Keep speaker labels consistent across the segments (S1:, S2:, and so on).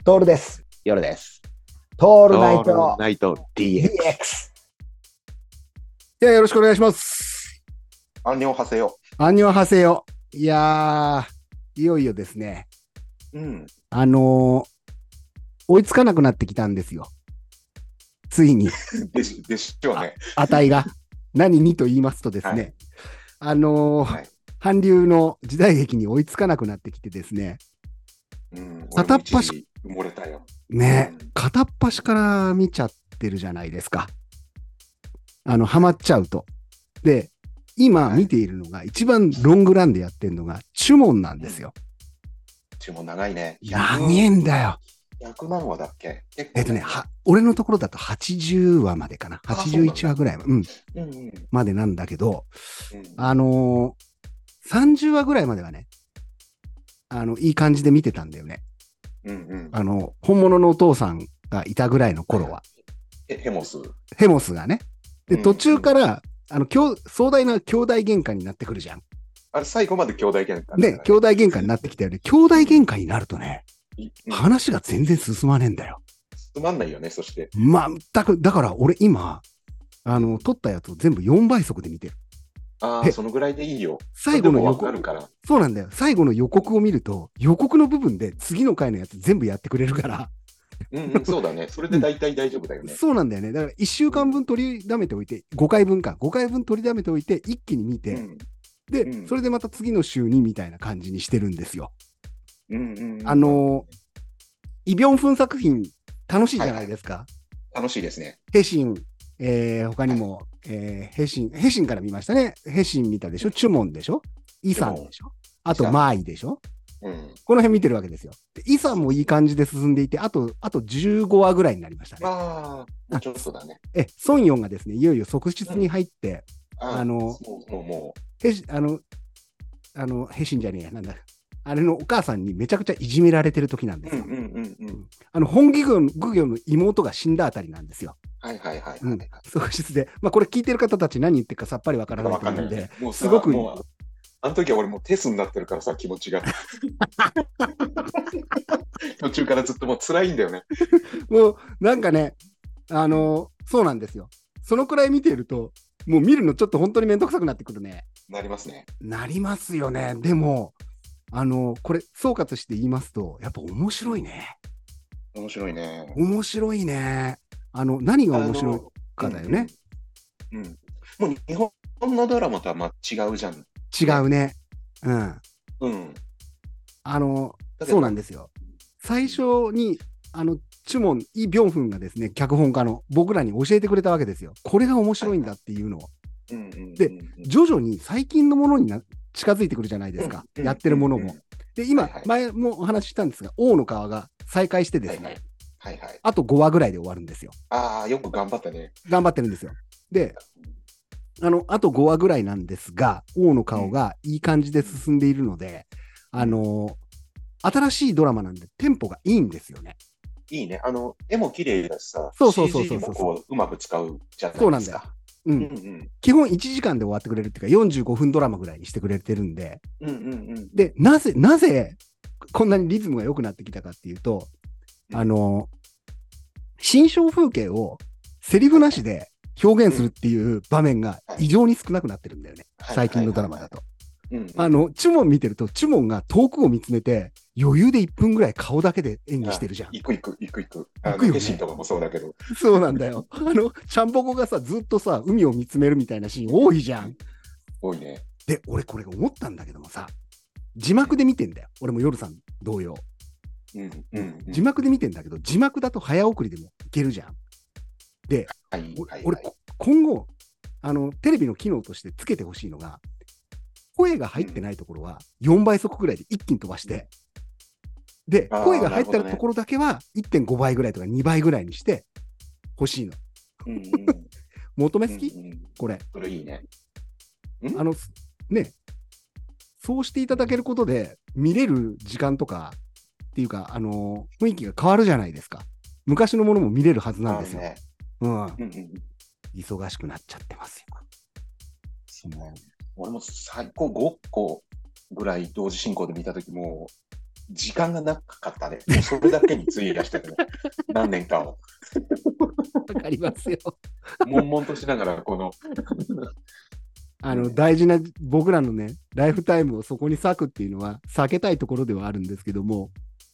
S1: トールです。
S2: 夜です。
S1: トールナイ
S2: オール
S1: ト
S2: ナイト DX。
S1: DX。いや、よろしくお願いします。
S3: アンニョンハセヨ。
S1: アンニョンハセヨ。いやいよいよですね。
S3: うん。
S1: 追いつかなくなってきたんですよ。ついに。
S3: でしょうね。
S1: 値が。何にと言いますとですね。はい、韓流の時代劇に追いつかなくなってきてですね。
S3: 片っ端埋もれたよ。
S1: ね、片っ端から見ちゃってるじゃないですか。ハマっちゃうと。で、今見ているのが、一番ロングランでやってるのが、チュモンなんですよ。
S3: チュモン長いね。
S1: 長いんだよ。
S3: 100万話だっけ？
S1: 俺のところだと80話までかな。81話ぐらい、までなんだけど、30話ぐらいまではね、いい感じで見てたんだよね。本物のお父さんがいたぐらいの頃は。
S3: ヘモ
S1: スがね。で、途中から、壮大な兄弟喧嘩になってくるじゃん。
S3: あれ、最後まで兄弟喧嘩
S1: ね、兄弟喧嘩になってきたよね。兄弟喧嘩になるとね、話が全然進まねえんだよ。
S3: 進まんないよね、そして。
S1: 全く、だから俺今、撮ったやつを全部4倍速で見てる。
S3: そのぐらいでいいよ。
S1: 最後の予告。そうなんだよ。最後の予告を見ると、予告の部分で次の回のやつ全部やってくれるから。
S3: そうだね。それで大体大丈夫だよね。
S1: そうなんだよね。だから1週間分取りだめておいて、5回分取りだめておいて、一気に見て、で、それでまた次の週にみたいな感じにしてるんですよ。イ・ビョンフン作品、楽しいじゃないですか。
S3: 楽しいですね。
S1: ヘシン、他にも、ヘシンから見ましたね。ヘシン見たでしょ。チュモンでしょ。イさんでしょ。あとマーイでしょ。この辺見てるわけですよ。でイさんもいい感じで進んでいて、あと15話ぐらいになりましたね。
S3: もうちょっとだね。
S1: ソンヨンがですね、いよいよ側室に入って、ヘシンじゃねえや、なんだ。あれのお母さんにめちゃくちゃいじめられてる時なんですよ。本義業の妹が死んだあたりなんですよ。側室で。これ聞いてる方たち何言ってるかさっぱりわからないと思うんで、すごく。
S3: あの時は俺もうテスになってるからさ、気持ちが。途中からずっともう辛いんだよね。
S1: もうなんかね、そうなんですよ。そのくらい見ていると、もう見るのちょっと本当にめんどくさくなってくるね。
S3: なりますね。
S1: なりますよね。でも、これ総括して言いますと、やっぱ面白いね。
S3: 面白いね。
S1: 面白いね。何が面白いかだよね。
S3: もう日本のドラマとは違うじゃん。
S1: 違うね。そうなんですよ。最初に、チュモン、イ・ビョンフンがですね、脚本家の僕らに教えてくれたわけですよ。これが面白いんだっていうのを。で、徐々に最近のものに近づいてくるじゃないですか。やってるものも。で、今、前もお話ししたんですが、王の川が再開してですね、あと5話ぐらいで終わるんですよ。
S3: よく頑張ったね。
S1: 頑張ってるんですよ。で、あと5話ぐらいなんですが、王の顔がいい感じで進んでいるので、新しいドラマなんでテンポがいいんですよね。
S3: いいね。絵も綺麗だしさ、
S1: CG
S3: もこううまく使うじゃないですか。
S1: そうなんだよ。基本1時間で終わってくれるっていうか、45分ドラマぐらいにしてくれてるんで、で、なぜこんなにリズムが良くなってきたかっていうと、新象風景をセリフなしで表現するっていう場面が異常に少なくなってるんだよね。最近のドラマだと。チュモン見てると、チュモンが遠くを見つめて、余裕で1分ぐらい顔だけで演技してるじゃん。
S3: 行く。
S1: ヘ
S3: シンとかもそうだけど。
S1: そうなんだよ。ちゃんぽこがさ、ずっとさ、海を見つめるみたいなシーン多いじゃん。
S3: 多いね。
S1: で、俺これ思ったんだけどもさ、字幕で見てんだよ。俺も夜さん同様。字幕で見てんだけど、字幕だと早送りでもいけるじゃん。で、俺、今後、テレビの機能としてつけてほしいのが、声が入ってないところは4倍速ぐらいで一気に飛ばして、で、声が入ってるところだけは 1.5 倍ぐらいとか2倍ぐらいにしてほしいの。求めすぎこれ。
S3: これいいね。
S1: ね、そうしていただけることで見れる時間とかっていうか、雰囲気が変わるじゃないですか。昔のものも見れるはずなんですよ。忙しくなっちゃってますよ。
S3: 俺も最高5個ぐらい同時進行で見たときも、 時間がなかったね。それだけに費やしてるね。何年かを。
S1: わかりますよ。
S3: 悶々としながら、この。
S1: 大事な僕らのね、ライフタイムをそこに割くっていうのは避けたいところではあるんですけども、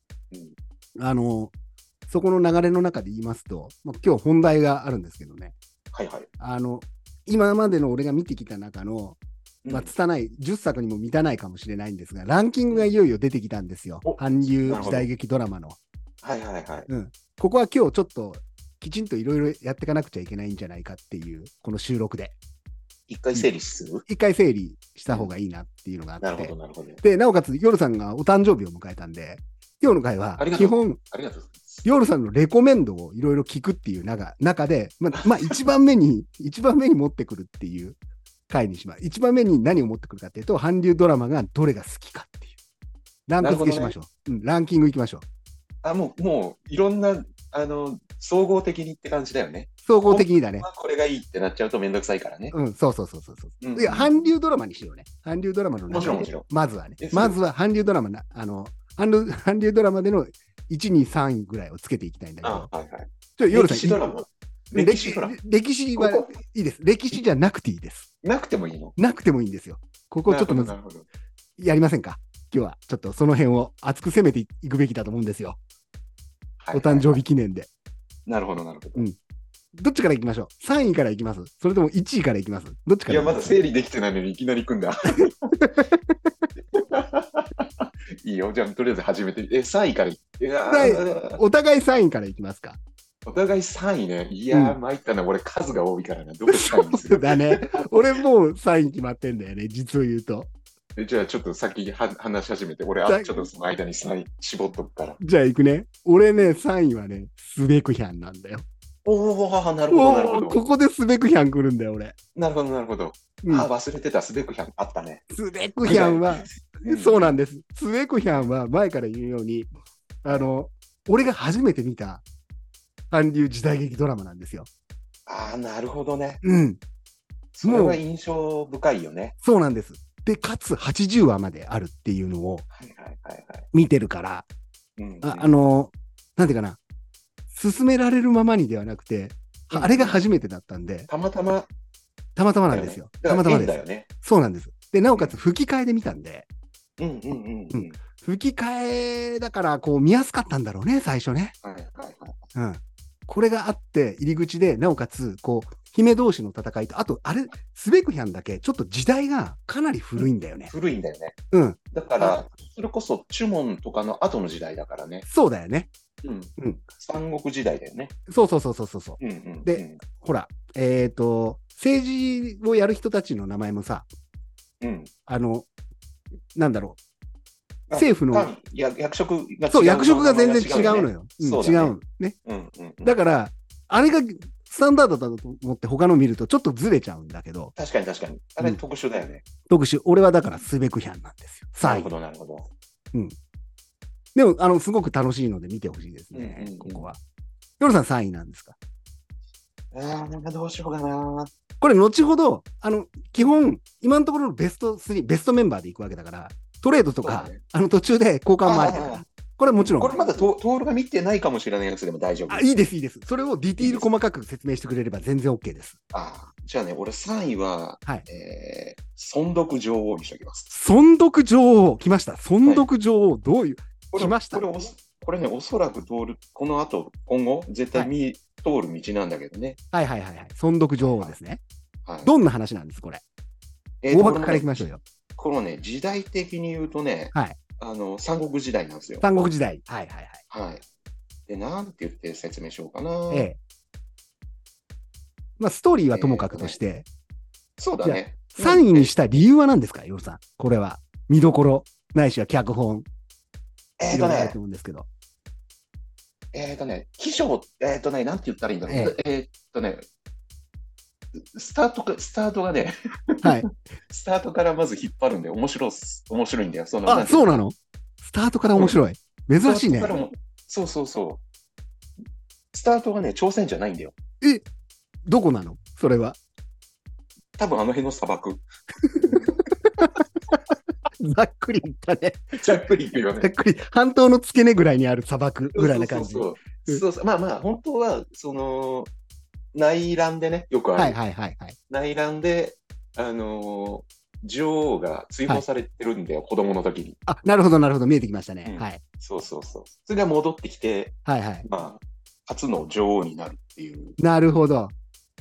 S1: そこの流れの中で言いますと、今日本題があるんですけどね、
S3: はいはい。
S1: 今までの俺が見てきた中の、拙い10作にも満たないかもしれないんですが、ランキングがいよいよ出てきたんですよ。韓流時代劇ドラマの。
S3: はいはいはい。
S1: ここは今日ちょっときちんといろいろやっていかなくちゃいけないんじゃないかっていう、この収録で。
S3: 一回整理する？
S1: 一回整理した方がいいなっていうのがあって。
S3: なるほどなるほど。
S1: で、なおかつ、夜さんがお誕生日を迎えたんで、今日の回は基本、夜さんのレコメンドをいろいろ聞くっていう中で、一番目に持ってくるっていう回にします。一番目に何を持ってくるかっていうと、韓流ドラマがどれが好きかっていう。ランク付けしましょう。ランキングいきましょう。
S3: もう、いろんな、総合的にって感じだよね。
S1: 総合的にだね。
S3: これがいいってなっちゃうとめんどくさいからね。
S1: そう。いや、韓流ドラマにしようね。韓流ドラマの中で。
S3: もちろん。
S1: まずはね。まずは韓流ドラマ韓流ドラマでの1、2、3位ぐらいをつけていきたいんだけど。
S3: 歴史ドラマ。
S1: 歴史はいいです。歴史じゃなくていいです。
S3: なくてもいいの？
S1: なくてもいいんですよ。ここちょっとやりませんか？今日はちょっとその辺を熱く攻めていくべきだと思うんですよ。お誕生日記念で。
S3: なるほど。
S1: どっちからいきましょう？ 3 位からいきます？それとも1位からいきます？どっちから？
S3: いや、まだ整理できてないのにいきなり組んだ。いいよ。じゃあ、とりあえず始めて。3位から
S1: お互い3位からいきますか？
S3: お互い3位ね。いやー、参ったな。俺、数が多いからな。どこ3位にする？
S1: そうだね。俺もう3位決まってんだよね。実を言うと。
S3: じゃあ、ちょっと先話し始めて。俺、ちょっとその間に3位絞っとくから。
S1: じゃあ、いくね。俺ね、3位はね、スベクヒャンなんだよ。
S3: なるほど。
S1: ここでスベクヒャン来るんだよ、俺。
S3: なるほど。忘れてた。スベクヒャンあったね。
S1: スベクヒャンは、そうなんです。スベクヒャンは前から言うように、俺が初めて見た韓流時代劇ドラマなんですよ。
S3: なるほどね。それは印象深いよね。
S1: そうなんです。で、かつ80話まであるっていうのを見てるから、なんていうかな、進められるままにではなくて、あれが初めてだったんで、
S3: たまたま
S1: なんですよ。たまたまです。そうなんです。で、なおかつ吹き替えで見たんで、吹き替えだからこう見やすかったんだろうね、最初ね。これがあって入り口で、なおかつこう姫同士の戦いと、あとあれスベクヒャンだけちょっと時代がかなり古いんだよね。
S3: 古いんだよね。だからそれこそチュモンとかの後の時代だからね。
S1: そうだよね。
S3: 三国時代だよね。
S1: そう。で、ほら、政治をやる人たちの名前もさ、なんだろう、政府の
S3: 役職が違う。
S1: そう、役職が全然違うのよ。違うね。だから、あれがスタンダードだと思って他の見るとちょっとずれちゃうんだけど。
S3: 確かに。あれ特殊だよね。
S1: 特殊。俺はだからスベクヒャンなんですよ。
S3: なるほど。
S1: でも、すごく楽しいので見てほしいですね。ここは。ヨルさん3位なんですか？
S3: どうしようかな。
S1: これ、後ほど、基本、今のところのベスト3、ベストメンバーでいくわけだから、トレードとか、途中で交換もあるから。これはもちろん。
S3: これまだトールが見てないかもしれないやつでも大丈夫。
S1: いいです。それをディティール細かく説明してくれれば全然 OK です。
S3: じゃあね、俺3位は、尊読女王にしておきます。
S1: 尊読女王、来ました。尊読女王、どういう、来ました。
S3: これね、おそらく通る、この後、今後、絶対通る道なんだけどね。
S1: 尊読女王ですね。どんな話なんです、これ。大枠からいきましょうよ。
S3: このね、時代的に言うとね、三国時代なんですよ。
S1: 三国時代。
S3: で、なんて言って説明しようかな。
S1: ストーリーはともかくとして、
S3: そうだね。
S1: 3位にした理由は何ですか、ヨルさん。これは。見どころ、ないしは脚本。いろいろあると思うんですけど。
S3: 起承、なんて言ったらいいんだろう。スタートがね、スタートからまず引っ張るんで、面白いんだよ。そう
S1: なの？スタートから面白い。珍しいね。
S3: そう。スタートがね、朝鮮じゃないんだよ。
S1: どこなの？それは。
S3: 多分あの辺の砂漠。
S1: ざっくり言ったね。
S3: ざっくり言うよね。
S1: ざっくり、半島の付け根ぐらいにある砂漠ぐらいな感じ。
S3: そう、まあまあ、本当は、内乱でね、よくある。
S1: はいはいはいはい。
S3: 内乱で、女王が追放されてるんだよ、子供の時に。
S1: あ、なるほどなるほど、見えてきましたね。はい。
S3: そう。それが戻ってきて、
S1: はいはい。
S3: まあ、初の女王になるっていう。
S1: なるほど。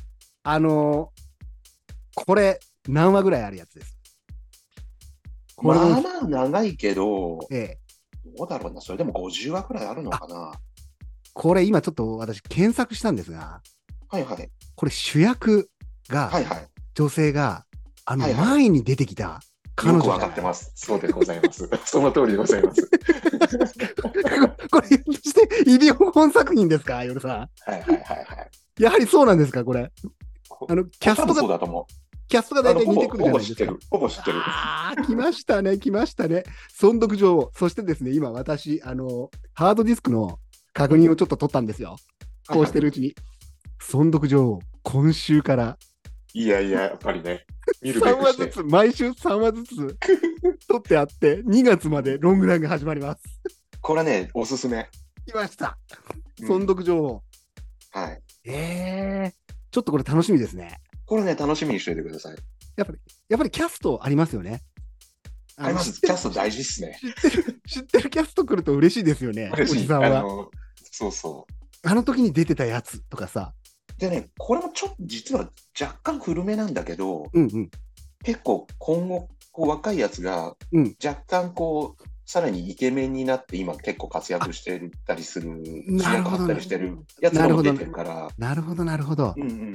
S1: これ、何話ぐらいあるやつです。
S3: まあまあ長いけど、
S1: ど
S3: うだろうな、それでも50話くらいあるのかな。
S1: これ今ちょっと私検索したんですが、
S3: はいはい。
S1: これ主役が、女性が、前に出てきた彼女。
S3: よくわかってます。そうでございます。その通りでございます。
S1: これ、ひょっとして医療本作品ですか、夜さん。
S3: はい。
S1: やはりそうなんですか、これ。キャストが、
S3: そうだと思う。
S1: キャストが大体似てくるじゃないですか。
S3: ほぼ知ってる。
S1: ああ、来ましたね。尊読女王。そしてですね、今私、ハードディスクの確認をちょっと取ったんですよ。こうしてるうちに。尊読女王、今週から。
S3: いや、やっぱりね。
S1: 3話ずつ、毎週3話ずつ取ってあって、2月までロングランが始まります。こ
S3: れね、おすすめ。
S1: 来ました。尊読女王。
S3: はい。
S1: ちょっとこれ楽しみですね。
S3: これね、楽しみにしておいてください。
S1: やっぱりキャストありますよね。
S3: あります。キャスト大事っすね。
S1: 知ってるキャスト来ると嬉しいですよね。
S3: 嬉しい。おじさんは。そう。
S1: あの時に出てたやつとかさ。
S3: でね、これもちょっと実は若干古めなんだけど、結構今後若いやつが若干さらにイケメンになって今結構活躍してたりする、主役張ったりしてるやつが出てるから。
S1: なるほど。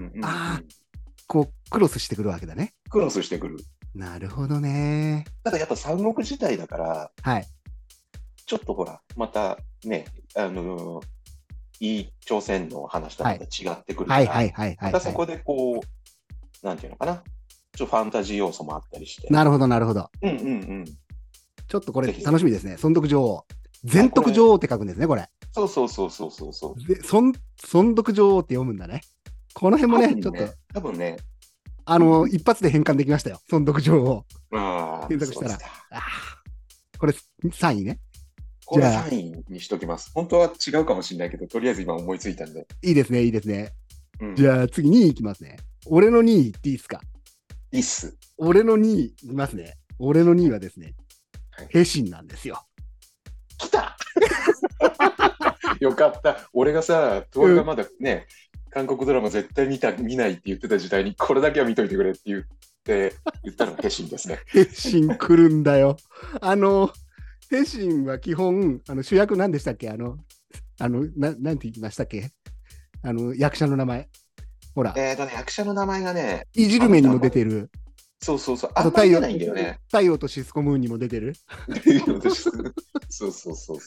S1: クロスしてくるわけだね。
S3: クロスしてくる。
S1: なるほどね。
S3: ただやっぱ三国時代だから、ちょっとほら、またね、朝鮮の話とまた違ってくるから、またそこでなんていうのかな、ちょっとファンタジー要素もあったりして。
S1: なるほど。ちょっとこれ楽しみですね。尊読女王。全読女王って書くんですね、これ。
S3: そう。
S1: 尊読女王って読むんだね。この辺もね、ちょっと。
S3: 多分ね。
S1: 一発で変換できましたよ。尊読女王。検索したら。これ3位ね。
S3: これ3位にしときます。本当は違うかもしれないけど、とりあえず今思いついたんで。
S1: いいですね。じゃあ次2位いきますね。俺の2位いっていいですか？
S3: いいっす。
S1: 俺の2位いきますね。俺の2位はですね、ヘシンなんですよ。
S3: 来たよかった。俺がさ、トーがまだね、韓国ドラマ絶対見ないって言ってた時代に、これだけは見といてくれって言ったのがヘシンですね。
S1: ヘシン来るんだよ。ヘシンは基本、主役何でしたっけ？なんて言いましたっけ？役者の名前。ほら。
S3: 役者の名前がね。
S1: いじる目にも出てる。
S3: そう。あんまり出ないんだよね。
S1: 太陽とシスコムーンにも出てる。
S3: そう。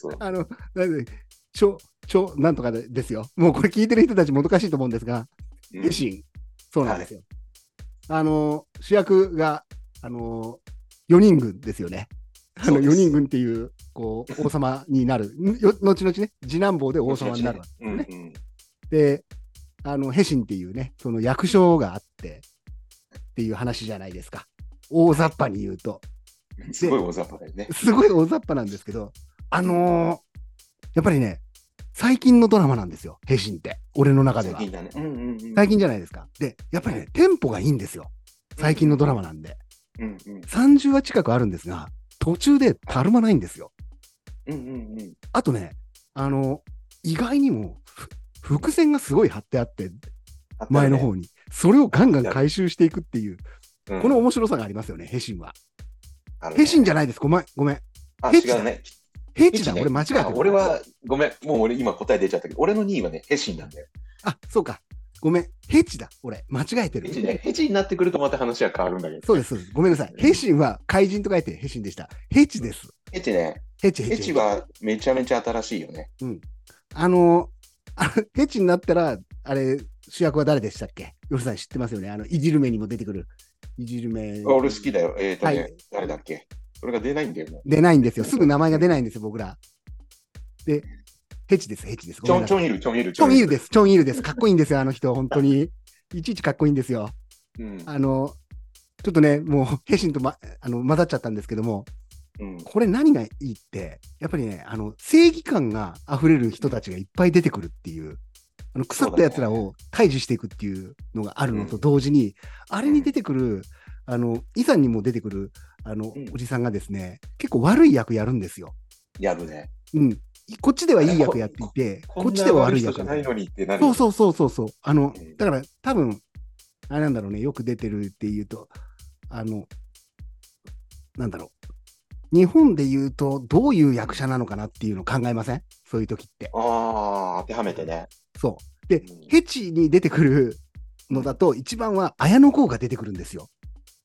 S1: なんとかですよ。もうこれ聞いてる人たちもどかしいと思うんですが、ヘシン。そうなんですよ。主役が、4人軍ですよね。4人軍っていう、王様になる。後々ね、次男坊で王様になるわけですね。で、ヘシンっていうね、その役所があっていう話じゃないですか。大雑把に言うと。
S3: すごい大雑把だよね。
S1: すごい大雑把なんですけど、やっぱりね、最近のドラマなんですよ、ヘシンって。俺の中では。最近じゃないですか。で、やっぱりね、テンポがいいんですよ。最近のドラマなんで。30話近くあるんですが、途中でたるまないんですよ。あとね、意外にも伏線がすごい張ってあって、前の方に。それをガンガン回収していくっていう、この面白さがありますよね、ヘシンは。ヘシンじゃないです。ごめん。
S3: ヘチだね。
S1: ヘチだ、俺間違えた。
S3: 俺は、ごめん。もう俺今答え出ちゃったけど、俺の2位はね、ヘシンなんだよ。
S1: あ、そうか。ごめん。ヘチだ。俺、間違えてる。
S3: ヘチになってくるとまた話は変わるんだけど。
S1: そうです。ごめんなさい。ヘシンは怪人と書いてヘシンでした。ヘチです。
S3: ヘチね。
S1: ヘ
S3: チはめちゃめちゃ新しいよね。
S1: ヘチになったら、あれ、主役は誰でしたっけ？ヨルさん知ってますよね。いじる目にも出てくる。いじる目。
S3: 俺好きだよ。誰だっけ？それが出ないんだよ。
S1: 出ないんですよ。すぐ名前が出ないんですよ、僕ら。で、ヘチです。チ
S3: ョンイル
S1: です。かっこいいんですよ、あの人、本当に。いちいちかっこいいんですよ。ちょっとね、もう、ヘシンと混ざっちゃったんですけども、 これ何がいいって、やっぱりね、正義感が溢れる人たちがいっぱい出てくるっていう、腐った奴らを退治していくっていうのがあるのと同時に、あれに出てくる、イさんにも出てくる、おじさんがですね、結構悪い役やるんですよ。
S3: やるね。
S1: こっちではいい役やっていて、こっちでは悪い役。
S3: じゃないのにってなる。
S1: そう。だから多分、あれなんだろうね、よく出てるっていうと、なんだろう。日本で言うと、どういう役者なのかなっていうのを考えません？そういう時って。
S3: 当てはめてね。
S1: そう。で、ヘチに出てくるのだと、一番は綾野剛が出てくるんですよ。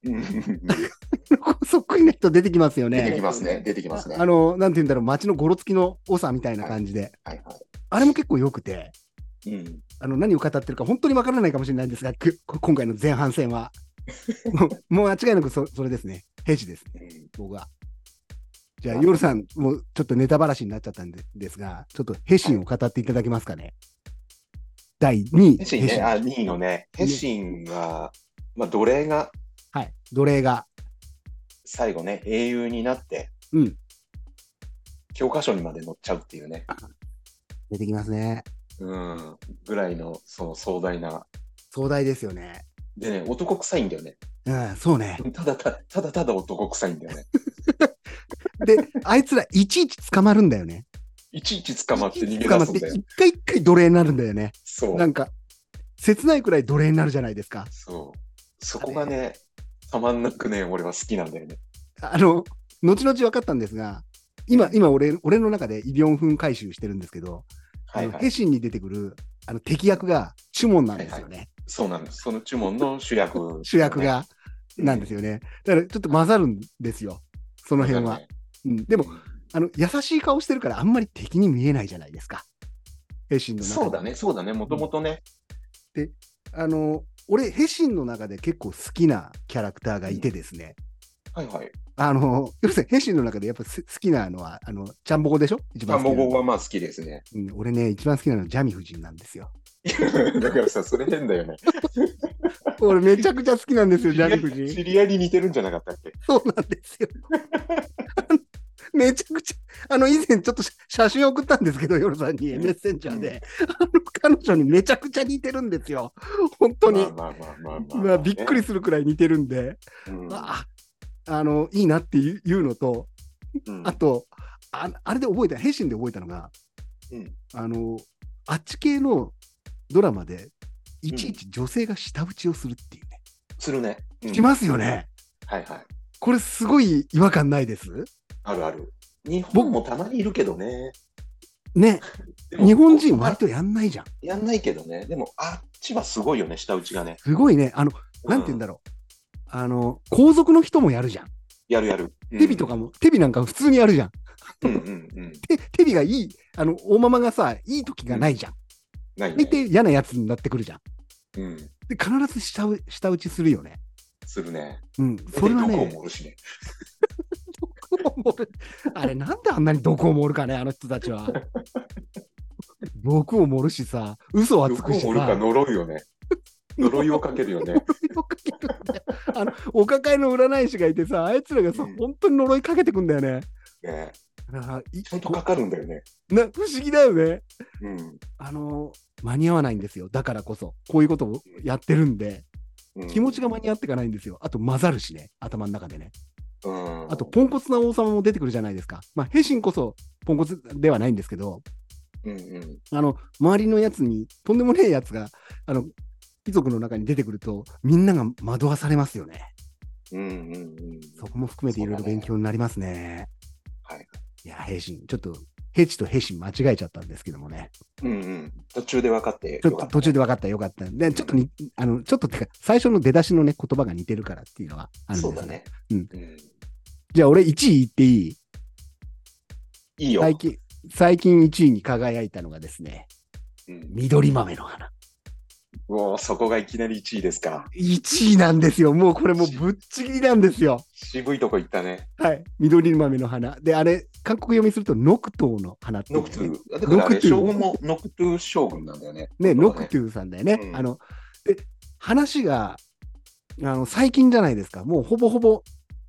S1: そっくりな人出てきますよね。
S3: 出てきますね。
S1: なんて言うんだろう、街のゴロつきの長みたいな感じで。あれも結構良くて、何を語ってるか本当にわからないかもしれないんですが、今回の前半戦は。もう間違いなくそれですね。ヘチですね、僕は。じゃあ、夜さん、もうちょっとネタばらしになっちゃったんですが、ちょっとヘシンを語っていただけますかね。第2位。
S3: ヘシンね、2位のね、ヘシンは、奴隷が、
S1: はい、奴隷が。
S3: 最後ね、英雄になって、教科書にまで載っちゃうっていうね。
S1: 出てきますね。
S3: ぐらいの、壮大な。
S1: 壮大ですよね。
S3: でね、男臭いんだよね。
S1: そうね。
S3: ただ男臭いんだよね。
S1: で、あいつらいちいち捕まるんだよね。
S3: いちいち捕まって逃げ出すんだよ。
S1: 一回一回奴隷になるんだよね。
S3: そう。
S1: なんか、切ないくらい奴隷になるじゃないですか。
S3: そう。そこがね、たまんなくね、俺は好きなんだよね。
S1: 後々分かったんですが、今俺の中でイ・ビョンフン回収してるんですけど、ヘシンに出てくる敵役がチュモンなんですよね。
S3: そうなんです。そのチュモンの主役、
S1: 主役が、なんですよね。だからちょっと混ざるんですよ。その辺は。でも、優しい顔してるからあんまり敵に見えないじゃないですか。ヘシンの中
S3: で。そうだね。もともとね。
S1: で、俺、ヘシンの中で結構好きなキャラクターがいてですね。要するにヘシンの中でやっぱ好きなのは、チャンボコでしょ？
S3: 一番好きなの。チャンボコは好きですね。
S1: 俺ね、一番好きなのはジャミ夫人なんですよ。
S3: だからさ、それ変だよね。
S1: 俺めちゃくちゃ好きなんですよ、ジャミ夫人。
S3: 知り合いに似てるんじゃなかったっけ？
S1: そうなんですよ。めちゃくちゃ、以前ちょっと写真送ったんですけど、夜さんにメッセンジャーで、彼女にめちゃくちゃ似てるんですよ。本当に。びっくりするくらい似てるんで、いいなっていうのと、あと、あれで覚えた、ヘシンで覚えたのが、あっち系のドラマで、いちいち女性が舌打ちをするっていうね。
S3: するね。
S1: しますよね。これすごい違和感ないです？
S3: あるある。日本もたまにいるけどね。
S1: ね。日本人割とやんないじゃん。
S3: やんないけどね。でも、あっちはすごいよね、舌打ちがね。
S1: すごいね。なんて言うんだろう。皇族の人もやるじゃん。
S3: やる。
S1: テビとかも、テビなんか普通にやるじゃん。テビがいい、大ママがさ、いい時がないじゃん。
S3: ないね。
S1: で、嫌なやつになってくるじゃん。で、必ず舌打ちするよね。
S3: するね。
S1: それはね。
S3: 毒を盛るしね。
S1: あれ、なんであんなに毒を盛るかね、あの人たちは。毒を盛るしさ、嘘はつくしさ。
S3: 毒を盛るか呪いよね。呪いをかけるよね。
S1: お抱えの占い師がいてさ、あいつらがさ、本当に呪いかけてくんだよね。
S3: ちゃんとかかるんだよね。
S1: 不思議だよね。間に合わないんですよ。だからこそ、こういうことをやってるんで、気持ちが間に合っていかないんですよ。あと混ざるしね、頭の中でね。あと、ポンコツな王様も出てくるじゃないですか。ヘシンこそポンコツではないんですけど、周りのやつに、とんでもねえやつが、貴族の中に出てくると、みんなが惑わされますよね。そこも含めていろいろ勉強になりますね。いや、ヘシン、ちょっと、ヘチとヘシン間違えちゃったんですけどもね。
S3: 途中で分かって。
S1: 途中で分かったよかった。で、ちょっとちょっとてか、最初の出だしのね、言葉が似てるからっていうのはあるんですね。
S3: そうだね。
S1: じゃあ、俺1位言っていい？
S3: いいよ。
S1: 最近1位に輝いたのがですね、緑豆の花。
S3: そこがいきなり1位ですか。
S1: 1位なんですよ。もうこれもうぶっちぎりなんですよ。
S3: 渋いとこ行ったね。
S1: はい。緑豆の花。で、あれ、韓国読みするとノクトーの花っていう、ね。
S3: ノクトゥー。だからあれ、将軍もノクトゥー将軍なんだよね。
S1: ノクトゥーさんだよね。で、話が、最近じゃないですか。もうほぼほぼ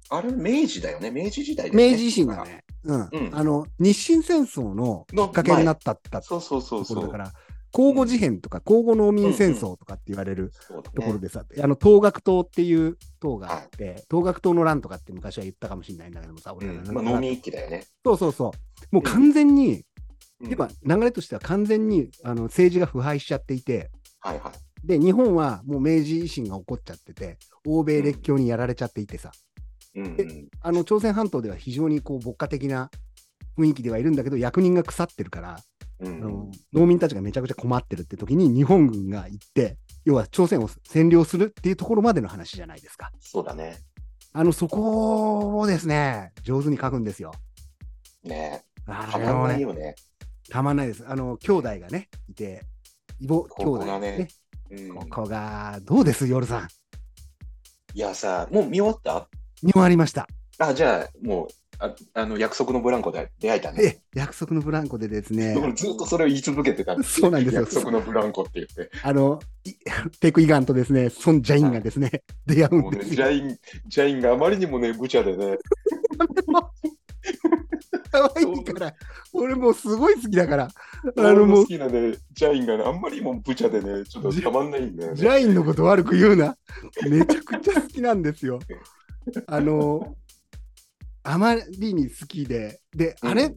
S3: あれ、明治だよね。明治時代だ
S1: 明
S3: よね。
S1: 治維新がね、日清戦争のきっかけになったところだから、甲午事変とか、甲午農民戦争とかって言われるところでさ、東学党っていう党があって、東学党の乱とかって昔は言ったかもしれないんだけどもさ、俺ら
S3: 農民一揆だよね。
S1: そう。もう完全に、今、流れとしては完全に政治が腐敗しちゃっていて、で、日本はもう明治維新が起こっちゃってて、欧米列強にやられちゃっていてさ、で朝鮮半島では非常にこう牧歌的な雰囲気ではいるんだけど、役人が腐ってるから、農民たちがめちゃくちゃ困ってるって時に日本軍が行って、要は朝鮮を占領するっていうところまでの話じゃないですか。
S3: そうだね。
S1: そこをですね、上手に書くんですよ。
S3: ねえ。たまんないよね。
S1: たまんないです。兄弟がね、いて、異母兄弟ですね。ここが、どうです、夜さん。
S3: いやさ、もう見終わった？
S1: 見終わりました。
S3: じゃあ、もう、約束のブランコで出会えたね。
S1: 約束のブランコでですね。
S3: ずっとそれを言い続けてたんです。
S1: そうなんですよ。
S3: 約束のブランコって言って。
S1: ペクイガンとですね、ソン・ジャインがですね、出会うんですよ。
S3: ジャインがあまりにもね、無茶でね。
S1: 可愛いから、俺もうすごい好きだから。
S3: 俺も好きなね、ジャインが、ね、あんまりにも無茶でね、ちょっとたまんないんだよね。
S1: ジャインのこと悪く言うな。めちゃくちゃ好きなんですよ。あまりに好きで、あれって、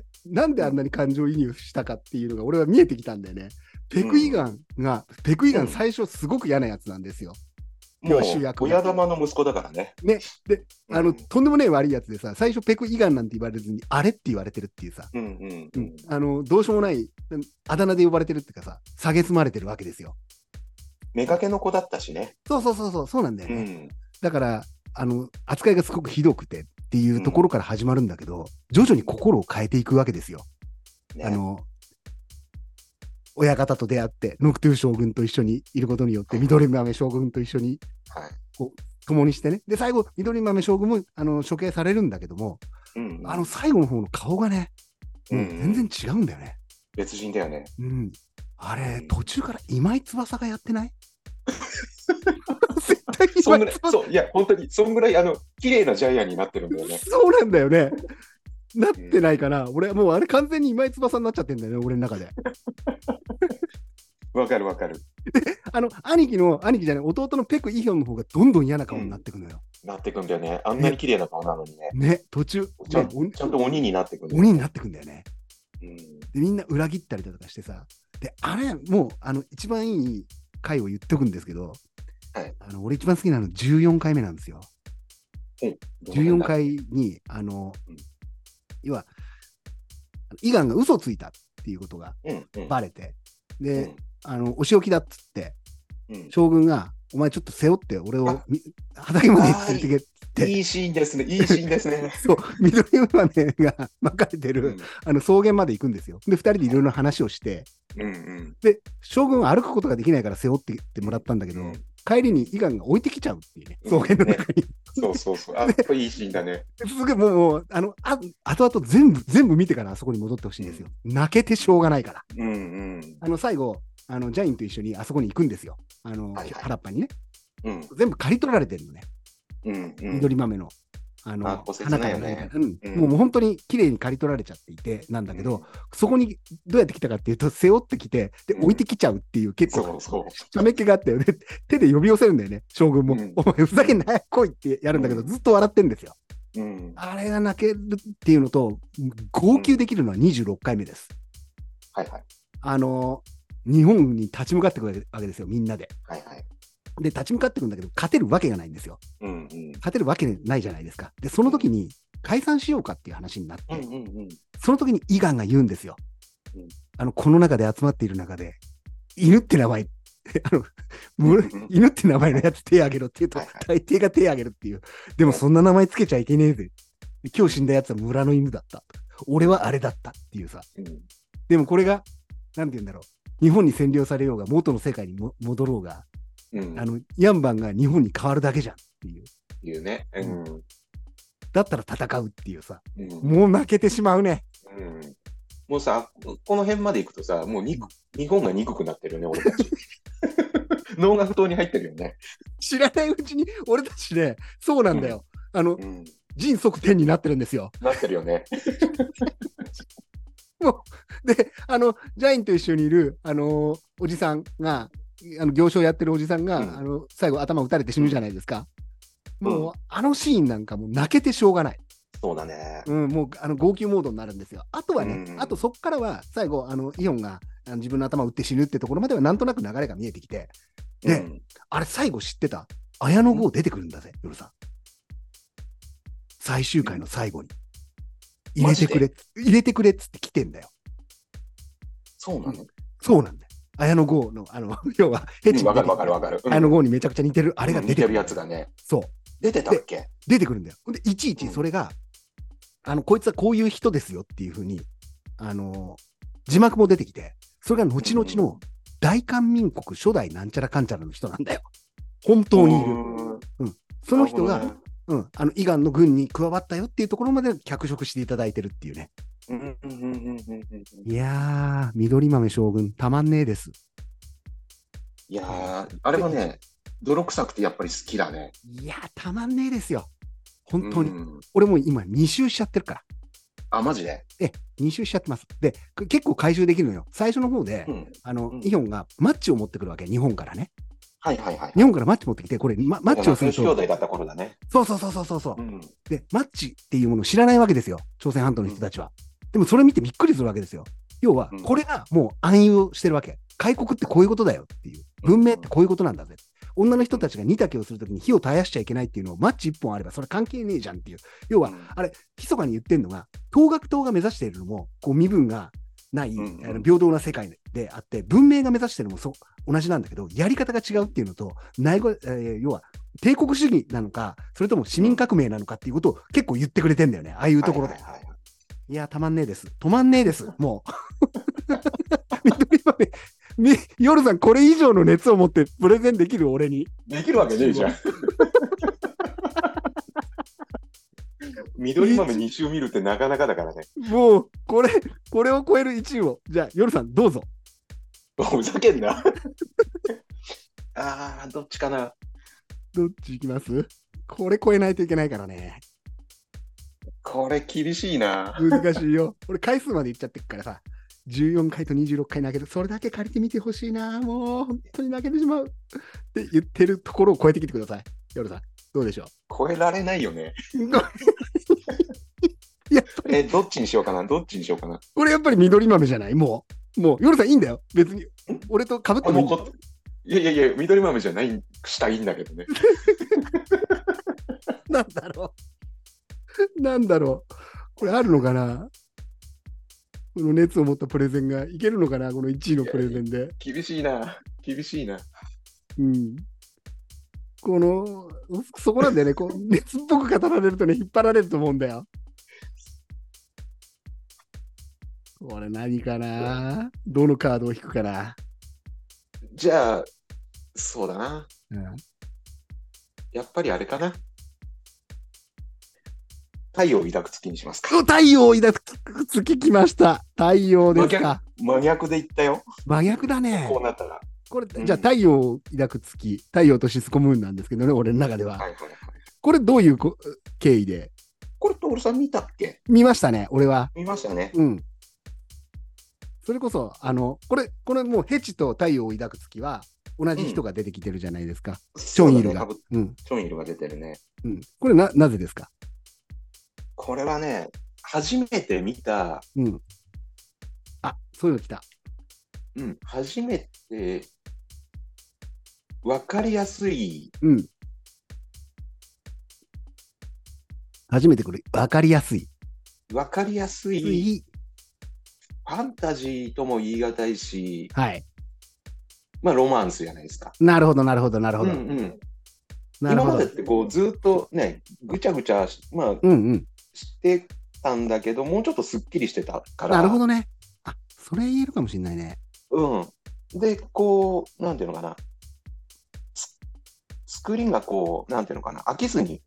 S1: なんであんなに感情移入したかっていうのが俺は見えてきたんだよね。ペクイガン最初すごく嫌なやつなんですよ。
S3: もう親玉の息子だからね。
S1: で、とんでもねえ悪いやつでさ、最初ペクイガンなんて言われずに、あれって言われてるっていうさ、どうしようもないあだ名で呼ばれてるっていうかさ、蔑まれてるわけですよ。
S3: 妾の子だったしね。
S1: そうなんだよね。だから、扱いがすごくひどくてっていうところから始まるんだけど、徐々に心を変えていくわけですよ。親方と出会って、ノクトゥ将軍と一緒にいることによって、緑豆将軍と一緒にこう共にしてね。で、最後、緑豆将軍も処刑されるんだけども、最後の方の顔がね、全然違うんだよね。
S3: 別人だよね。
S1: あれ、途中から今井翼がやってない？
S3: 絶対今井翼。そう、いや、本当に、そんぐらい、綺麗なジャイアンになってるんだよね。
S1: そうなんだよね。なってないかな。俺、もうあれ完全に今井翼になっちゃってんだよね、俺の中で。
S3: わかる。
S1: 兄貴じゃない、弟のペク・イヒョンの方がどんどん嫌な顔になってくのよ。
S3: なってくんだよね。あんなに綺麗な顔なのにね。
S1: ね、途中、
S3: ちゃんと鬼になってくんだよね。
S1: 鬼になってくんだよね。で、みんな裏切ったりとかしてさ。で、あれ、もう、一番いい回を言っておくんですけど、俺一番好きなの14回目なんですよ。14回に、要は、イガンが嘘ついたっていうことがバレて、で、お仕置きだっつって、将軍が、お前ちょっと背負って俺を畑まで連れてけって。
S3: いいシーンですね。
S1: そう、緑豆がまかれてる、草原まで行くんですよ。で、2人でいろいろ話をして、で、将軍は歩くことができないから背負ってってもらったんだけど、帰りにイガンが置いてきちゃうっていうね、草原の中に。
S3: そう。いいシーンだね。
S1: すげえ、もう、後々全部見てからあそこに戻ってほしいんですよ。泣けてしょうがないから。最後、ジャインと一緒にあそこに行くんですよ。原っぱにね。全部刈り取られてるのね。緑豆の。花からね。もう本当に綺麗に刈り取られちゃっていて、なんだけど、そこにどうやって来たかっていうと、背負ってきて、で、置いてきちゃうっていう、結構、しゃめっ気があって、手で呼び寄せるんだよね、将軍も。お前、ふざけんなよ、来いってやるんだけど、ずっと笑ってんですよ。あれが泣けるっていうのと、号泣できるのは26回目です。日本に立ち向かってくるわけですよ、みんなで。で、立ち向かってくるんだけど、勝てるわけがないんですよ。勝てるわけないじゃないですか。で、その時に解散しようかっていう話になって、その時にイガンが言うんですよ。この中で集まっている中で、犬って名前、犬って名前のやつ手あげろって言うと、大抵が手あげるっていう。でもそんな名前つけちゃいけねえぜ。今日死んだやつは村の犬だった。俺はあれだったっていうさ。でもこれが、なんて言うんだろう。日本に占領されようが、元の世界に戻ろうが、ヤンバンが日本に変わるだけじゃんっていう。
S3: いうね。
S1: だったら戦うっていうさ。もう泣けてしまうね。
S3: もうさ、この辺まで行くとさ、もう日本が憎くなってるよね、俺たち。脳が不当に入ってるよね。
S1: 知らないうちに、俺たちね、そうなんだよ。 人即天になってるんですよ。
S3: なってるよね。
S1: もうで、ジャインと一緒にいる、おじさんが、行商やってるおじさんが、最後頭打たれて死ぬじゃないですか。もう、シーンなんかもう泣けてしょうがない。
S3: そうだね。
S1: もう、号泣モードになるんですよ。あとはね、あとそっからは、最後、イオンが自分の頭を打って死ぬってところまでは、なんとなく流れが見えてきて、で、あれ、最後知ってた？綾野剛出てくるんだぜ、夜さん。最終回の最後に。入れてくれっつって来てんだよ。
S3: そうなの？
S1: そうなんだよ。綾野剛の、要は、ヘチ
S3: わかる。
S1: 綾野剛にめちゃくちゃ似てる、あれが出てくる。
S3: 似てるやつがね。
S1: そう。
S3: 出てたっけ？
S1: 出てくるんだよ。で、いちいちそれが、こいつはこういう人ですよっていうふうに、字幕も出てきて、それが後々の大韓民国初代なんちゃらかんちゃらの人なんだよ。本当にいる。その人が、イガンの軍に加わったよっていうところまで脚色していただいてるっていうね。いやー、緑豆将軍、たまんねえです。
S3: いやー、あれはね、泥臭くてやっぱり好きだね。
S1: いやー、たまんねえですよ。本当に。俺もう今2周しちゃってるから。
S3: あ、マジで
S1: ？2周しちゃってます。で、結構回収できるのよ。最初の方で、イオンがマッチを持ってくるわけ、日本からね。
S3: 日
S1: 本からマッチ持ってきて、これ、マッチをすると。
S3: 兄弟だった頃だね。
S1: そう。で、マッチっていうものを知らないわけですよ。朝鮮半島の人たちは。でもそれ見てびっくりするわけですよ。要は、これがもう暗喩をしてるわけ。開国ってこういうことだよっていう。文明ってこういうことなんだぜ。女の人たちが煮炊きをするときに火を絶やしちゃいけないっていうのをマッチ1本あればそれ関係ねえじゃんっていう。要は、あれ、密かに言ってんのが、東学党が目指しているのも、こう身分がない、平等な世界であって、文明が目指しているのも同じなんだけど、やり方が違うっていうのと、要は、帝国主義なのか、それとも市民革命なのかっていうことを結構言ってくれてんだよね。ああいうところで。いや、たまんねえです。止まんねえです。もう。緑豆、夜さん、これ以上の熱を持ってプレゼンできる俺に。
S3: できるわけねえじゃん。緑豆2周見るってなかなかだからね。
S1: もう、これを超える1位を。じゃあ、夜さん、どうぞ。
S3: ふざけんな。どっちかな。
S1: どっち行きます？これ超えないといけないからね。
S3: これ厳しいな。
S1: 難しいよ。俺回数までいっちゃってっからさ、14回と26回投げる。それだけ借りてみてほしいな。もう本当に投げてしまうって言ってるところを超えてきてください。夜さん、どうでしょう？
S3: 超えられないよね。どっちにしようかな。
S1: これやっぱり緑豆じゃない？もう夜さんいいんだよ。別に俺と被ってもいいんだよ。
S3: いや、緑豆じゃない、したいんだけどね。
S1: なんだろう。これあるのかな？この熱を持ったプレゼンがいけるのかな？この1位のプレゼンで。
S3: 厳しいな。
S1: そこなんだよね。こう熱っぽく語られるとね、引っ張られると思うんだよ。これ何かな？どのカードを引くかな？
S3: じゃあ、そうだな。やっぱりあれかな。太陽を抱く月にしますか。
S1: 太陽を抱く月来ました。太陽ですか。
S3: 真逆で言ったよ。
S1: 真逆だね。
S3: こうなったら。
S1: これ、じゃあ太陽を抱く月、太陽とシスコムーンなんですけどね、俺の中では。これどういう経緯で？
S3: これ、徹さん見たっけ？
S1: 見ましたね、俺は。
S3: 見ましたね。
S1: それこそ、これもうヘチと太陽を抱く月は、同じ人が出てきてるじゃないですか。チョンイルが。
S3: チョンイルが出てるね。
S1: これなぜですか？
S3: これはね、初めて見た。
S1: そういうの来た。
S3: 初めて、分かりやすい。
S1: 初めてこれ、分かりやすい。
S3: ファンタジーとも言い難いし、ロマンスじゃないですか。
S1: なるほど。今
S3: までってこうずっとね、ぐちゃぐちゃ、してたんだけど、もうちょっとすっきりしてたから。
S1: なるほどね。それ言えるかもしれないね。
S3: で、こう、なんていうのかな。スクリーンがこう、なんていうのかな。飽きずに。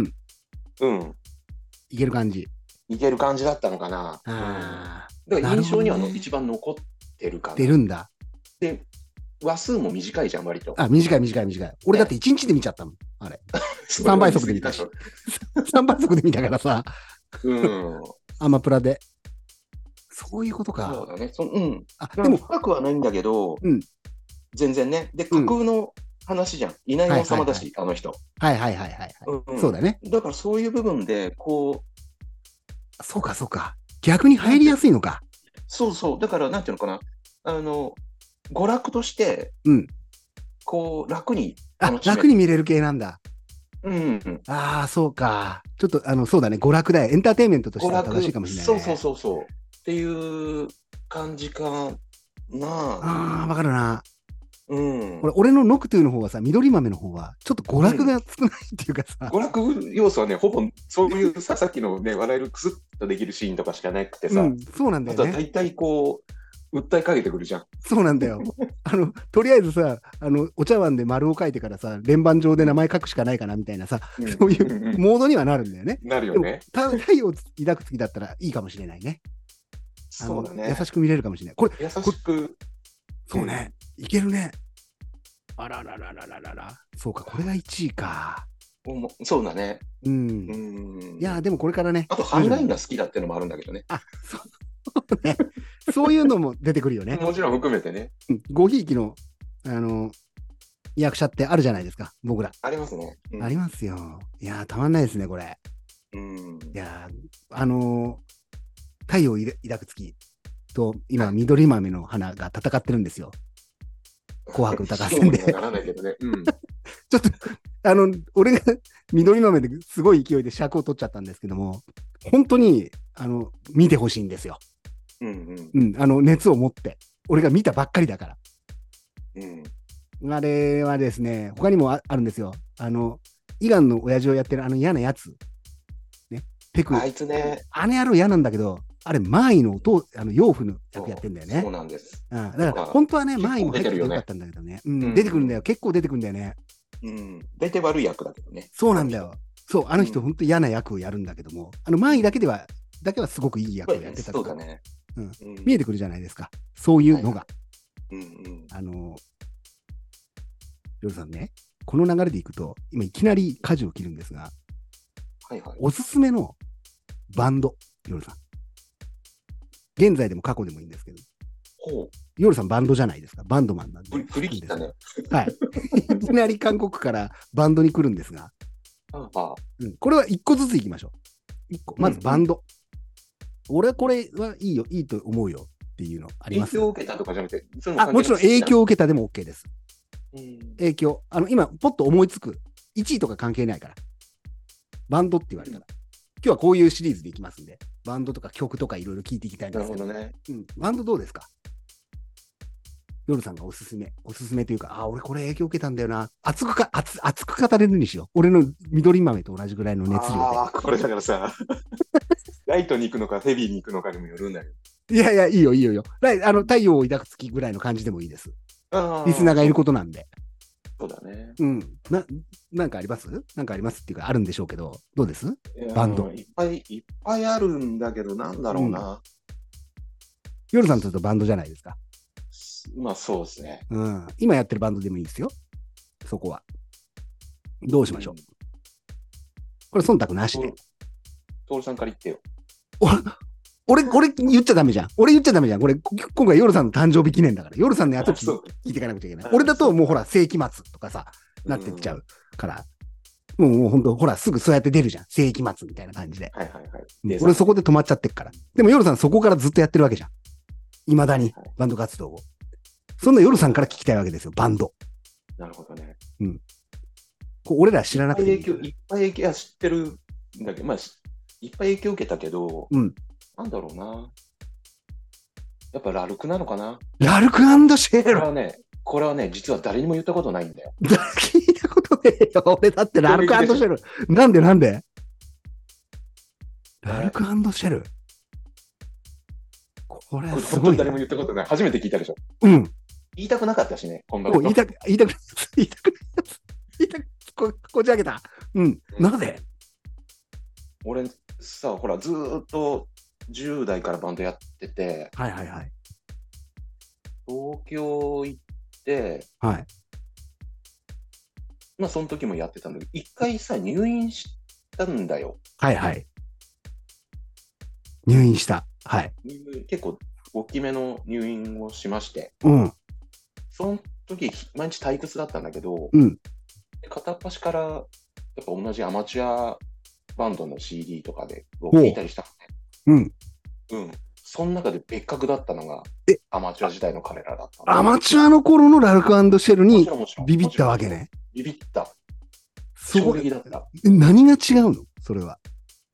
S1: いける感じ。
S3: だったのかな。だから印象には一番残ってるかな。
S1: 出るんだ。
S3: で、話数も短いじゃん、割と。
S1: 短い。俺だって1日で見ちゃったもん。 あれ。3倍速で見たし。3倍速で見たからさ。アマプラで。そういうことか。
S3: そうだね。でも深くはないんだけど、全然ね。で、架空の話じゃん。いない王様だし、あの人。
S1: はい。そうだね。
S3: だからそういう部分で、
S1: そうか。逆に入りやすいのか。
S3: そう。だから、なんていうのかな。娯楽として、楽に
S1: 楽に見れる系なんだ。
S3: あ
S1: あ、そうか。ちょっと、そうだね。娯楽だよ。エンターテインメントとしては正しいかもしれない、
S3: ね。そう。っていう感じかな。
S1: わかるな。俺のノクトゥの方はさ、緑豆の方は、ちょっと娯楽が少ないっていうかさ。
S3: 娯楽要素はね、ほぼそういうさっきのね、笑えるクスッとできるシーンとかしかなくてさ。
S1: そうなんだよね。
S3: あとは大体訴えかけてくるじゃん。
S1: そうなんだよ。とりあえずさ、お茶碗で丸を書いてからさ、連番上で名前書くしかないかなみたいなさ、そういうモードにはなるんだよね。
S3: なるよね。
S1: 太陽を抱く月だったらいいかもしれないね。
S3: そうだね。
S1: 優しく見れるかもしれない。これ、
S3: 優しく。
S1: そうね。いけるね。あら。そうか、これが1位か。
S3: そうだね。
S1: いや、でもこれからね。
S3: あと、ハイラインが好きだっていうのもあるんだけどね。
S1: そうね。そういうのも出てくるよね。
S3: もちろん含めてね。
S1: ごひいきの、役者ってあるじゃないですか、僕ら。
S3: ありますね。
S1: ありますよ。いや、たまんないですね、これ。いや、太陽を抱く月と、今、緑豆の花が戦ってるんですよ。紅白歌合戦で。
S3: ならないけどね。
S1: ちょっと、俺が緑豆ですごい勢いで尺を取っちゃったんですけども、本当に、見てほしいんですよ。熱を持って。俺が見たばっかりだから。あれはですね、他にもあるんですよ。イガンの親父をやってる嫌なやつ。ね。ペク。
S3: あいつね。
S1: あの野郎嫌なんだけど、あれ、マーイの養父の役やってんだよね。
S3: そうなんです。
S1: だから、本当はね、マーイも入っててよかったんだけどね。出てくるんだよ。結構出てくるんだよね。
S3: 大体悪い役だけどね。
S1: そうなんだよ。そう、あの人、本当に嫌な役をやるんだけども、マーイだけはすごくいい役をやってた。
S3: そうだね。
S1: 見えてくるじゃないですか。そういうのが。ヨルさんね、この流れでいくと、今いきなり舵を切るんですが、おすすめのバンド、ヨルさん。現在でも過去でもいいんですけど、ヨルさんバンドじゃないですか。バンドマンなんで。
S3: 振り切ったね。
S1: はい。いきなり韓国からバンドに来るんですが、これは一個ずついきましょう。まずバンド。俺これはいいと思うよっていうのあります。
S3: 影響を受けたとかじゃなくて、
S1: もちろん影響を受けたでも OK です。影響。今、ポッと思いつく。1位とか関係ないから。バンドって言われたら。今日はこういうシリーズでいきますんで、バンドとか曲とかいろいろ聞いていきたいんですけど。
S3: なるほどね。
S1: バンドどうですか？ヨルさんがおすすめというか、俺これ影響を受けたんだよな。熱く語れるにしよう。俺の緑豆と同じぐらいの熱量で。
S3: これだからさ、ライトに行くのかヘビーに行くのかにもよるんだよ。
S1: いや、いいよ。太陽を抱く月ぐらいの感じでもいいです。リスナーがいることなんで。
S3: そうだね。
S1: なんかありますっていうか、あるんでしょうけど、どうです？バンド。
S3: いっぱいあるんだけど、なんだろうな。
S1: ヨルさんというとバンドじゃないですか。
S3: まあそうですね。
S1: 今やってるバンドでもいいですよ。そこは。どうしましょう。これ忖度なしで。
S3: トールさんから言ってよ。
S1: 俺言っちゃダメじゃん。これ、今回ヨルさんの誕生日記念だから、ヨルさんのやつ聞いていかなくちゃいけない。俺だともうほら、世紀末とかさ、なってっちゃうから。もう本当ほら、すぐそうやって出るじゃん。世紀末みたいな感じで。俺そこで止まっちゃってっから。でもヨルさんそこからずっとやってるわけじゃん。未だにバンド活動を。そんなヨルさんから聞きたいわけですよ、バンド。
S3: なるほどね。
S1: 俺ら知らなくて
S3: いっぱい影響は知ってるんだけど、まあ、いっぱい影響を受けたけど、なんだろうな。やっぱラルクなのかな。
S1: ラルク&シェーロ。
S3: これはね、実は誰にも言ったことないんだよ。
S1: 聞いたことねえよ。俺だってラルク&シェル。なんでラルク&シェル。これすごい。
S3: 誰も言ったことない。初めて聞いたでしょ。
S1: 言
S3: いたくなかったしね、こんな
S1: こと。言いたくこじ上げた。なぜ？
S3: 俺さ、ほら、ずーっと10代からバンドやってて、
S1: 東
S3: 京行って、 まあその時もやってたんだけど、一回さ、入院したんだよ。
S1: はいはい。入院した。はい。
S3: 結構大きめの入院をしまして。
S1: うん。
S3: その時、毎日退屈だったんだけど、
S1: うん。
S3: 片っ端から、やっぱ同じアマチュアバンドの CD とかで聴いたりした
S1: のね。
S3: うん。うん。その中で別格だったのが、アマチュア時代の彼らだった。
S1: アマチュアの頃のラルク&シェルにビビったわけね。
S3: ビビった。衝撃だった。
S1: 何が違うのそれは。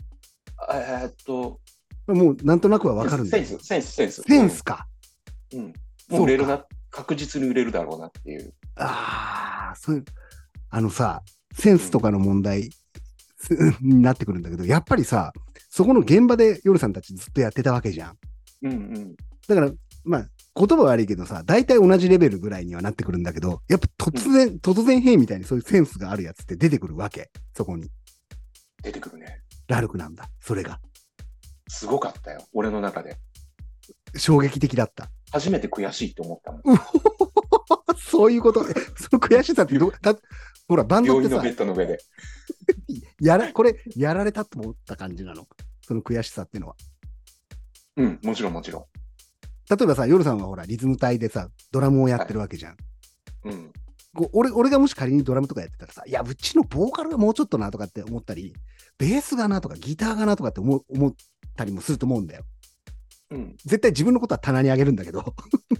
S1: もうなんとなくはわかるんだけど。
S3: センスか。うん。もう売れるな。確実に売れるだろうなっていう。
S1: ああ、そういう、さ、センスとかの問題になってくるんだけど、やっぱりさ、そこの現場で夜さんたちずっとやってたわけじゃん。
S3: うんうん。
S1: だから、まあ、言葉は悪いけどさ、大体同じレベルぐらいにはなってくるんだけど、やっぱ突然変異みたいにそういうセンスがあるやつって出てくるわけ、そこに。
S3: 出てくるね。
S1: ラルクなんだ、それが。
S3: すごかったよ、俺の中で。
S1: 衝撃的だった。
S3: 初めて悔しいって思ったもん。
S1: そういうこと。その悔しさってほら、バンドってさ、
S3: 病院のベッドの上で。
S1: これ、やられたと思った感じなの。その悔しさっていうのは。
S3: うん、もちろんもちろん。
S1: 例えばさ、夜さんはほら、リズム隊でさ、ドラムをやってるわけじゃん。
S3: はい、うん。
S1: 俺がもし仮にドラムとかやってたらさ、いや、うちのボーカルがもうちょっとなとかって思ったり、ベースがなとかギターがなとかって思ったりもすると思うんだよ。
S3: うん、
S1: 絶対自分のことは棚にあげるんだけど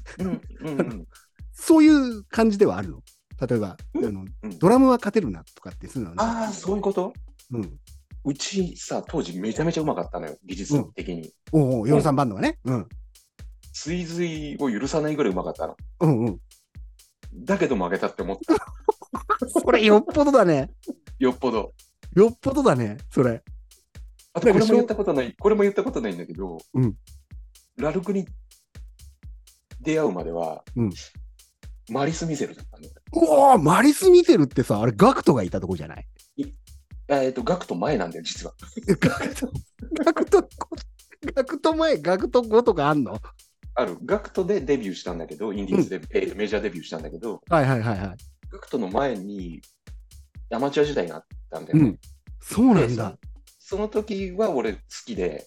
S1: そういう感じではあるの。例えば、ドラムは勝てるなとかってするのね。
S3: ああ、そういうこと？
S1: うん。
S3: うちさ、当時めちゃめちゃうまかったのよ、技術的に。
S1: 夜さんバンドがね。うん。
S3: 追随を許さないぐらいうまかったの。
S1: うんうん。
S3: だけど負けたって思った。
S1: それよっぽどだね。
S3: よっぽど。
S1: よっぽどだね、それ。
S3: あとこれも言ったことないんだけど、
S1: うん、
S3: ラルクに出会うまでは、
S1: うん、
S3: マリス・ミゼルだったんだよ。
S1: おお、マリス・ミゼルってさ、あれガクトがいたとこじゃない？
S3: ガクト前なんだよ、実は。
S1: ガクト前、ガクト後とかあんの？
S3: ある。ガクトでデビューしたんだけど、インディーズで、メジャーデビューしたんだけど、
S1: はいはいはいはい。
S3: ガクトの前にアマチュア時代があったんだよね。
S1: そうなんだ。
S3: その時は俺好きで、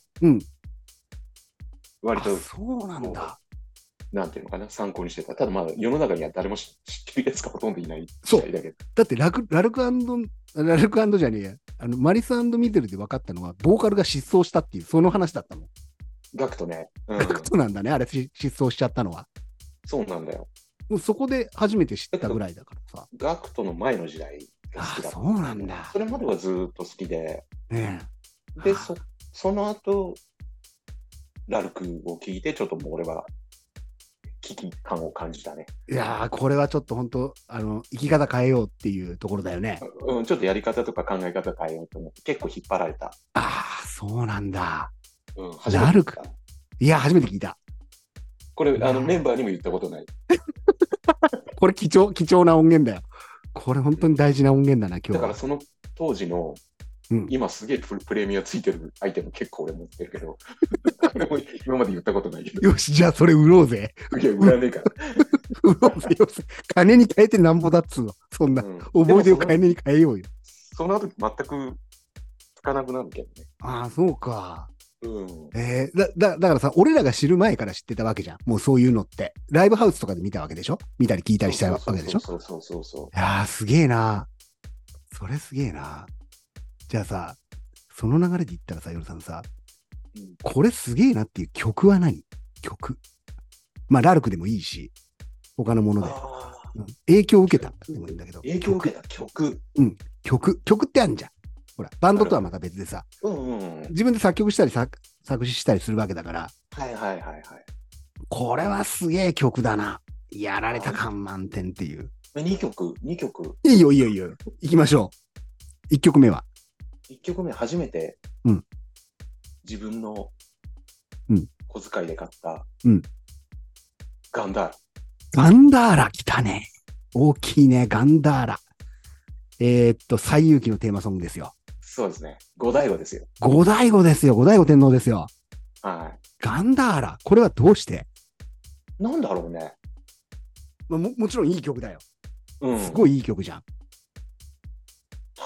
S3: 割と
S1: そうなんだ。
S3: なんていうのかな、参考にしてた。ただまあ世の中には誰も知ってるやつがほとんどいない
S1: 時代だけど。だってラルクじゃねえや。マリス&ミゼルで分かったのは、ボーカルが失踪したっていう、その話だったの。
S3: ガクトね。
S1: ガクトなんだね、あれ失踪しちゃったのは。
S3: そうなんだよ。
S1: もうそこで初めて知ったぐらいだからさ。
S3: ガクトの前の時代が好きだった。
S1: そうなんだ。
S3: それまではずっと好きで。
S1: ね
S3: で、その後、ラルクを聞いて、ちょっともう俺は危機感を感じたね。
S1: いやー、これはちょっと本当、生き方変えようっていうところだよね。
S3: うん、ちょっとやり方とか考え方変えようと思って、結構引っ張られた。
S1: ああ、そうなんだ。
S3: うん、
S1: ラルク。いや、初めて聞いた。
S3: これ、メンバーにも言ったことない。
S1: これ貴重な音源だよ。これ本当に大事な音源だな、今日。
S3: だからその当時の、今すげえプレミアついてるアイテム結構俺持ってるけど、今まで言ったことないけど。
S1: よし、じゃあそれ売ろうぜ。
S3: いや、売らねえから。
S1: 売ろうぜ、よし。金に変えてなんぼだっつうの。そんな、思い出を金に変えようよ。
S3: その後全くつかなくなるけどね。
S1: ああ、そうか。
S3: うん、
S1: だからさ、俺らが知る前から知ってたわけじゃん。もうそういうのって。ライブハウスとかで見たわけでしょ？見たり聞いたりしたわけでしょ？
S3: そう。
S1: いやー、すげえな。それすげえな。じゃあさ、その流れで言ったらさ、夜さんさ、これすげえなっていう曲は何？曲。まあ、ラルクでもいいし、他のもので。影響を受けたでもいいんだけど。
S3: 影響を受けた曲。
S1: 曲ってあるじゃん。ほら、バンドとはまた別でさ、自分で作曲したり作詞したりするわけだから。
S3: はい。
S1: これはすげえ曲だな。やられた感満点っていう。
S3: 2曲。
S1: いいよ。行きましょう。1曲目は。
S3: 1曲目初めて、自分の小遣いで買った、ガンダーラ。
S1: ガンダーラ来たね。大きいね、ガンダーラ。西遊記のテーマソングですよ。
S3: そうですね。五醍醐ですよ。
S1: 五醍醐天皇ですよ。
S3: はい。
S1: ガンダーラ。これはどうして？
S3: なんだろうね。
S1: もちろんいい曲だよ。すごいいい曲じゃん。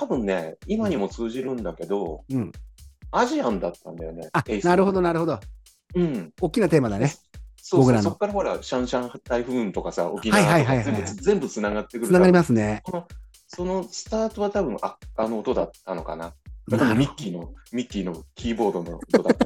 S3: 多分ね、今にも通じるんだけど、アジアンだったんだよね。
S1: なるほど、なるほど。大きなテーマだね。
S3: そう、そこからほら、シャンシャン台風とかさ、沖縄とか全部つながってくる。
S1: つながりますね。
S3: そのスタートは多分、あの音だったのかな。ミッキーのキーボードの音だった。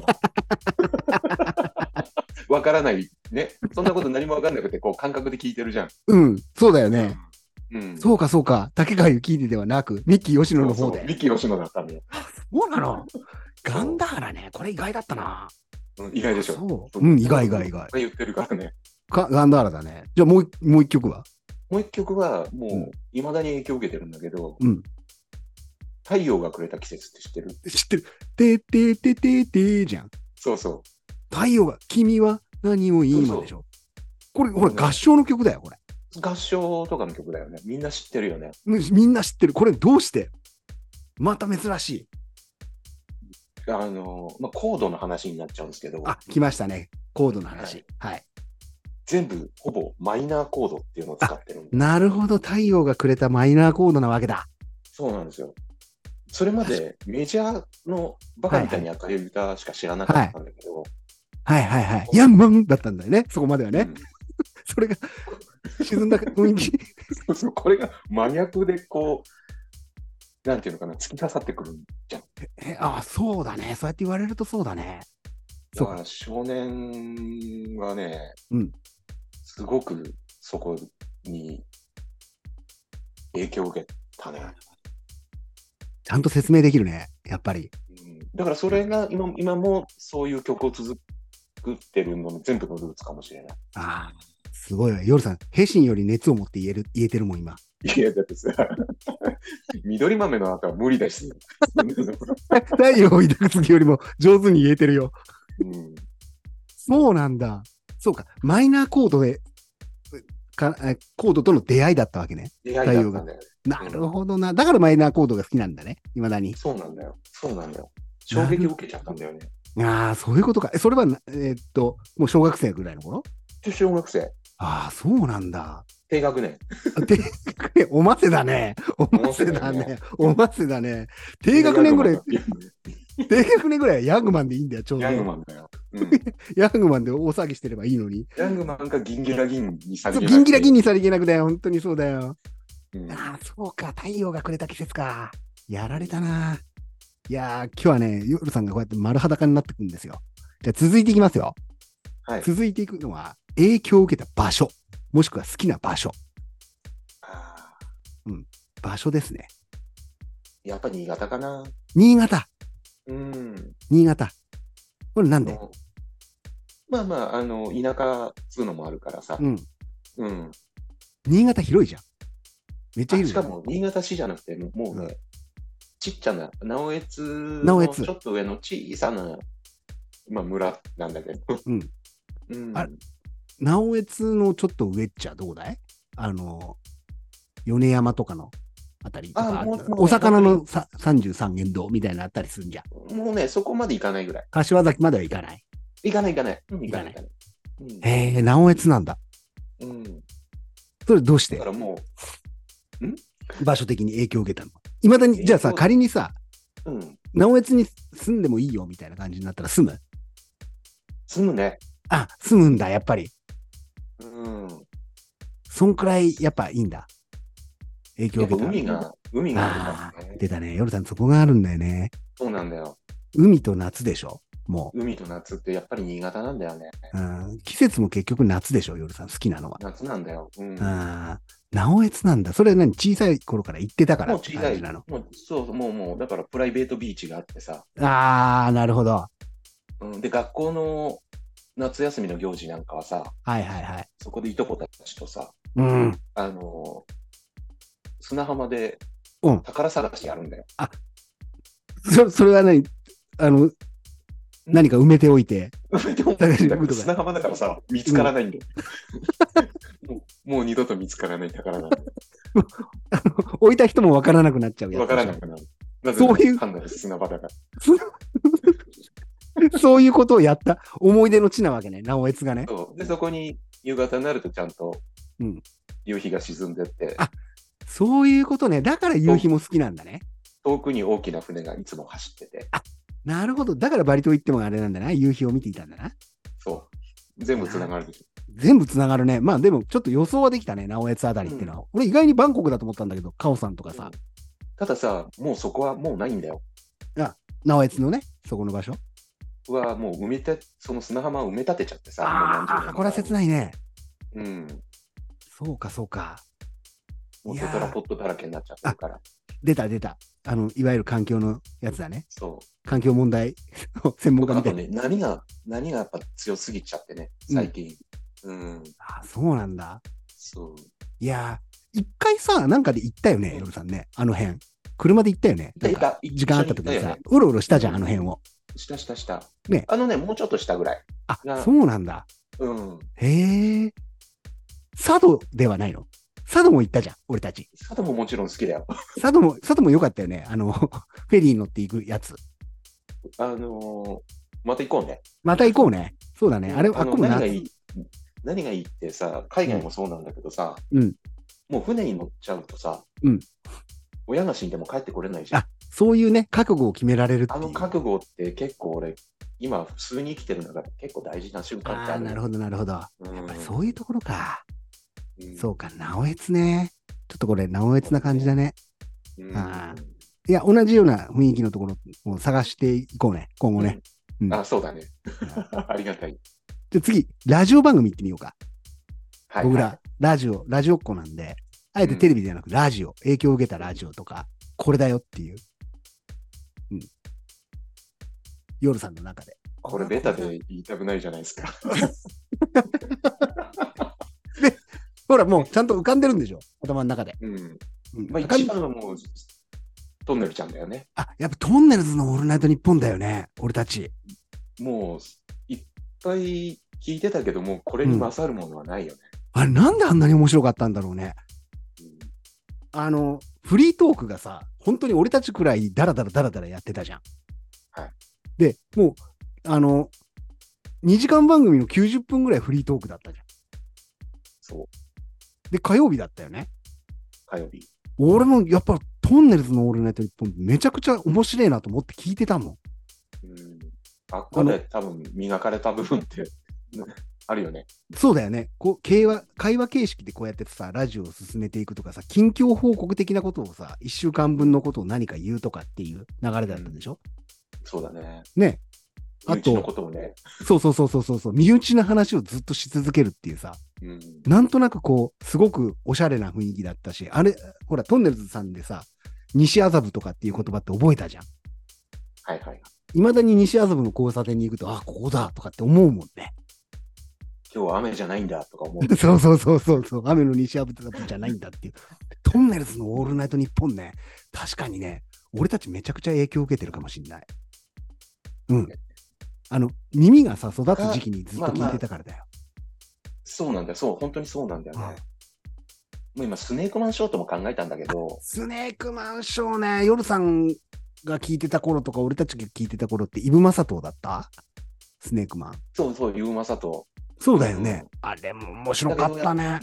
S3: わからないね。そんなこと何もわかんなくて、こう感覚で聞いてるじゃん。
S1: そうだよね。そうか。竹川幸秀ではなく、ミッキー吉野の方で。
S3: ミッキー吉野だったんだよ。
S1: そうなの。ガンダーラね。これ意外だったな。
S3: 意外でしょ。
S1: 意外。
S3: 言ってるからね。
S1: ガンダーラだね。じゃあもう一曲は
S3: もう一曲は、もう、いまだに影響を受けてるんだけど、太陽がくれた季節って知ってる？
S1: 知ってる。てててててじゃん。
S3: そう。
S1: 太陽が、君は何を今でしょ。これ、ほら、合唱の曲だよ、これ。
S3: 合唱とかの曲だよね。みんな知ってるよね。
S1: みんな知ってる。これどうしてまた珍しい。
S3: コードの話になっちゃうんですけど。
S1: 来ましたね。コードの話。はい。
S3: 全部、ほぼマイナーコードっていうのを使ってるんで。
S1: なるほど。太陽がくれたマイナーコードなわけだ。
S3: そうなんですよ。それまでメジャーのバカみたいに明るい歌しか知らなかったんだけど。
S1: ヤンマンだったんだよね。そこまではね。それが沈んだ雰囲気。
S3: これが真逆でこう、なんていうのかな、突き刺さってくるんじゃん。
S1: そうだね。そうやって言われるとそうだね。
S3: だから少年はね、すごくそこに影響を受けたね。
S1: ちゃんと説明できるね、やっぱり。
S3: だからそれが今もそういう曲を作ってるのの全部のルーツかもしれない。
S1: すごいわ。夜さん、ヘシンより熱を持って言えてるもん、今。
S3: いや、だってさ、緑豆の後は無理だし。
S1: 太陽を抱く次よりも上手に言えてるよ。そうなんだ。そうか。マイナーコードで、コードとの出会いだったわけね。
S3: 出会いだったんだよ。
S1: なるほどな。だからマイナーコードが好きなんだね。いまだに。
S3: そうなんだよ。衝撃を受けちゃったんだよね。
S1: そういうことか。それは、もう小学生ぐらいの頃？
S3: 小学生。
S1: そうなんだ。
S3: 低学年。
S1: おませだね。おませだね。低学年ぐらいはヤングマンでいいんだよ、ちょうど。
S3: ヤングマンだよ。
S1: ヤングマンで大騒ぎしてればいいのに。
S3: ヤングマンかギンギラギンにさりげなく。
S1: ギンギラギンにさりげなくだよ。本当にそうだよ。そうか。太陽がくれた季節か。やられたな。いやー、今日はね、夜さんがこうやって丸裸になってくるんですよ。じゃあ続いていきますよ。続いていくのは、影響を受けた場所。もしくは好きな場所。場所ですね。
S3: やっぱ新潟かな。
S1: 新潟。新潟。これなんで？
S3: 田舎つうのもあるからさ。
S1: 新潟広いじゃん。めっちゃ広い。
S3: しかも、新潟市じゃなくて、もうね、ちっちゃな、直江津のちょっと上の小さな、村なんだけど。
S1: 直江津のちょっと上っちゃどうだい？米山とかのあたりとか、お魚の33元堂みたいなあったりするんじゃん。
S3: もうね、そこまで行かないぐらい。
S1: 柏崎までは行かない。
S3: 行かない。
S1: 直江津なんだ。それどうして？
S3: だからも
S1: う、場所的に影響を受けたの？いまだに、じゃあさ、仮にさ、直江津に住んでもいいよみたいな感じになったら住む？
S3: 住むね。
S1: 住むんだ、やっぱり。そんくらい、やっぱいいんだ。影響を受けた。
S3: 海があるからね。
S1: 出たね。夜さん、そこがあるんだよね。
S3: そうなんだよ。
S1: 海と夏でしょ、も
S3: う。海と夏ってやっぱり新潟なんだよね。
S1: 季節も結局夏でしょ、夜さん、好きなのは。
S3: 夏なんだよ。
S1: 直江津なんだ。それは何？小さい頃から行ってたから。
S3: もう小さいなの。もう、だからプライベートビーチがあってさ。
S1: なるほど。
S3: で、学校の夏休みの行事なんかはさ、そこでいとこたちとさ、砂浜で宝探しやるんだよ。
S1: それは何か埋めておいて。
S3: 砂浜だからさ、見つからないんだよ。もう二度と見つからない宝なんだよ。
S1: 置いた人もわからなくなっちゃうやつ。
S3: わからなくなる。
S1: そういう
S3: 砂場だから。
S1: そういうことをやった思い出の地なわけね、直江津がね。
S3: そこに夕方になるとちゃんと夕日が沈んでって。
S1: そういうことね。だから夕日も好きなんだね。
S3: 遠くに大きな船がいつも走ってて。
S1: あ、なるほど。だからバリ島行ってもあれなんだな。夕日を見ていたんだな。
S3: そう。全部つながるでしょ。
S1: 全部つながるね。まあでも、ちょっと予想はできたね。直江津あたりっていうのは。俺意外にバンコクだと思ったんだけど、カオさんとかさ。
S3: たださ、もうそこはもうないんだよ。
S1: 直江津のね、そこの場所
S3: はもうその砂浜を埋め立てちゃってさ。
S1: ああ、これは切ないね。
S3: うん。
S1: そうか、そうか。
S3: もうテトラポットだらけになっちゃってるから。
S1: 出た。いわゆる環境のやつだね。
S3: そう。
S1: 環境問題の専門家みたいな。
S3: ね、何がやっぱ強すぎちゃってね、最近。
S1: そうなんだ。
S3: そう。
S1: いやー、一回さ、なんかで行ったよね、ヨルさんね。あの辺。車で行ったよね。時間あった時にさ、うろうろしたじゃん、あの辺を。
S3: した。
S1: ね。
S3: もうちょっと下ぐらい。
S1: あ、そうなんだ。へえ。佐渡ではないの？佐渡も行ったじゃん、俺たち。
S3: 佐渡ももちろん好きだよ。
S1: 佐渡も良かったよね。フェリー乗って行くやつ。
S3: また行こうね。
S1: また行こうね。そうだね。あれ、
S3: 何がいいってさ、海外もそうなんだけどさ、もう船に乗っちゃうとさ、親が死んでも帰ってこれないじゃん。
S1: そういうね、覚悟を決められるっていう。
S3: 覚悟って結構俺、今普通に生きてる中で結構大事な瞬間ってある。
S1: なるほど。やっぱりそういうところか。そうか、直江津ね。ちょっとこれ、直江津な感じだね。いや、同じような雰囲気のところを探していこうね、今後ね。
S3: そうだね。ありがたい。
S1: で、次、ラジオ番組行ってみようか。僕ら、ラジオっ子なんで、あえてテレビではなく、ラジオ、影響を受けたラジオとか、これだよっていう。夜さんの中で。
S3: これベタで言いたくないじゃないですか。
S1: で、ほら、もうちゃんと浮かんでるんでしょ、頭の中で。
S3: 一番はもう、トンネルちゃんだよね。
S1: やっぱトンネルズのオールナイトニッポンだよね、俺たち。
S3: もう、いっぱい聞いてたけども、これに勝るものはないよね。
S1: あれ、なんであんなに面白かったんだろうね。フリートークがさ、本当に俺たちくらいダラダラやってたじゃん。で、もう、2時間番組の90分ぐらいフリートークだったじゃん。
S3: そう。
S1: で、火曜日だったよね。
S3: 火曜日。
S1: 俺もやっぱトンネルズのオールナイトニッポンめちゃくちゃ面白いなと思って聞いてたもん。
S3: これ多分磨かれた部分ってあるよね。
S1: そうだよね。会話形式でこうやってさ、ラジオを進めていくとかさ、近況報告的なことをさ、1週間分のことを何か言うとかっていう流れだったでしょ。
S3: そうだね。
S1: ね。
S3: 身内のことをね。
S1: そう。身内の話をずっとし続けるっていうさ、なんとなくすごくおしゃれな雰囲気だったし、あれ、ほら、トンネルズさんでさ、西麻布とかっていう言葉って覚えたじゃん。いまだに西麻布の交差点に行くと、ここだとかって思うもんね。
S3: 今日は雨じゃないんだとか思う。
S1: そう。雨の西麻布じゃないんだっていう。トンネルズのオールナイトニッポンね、確かにね、俺たちめちゃくちゃ影響を受けてるかもしんない。耳がさ、育つ時期にずっと聞いてたからだよ。
S3: そうなんだよ。本当にそうなんだよね。もう今、スネークマンショートも考えたんだけど。
S1: スネークマンショーね、夜さんが聞いてた頃とか、俺たちが聞いてた頃って、イブマサトウだった？スネークマン。
S3: そう、イブマサトウ。
S1: そうだよね。あれも面白かったね。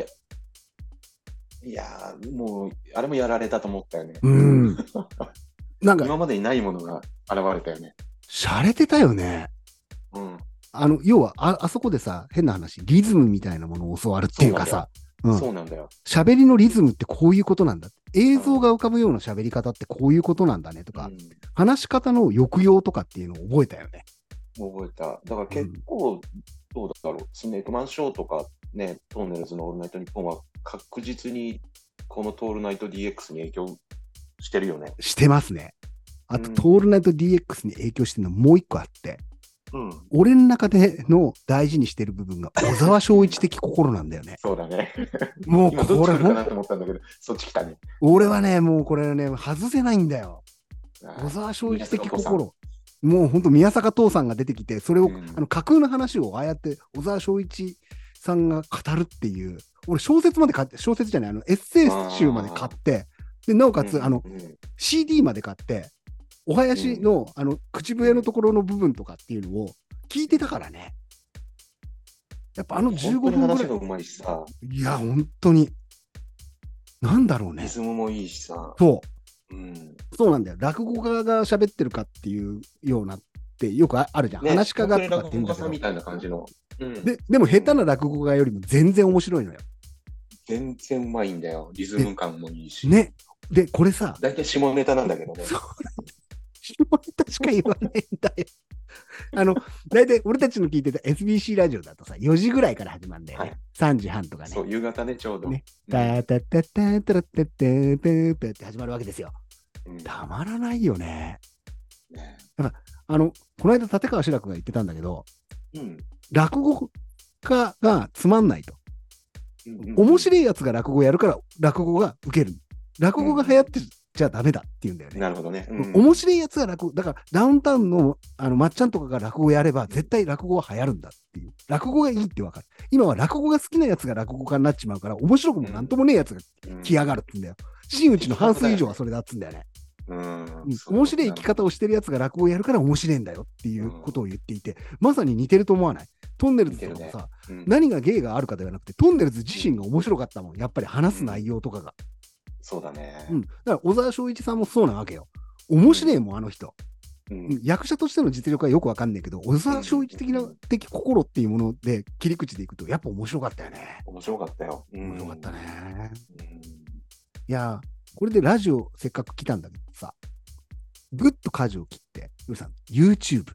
S3: いや、もう、あれもやられたと思ったよね。
S1: なんか、
S3: 今までにないものが現れたよね。
S1: 洒落てたよね。要は、あそこでさ、変な話、リズムみたいなものを教わるっていうかさ、
S3: そうなんだよ。
S1: 喋りのリズムってこういうことなんだ。映像が浮かぶような喋り方ってこういうことなんだねとか、話し方の抑揚とかっていうのを覚えたよね。
S3: 覚えた。だから結構、どうだろう。スネークマンショーとかね、トンネルズのオールナイトニッポンは確実にこのトールナイト DX に影響してるよね。
S1: してますね。あと、トールナイト DX に影響してるのもう一個あって、俺の中での大事にしてる部分が小沢昭一的心なんだよね。
S3: そうだね。
S1: もうこれ
S3: どっち来るかなと思ったんだけど、そっち来たね。
S1: 俺はね、もうこれね、外せないんだよ。小沢昭一的心。もう本当宮坂父さんが出てきて、それを、架空の話をああやって小沢昭一さんが語るっていう、俺小説まで買って、小説じゃない、エッセイ集まで買って、で、なおかつ、CD まで買って、お囃子の、口笛のところの部分とかっていうのを聞いてたからね。やっぱ15分ぐらい。
S3: 話がうまいしさ。
S1: いや、本当に。なんだろうね。
S3: リズムもいいしさ。
S1: そう。 そうなんだよ。落語家が喋ってるかっていうようなってよくあるじゃん。話し家がとかって言うんだけど。
S3: みたいな感じの。
S1: でも下手な落語家よりも全然面白いのよ。
S3: 全然うまいんだよ。リズム感もいいし。
S1: ね。で、これさ。
S3: 大体下ネタなんだけどね。
S1: そう下ネタしか言わないんだよ。大体俺たちの聞いてた SBC ラジオだとさ、4時ぐらいから始まるんだよね。3時半とかね。
S3: そう、夕方ね、ちょうど。ね。
S1: タタタタタタタタタって始まるわけですよ。たまらないよね。だからこの間立川志らくが言ってたんだけど、落語家がつまんないと。面白いやつが落語やるから落語が受ける。落語が流行ってじゃダメだって言うんだよね。
S3: なるほどね。
S1: 面白いやつが落語、だからダウンタウンのまっちゃんとかが落語やれば絶対落語は流行るんだっていう。落語がいいってわかる。今は落語が好きなやつが落語家になっちまうから面白くもなんともねえやつが来やがるって言うんだよ。真打ちの半数以上はそれだっつうんだよね。面白い生き方をしてるやつが落語をやるから面白いんだよっていうことを言っていて、まさに似てると思わない。トンネルズとかもさ、何が芸があるかではなくて、トンネルズ自身が面白かったもん。やっぱり話す内容とかが。
S3: そうだね。
S1: だから小沢昭一さんもそうなわけよ。面白いもん、あの人。役者としての実力はよくわかんないけど、小沢昭一的な心っていうもので切り口でいくと、やっぱ面白かったよね。
S3: 面白かったよ。
S1: 面白かったね。いや、これでラジオせっかく来たんだけどさ、ぐっと舵を切って、ヨルさん、YouTube。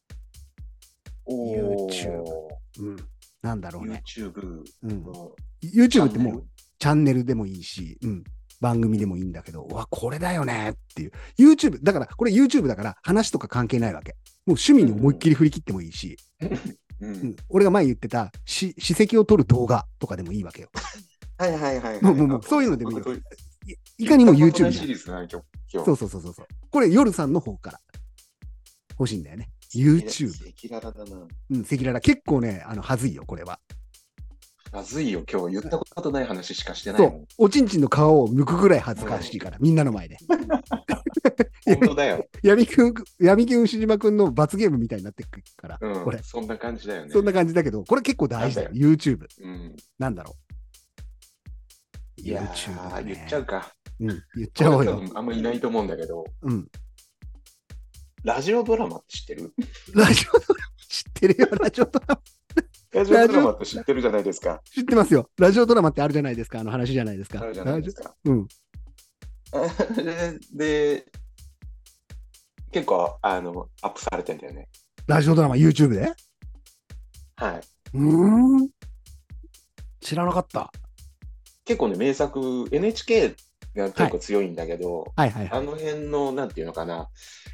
S1: なんだろうね。YouTube ってもうチャンネルでもいいし、番組でもいいんだけど、これだよねっていう。YouTube、だから、これ YouTube だから話とか関係ないわけ。もう趣味に思いっきり振り切ってもいいし、俺が前言ってた史跡を撮る動画とかでもいいわけよ。もうそういうのでもいいわけ。いかにも YouTube
S3: シリーズな今日。
S1: そう。これ、夜さんの方から欲しいんだよね。YouTube。
S3: 赤裸々だな。
S1: 赤裸々。結構ね、はずいよ、これは。
S3: はずいよ、今日言ったことない話しかしてない。
S1: そう。おちんちんの皮を剥くぐらい恥ずかしいから、みんなの前で。
S3: 本当だよ。
S1: 闇金牛島くんの罰ゲームみたいになってくから、これ。
S3: そんな感じだよね。
S1: そんな感じだけど、これ結構大事だよ、YouTube。なんだろう。
S3: いやー、言っちゃうか。
S1: 言っちゃおうよ。
S3: あんまいないと思うんだけど。ラジオドラマって知ってる？
S1: ラジオドラマ知ってるよ、ラジオドラマ。
S3: ラジオドラマって知ってるじゃないですか。
S1: 知ってますよ。ラジオドラマってあるじゃないですか。話じゃないですか。
S3: あるじゃないですか。で、結構アップされてんだよね。
S1: ラジオドラマ YouTube で？
S3: はい。
S1: 知らなかった。
S3: 結構ね、名作、NHK が結構強いんだけど、あの辺の、なんていうのかな。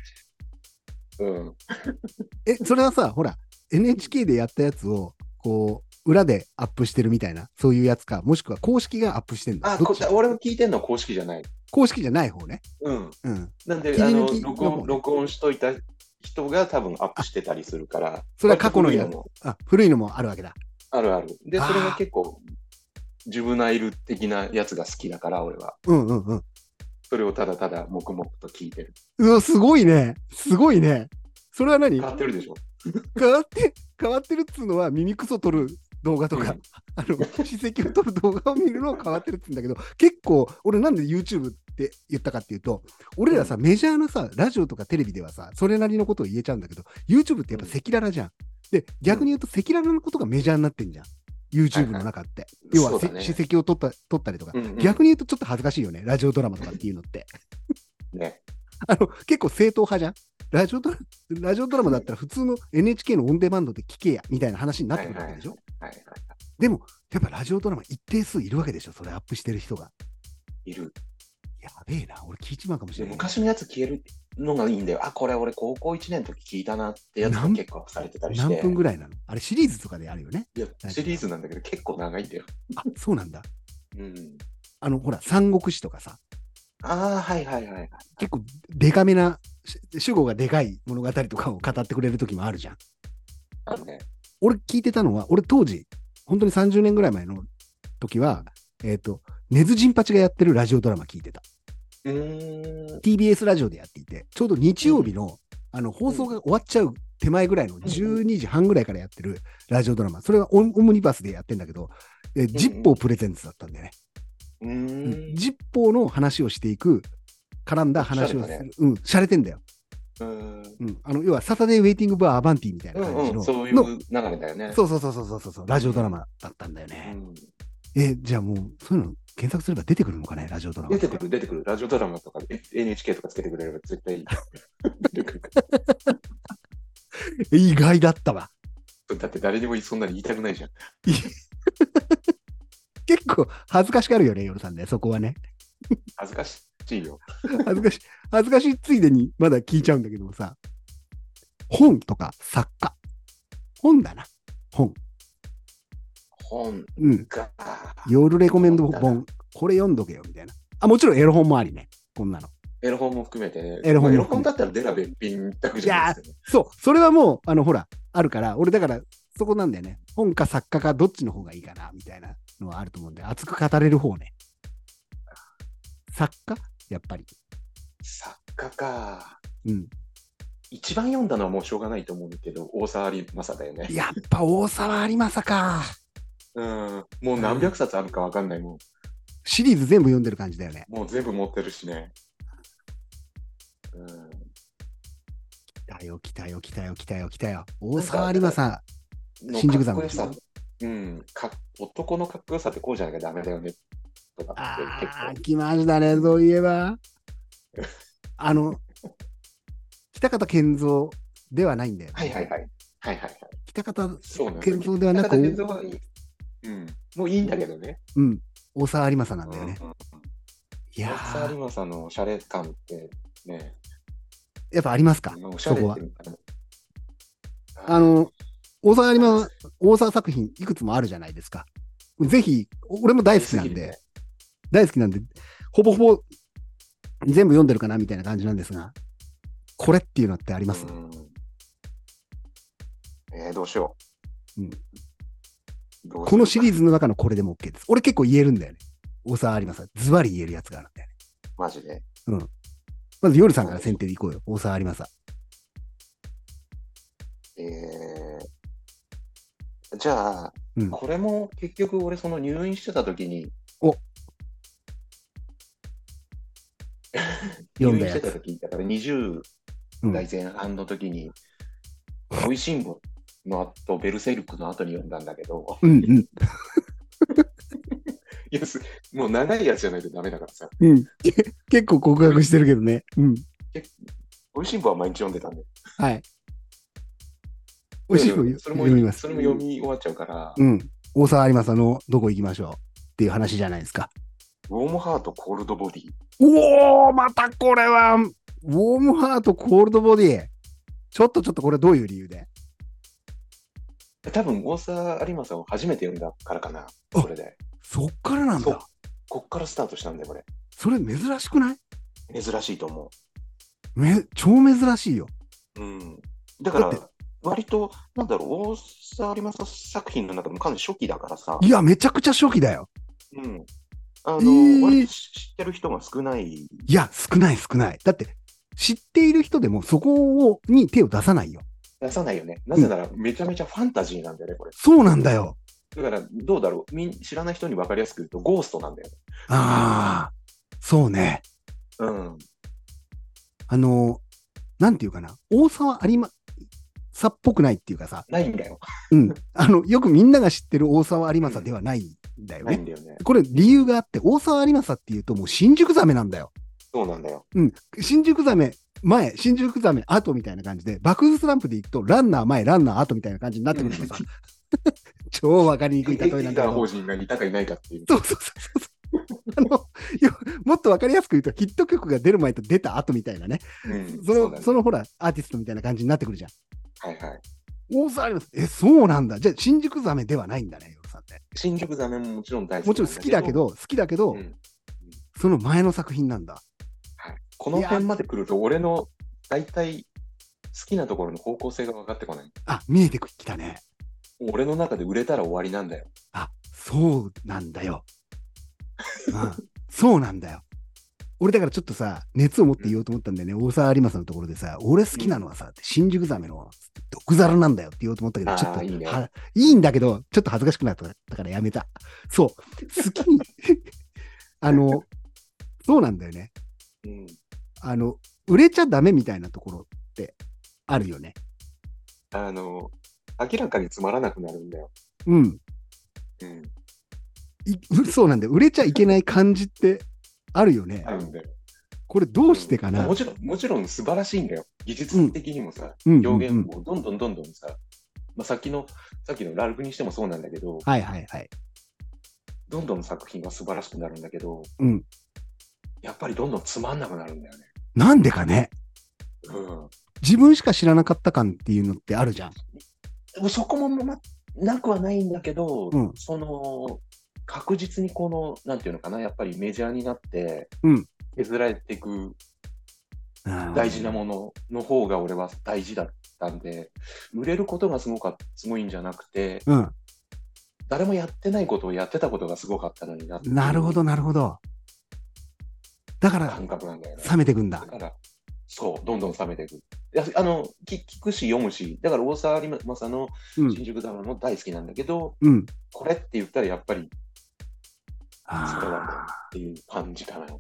S1: それはさ、ほら、NHK でやったやつを、こう、裏でアップしてるみたいな、そういうやつか、もしくは公式がアップしてんだ。
S3: 俺が聞いてんのは公式じゃない。
S1: 公式じゃない方ね。
S3: なんで、録音しといた人が多分アップしてたりするから。
S1: それは過去のやつ。古いのもあるわけだ。
S3: あるある。で、それが結構、ジュブナイル的なやつが好きだから、俺は。それをただただ黙々と聞いてる。
S1: すごいね。すごいね。それは何？
S3: 変わってるでしょ。
S1: 変わってるっつうのは耳くそ撮る動画とか、史跡を撮る動画を見るのは変わってるっつうんだけど、結構、俺なんで YouTube って言ったかっていうと、俺らさ、メジャーなさ、ラジオとかテレビではさ、それなりのことを言えちゃうんだけど、YouTube ってやっぱ赤裸々じゃん。で、逆に言うと赤裸々のことがメジャーになってんじゃん。YouTube の中って。要は、史跡を撮ったりとか、逆に言うとちょっと恥ずかしいよね。ラジオドラマとかっていうのって。
S3: ね。
S1: 結構正統派じゃん。ラジオドラマだったら普通の NHK のオンデマンドで聞けやみたいな話になってくるわけでしょ。でも、やっぱラジオドラマ一定数いるわけでしょ。それアップしてる人が。
S3: いる。
S1: やべえな。俺聞いちまうかもしれない。
S3: 昔のやつ消えるのがいいんだよ。これ俺高校1年の時聞いたなってやつが結構アップされてたりして。
S1: 何分ぐらいなの？あれシリーズとかであるよね。
S3: いや、シリーズなんだけど結構長いんだよ。
S1: そうなんだ。ほら、三国志とかさ。
S3: はい。
S1: 結構デカめな、主語がでかい物語とかを語ってくれる時もあるじゃん。俺聞いてたのは、俺当時、本当に30年ぐらい前の時は、根津陣八がやってるラジオドラマ聞いてた。TBS ラジオでやっていて、ちょうど日曜日の、放送が終わっちゃう手前ぐらいの12時半ぐらいからやってるラジオドラマ。それはオムニバスでやってんだけど、ジッポープレゼンツだったんだよね。ジッポーの話をしていく絡んだ話をする。うん、洒落てんだよ。要は、サタデーウェイティングバーアバンティみたいな感じの。
S3: そういう流れだよね。
S1: そう、ラジオドラマだったんだよね。じゃあもう、そういうの検索すれば出てくるのかね、ラジオドラマ。
S3: 出てくる。ラジオドラマとか NHK とかつけてくれれば絶対出てくる。
S1: 意外だったわ。
S3: だって誰にもそんなに言いたくないじゃん。
S1: 結構恥ずかしがるよね、夜さんね、そこはね。
S3: 恥ずかしいよ。
S1: 恥ずかしいついでにまだ聞いちゃうんだけどもさ、本とか作家。本だな。本か。夜レコメンド本。これ読んどけよ、みたいな。もちろんエロ本もありね。こんなの。
S3: エロ本も含めてね。
S1: エロ本
S3: だったらデラべっぴんだけじゃないですか、ね。
S1: そう。それはもう、ほら、あるから、俺だから、そこなんだよね。本か作家かどっちの方がいいかな、みたいなのはあると思うんで、熱く語れる方ね。作家やっぱり。
S3: 作家か。
S1: うん。
S3: 一番読んだのはもうしょうがないと思うんだけど、大沢有正だよね。
S1: やっぱ大沢有正か。
S3: もう何百冊あるか分かんないもん。
S1: シリーズ全部読んでる感じだよね。
S3: もう全部持ってるしね。
S1: 来たよ。大沢有正、新宿山でしょ。
S3: 男のかっこよさってこうじゃなきゃダメだよね。とか
S1: って来ましたね、そういえば。北方健三ではないんだよね。
S3: はい。
S1: 北方健三ではなく、
S3: もういいんだけどね。
S1: 大沢有正なんだよね。
S3: 大沢有正のシャレ感ってね。
S1: やっぱありますか、そこは。大沢作品いくつもあるじゃないですか。ぜひ、俺も大好きなんで、ほぼほぼ全部読んでるかなみたいな感じなんですが、これっていうのってあります？
S3: どうしよ
S1: う。このシリーズの中のこれでも OK です。俺結構言えるんだよね。大沢有正、ズバリ言えるやつがあるんだよね。
S3: マジで。
S1: まず、夜さんから先手でいこうよ。大沢有正。
S3: じゃあ、これも結局俺その入院してた時に入院してた時だから20代前半の時に「おいしんぼ」の後ベルセルクの後に読んだんだけど、もう長いやつじゃないとダメだからさ、
S1: 結構告白してるけどね。
S3: おいしんぼは毎日読んでたんで。
S1: はい。おいしい読みます。
S3: それも読み終わっちゃうから。
S1: 大沢有正のどこ行きましょうっていう話じゃないですか。
S3: ウォームハート、コールドボディ。
S1: またこれは、ウォームハート、コールドボディ。ちょっとこれどういう理由で？
S3: 多分、大沢有正を初めて読んだからかな。それで。
S1: そっからなんだ。
S3: こっからスタートしたんだよ、これ。
S1: それ珍しくない？
S3: 珍しいと思う。
S1: 超珍しいよ。
S3: だから、割と、大沢有正作品の中でもかなり初期だからさ。
S1: いや、めちゃくちゃ初期だよ。
S3: 割と知ってる人が少ない。
S1: いや、少ない。だって、知っている人でもそこに手を出さないよ。
S3: 出さないよね。なぜなら、めちゃめちゃファンタジーなんだよね、これ。
S1: そうなんだよ。
S3: だから、どうだろう。知らない人に分かりやすく言うと、ゴーストなんだよね。
S1: そうね。なんていうかな。大沢有正っぽくないっていうかさ。
S3: ないんだよ。
S1: よくみんなが知ってる大沢有正ではないんだよね。
S3: ないんだよね。
S1: これ理由があって、大沢有正っていうともう新宿ザメなんだよ。
S3: そうなんだよ。
S1: 新宿ザメ前、新宿ザメ後みたいな感じで、爆風スランプでいくと、ランナー前、ランナー後みたいな感じになってくるのさ。超わかりにくい例えなんだけど。
S3: 法人がいたかいないかっていう。
S1: そう。もっとわかりやすく言うと、ヒット曲が出る前と出た後みたいなね。そのほら、アーティストみたいな感じになってくるじゃん。大沢有正、そうなんだ。じゃあ、新宿ザメではないんだね、夜さんって。
S3: 新宿ザメももちろん大好き。
S1: もちろん好きだけど、その前の作品なんだ。
S3: この辺まで来ると、俺の大体好きなところの方向性が分かってこない。
S1: 見えてきたね。
S3: 俺の中で売れたら終わりなんだよ。
S1: そうなんだよ。そうなんだよ。俺だからちょっとさ、熱を持って言おうと思ったんだよね。大沢有正のところでさ、俺好きなのはさ、新宿ザメの毒皿なんだよって言おうと思ったけど、ちょっといいんだけど、ちょっと恥ずかしくなったからやめた。そう。好きに、そうなんだよね。 売れちゃダメみたいなところってあるよね。
S3: 明らかにつまらなくなるんだよ。
S1: うん。そうなんだよ。売れちゃいけない感じってあるよね。
S3: あるんだよ。
S1: これどうしてかな。
S3: もちろん素晴らしいんだよ。技術的にもさ、表現もどんどんさ、さっきのラルクにしてもそうなんだけど、
S1: はいはいはい。
S3: どんどん作品が素晴らしくなるんだけど、やっぱりどんどんつまんなくなるんだよね。
S1: なんでかね。自分しか知らなかった感っていうのってあるじゃ
S3: ん。そこもなくはないんだけど、確実になんていうのかな、やっぱりメジャーになって、削られていく大事なものの方が俺は大事だったんで、売れることがすごいんじゃなくて、誰もやってないことをやってたことがすごかったのになって。
S1: なるほど、なるほど。だから、
S3: 感覚なんだよね。
S1: 冷めていくんだ。
S3: だから、そう、どんどん冷めていく。聞くし、読むし、だから大沢有正の新宿ドラマも大好きなんだけど、これって言ったらやっぱり、それなんだよっていう感じかな。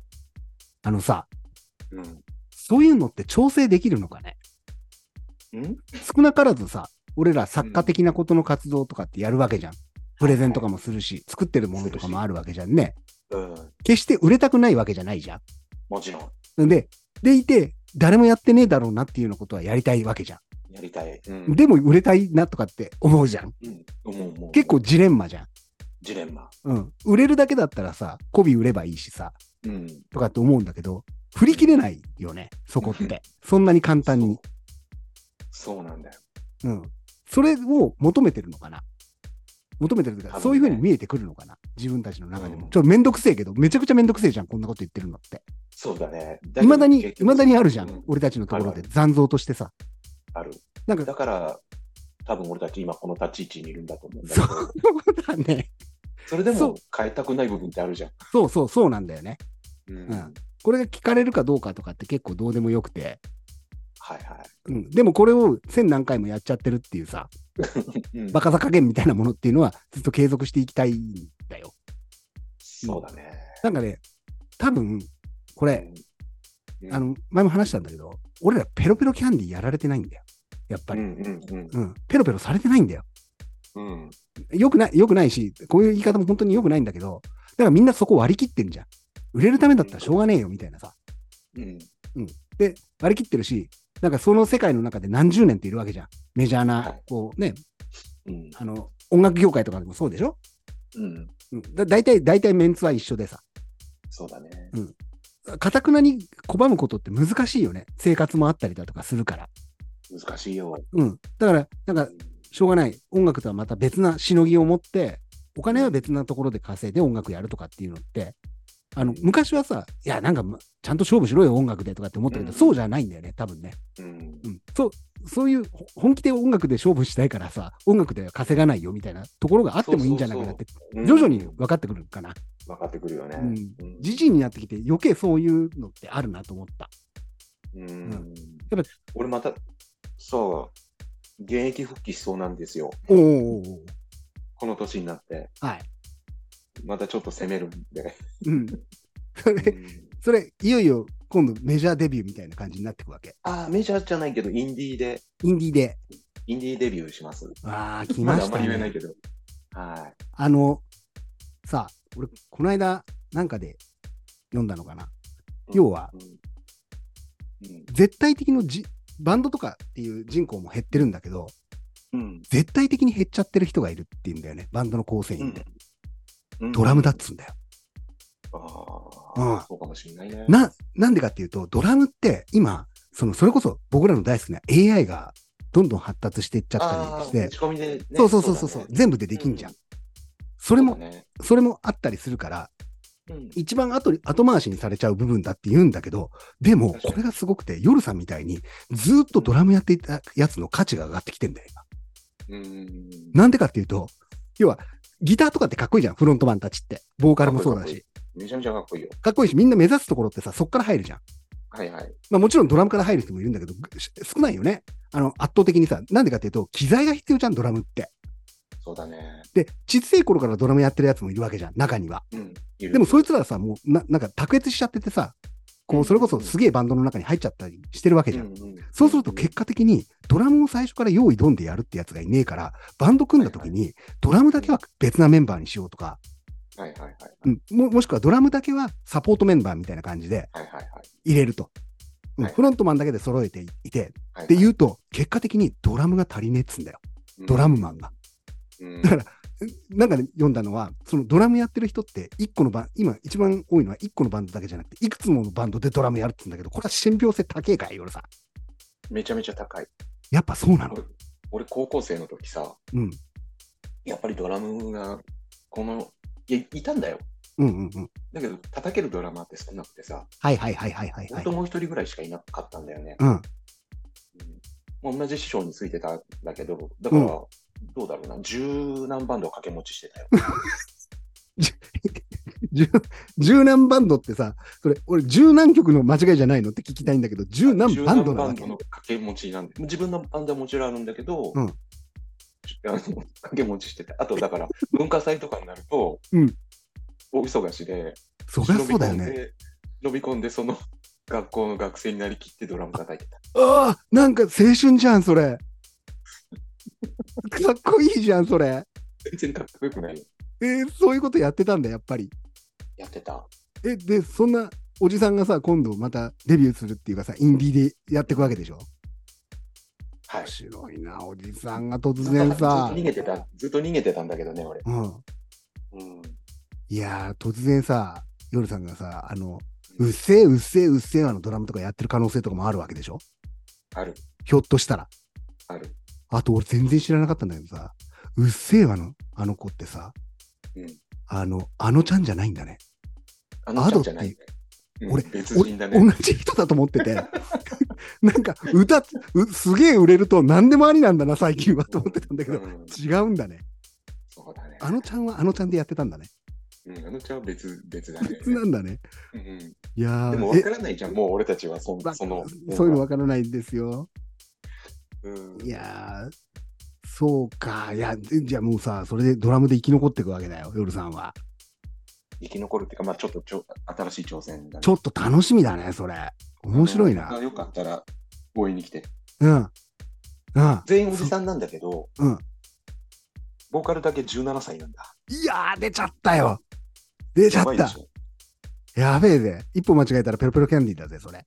S1: そういうのって調整できるのかね。少なからずさ、俺ら作家的なことの活動とかってやるわけじゃん。プレゼンとかもするし、作ってるものとかもあるわけじゃんね。決して売れたくないわけじゃないじゃん。
S3: もちろん。
S1: でいて、誰もやってねえだろうなっていうようなことはやりたいわけじゃん。
S3: やりたい。
S1: でも売れたいなとかって思うじゃん。結構ジレンマじゃん。
S3: ジレンマ。
S1: 売れるだけだったらさ、媚び売ればいいしさ、とかって思うんだけど、振り切れないよね、そこって。そんなに簡単に。
S3: そうなんだよ。
S1: それを求めてるのかな。求めてるというか、そういう風に見えてくるのかな。自分たちの中でも。ちょっとめんどくせえけど、めちゃくちゃめんどくせえじゃん、こんなこと言ってるのって。
S3: そうだね。
S1: いまだにあるじゃん、俺たちのところで残像としてさ。
S3: ある。だから、多分俺たち今この立ち位置にいるんだと思うんだ
S1: けど。そうだね。
S3: それでも変えたくない部分ってあるじゃん。
S1: そうなんだよね。これが聞かれるかどうかとかって結構どうでもよくて。でもこれを1000何回もやっちゃってるっていうさ、バカさ加減みたいなものっていうのはずっと継続していきたいんだよ。
S3: そうだね。
S1: なんかね、多分、これ、前も話したんだけど、俺らペロペロキャンディーやられてないんだよ。やっぱり。ペロペロされてないんだよ。よくないし、こういう言い方も本当によくないんだけど、だからみんなそこ割り切ってんじゃん。売れるためだったらしょうがねえよ、みたいなさ。で、割り切ってるし、なんかその世界の中で何十年っているわけじゃん。メジャーな、こうね、音楽業界とかでもそうでしょ。大体メンツは一緒でさ。
S3: そうだね。
S1: かたくなに拒むことって難しいよね。生活もあったりだとかするから。
S3: 難しいよ。
S1: だから、なんか、しょうがない。音楽とはまた別なしのぎを持って、お金は別なところで稼いで音楽やるとかっていうのって、昔はさ、いや、なんか、ちゃんと勝負しろよ、音楽でとかって思ったけど、そうじゃないんだよね、多分ね。そういう、本気で音楽で勝負したいからさ、音楽では稼がないよみたいなところがあってもいいんじゃないかなって、徐々に分かってくるかな。
S3: 分かってくるよね。
S1: じじいになってきて、余計そういうのってあるなと思った。
S3: やっぱ俺また、そう、現役復帰しそうなんですよ。この年になって。またちょっと攻めるんで。
S1: それ、いよいよ今度メジャーデビューみたいな感じになっていくわけ。
S3: メジャーじゃないけど、インディーデビューします。
S1: 来ましたね。
S3: まだあんまり言えないけど。
S1: さあ、俺、この間なんかで読んだのかな。要は、絶対的のバンドとかっていう人口も減ってるんだけど、絶対的に減っちゃってる人がいるっていうんだよね、バンドの構成員で。ドラムだっつうんだよ。
S3: そうかもしれないね。
S1: なんでかっていうと、ドラムって今、それこそ僕らの大好きな AI がどんどん発達していっちゃったりして、そう、全部でできんじゃん。それもあったりするから、一番後回しにされちゃう部分だって言うんだけど、でもこれがすごくて、夜さんみたいにずっとドラムやっていたやつの価値が上がってきてんだよ、今。なんでかっていうと、要は、ギターとかってかっこいいじゃん、フロントマンたちって。ボーカルもそうだし。
S3: めちゃめちゃかっこいいよ。
S1: かっこいいし、みんな目指すところってさ、そっから入るじゃん。もちろんドラムから入る人もいるんだけど、少ないよね。圧倒的にさ、なんでかっていうと、機材が必要じゃん、ドラムって。
S3: そうだね。
S1: で、小さい頃からドラムやってるやつもいるわけじゃん、中には。でもそいつらはさ、もうなんか卓越しちゃっててさ、 こうそれこそすげえバンドの中に入っちゃったりしてるわけじゃん。そうすると結果的にドラムを最初から用意ドンでやるってやつがいねえから、バンド組んだ時にドラムだけは別なメンバーにしようとか、もしくはドラムだけはサポートメンバーみたいな感じで入れると。フロントマンだけで揃えていて、って言うと、結果的にドラムが足りねえっつんだよ。ドラムマンが。だから、なんか、ね、読んだのは、そのドラムやってる人って、今一番多いのは1個のバンドだけじゃなくて、いくつものバンドでドラムやるって言うんだけど、これは信憑性高いかい、夜さん。
S3: めちゃめちゃ高い。
S1: やっぱそうなの。
S3: 俺高校生の時さ、やっぱりドラムが、いたんだよ。だけど、叩けるドラマーって少なくてさ、本当もう一人ぐらいしかいなかったんだよね。同じ師匠についてたんだけど、だから、どうだろうな、十何バンド掛け持ちしてたよ。
S1: 十何バンドってさ、それ、俺、十何曲の間違いじゃないのって聞きたいんだけど、十何バンドなわけ？
S3: 十何バンドの掛け持ちなんで、自分のバンドはもちろんあるんだけど、掛け持ちしてた。あと、だから、文化祭とかになると、大忙しで、
S1: そりゃそうだよね。
S3: 呼び込んで、その学校の学生になりきってドラム叩いてた。
S1: ああ、なんか青春じゃん、それ。かっこいいじゃん、それ。
S3: 全然かっこよくないよ。
S1: そういうことやってたんだ、やっぱり。
S3: やってた。
S1: で、そんなおじさんがさ、今度またデビューするっていうかさ、インディーでやっていくわけでしょ。はい。面白いな、おじさんが突然さ。
S3: ずっと逃げてたんだけどね、俺。
S1: いやー、突然さ、夜さんがさ、うっせえわのドラムとかやってる可能性とかもあるわけでしょ。
S3: ある。
S1: ひょっとしたら。
S3: ある。
S1: あと、俺全然知らなかったんだけどさ、うっせえわのあの子ってさ、あのちゃんじゃないんだね。
S3: あのちゃんじゃない。
S1: 俺、別人だね。同じ人だと思ってて、なんかすげえ売れると何でもありなんだな、最近はと思ってたんだけど、違うんだね。
S3: そうだね。
S1: あのちゃんはあのちゃんでやってたんだね。
S3: あのちゃんは別だね。
S1: 別なんだね。いや
S3: でも分からないじゃん、もう俺たちはそういう
S1: の分からないんですよ。いやそうか。いや、じゃあもうさ、それでドラムで生き残っていくわけだよ、夜さんは。
S3: 生き残るっていうか、まあちょっと新しい挑戦だね。
S1: ちょっと楽しみだね、それ。面白いな。
S3: よかったら応援に来て。
S1: 全
S3: 員おじさんなんだけど、ボーカルだけ17歳なんだ。
S1: いやー、出ちゃったよ。出ちゃった。やべえぜ。一歩間違えたらペロペロキャンディーだぜ、それ。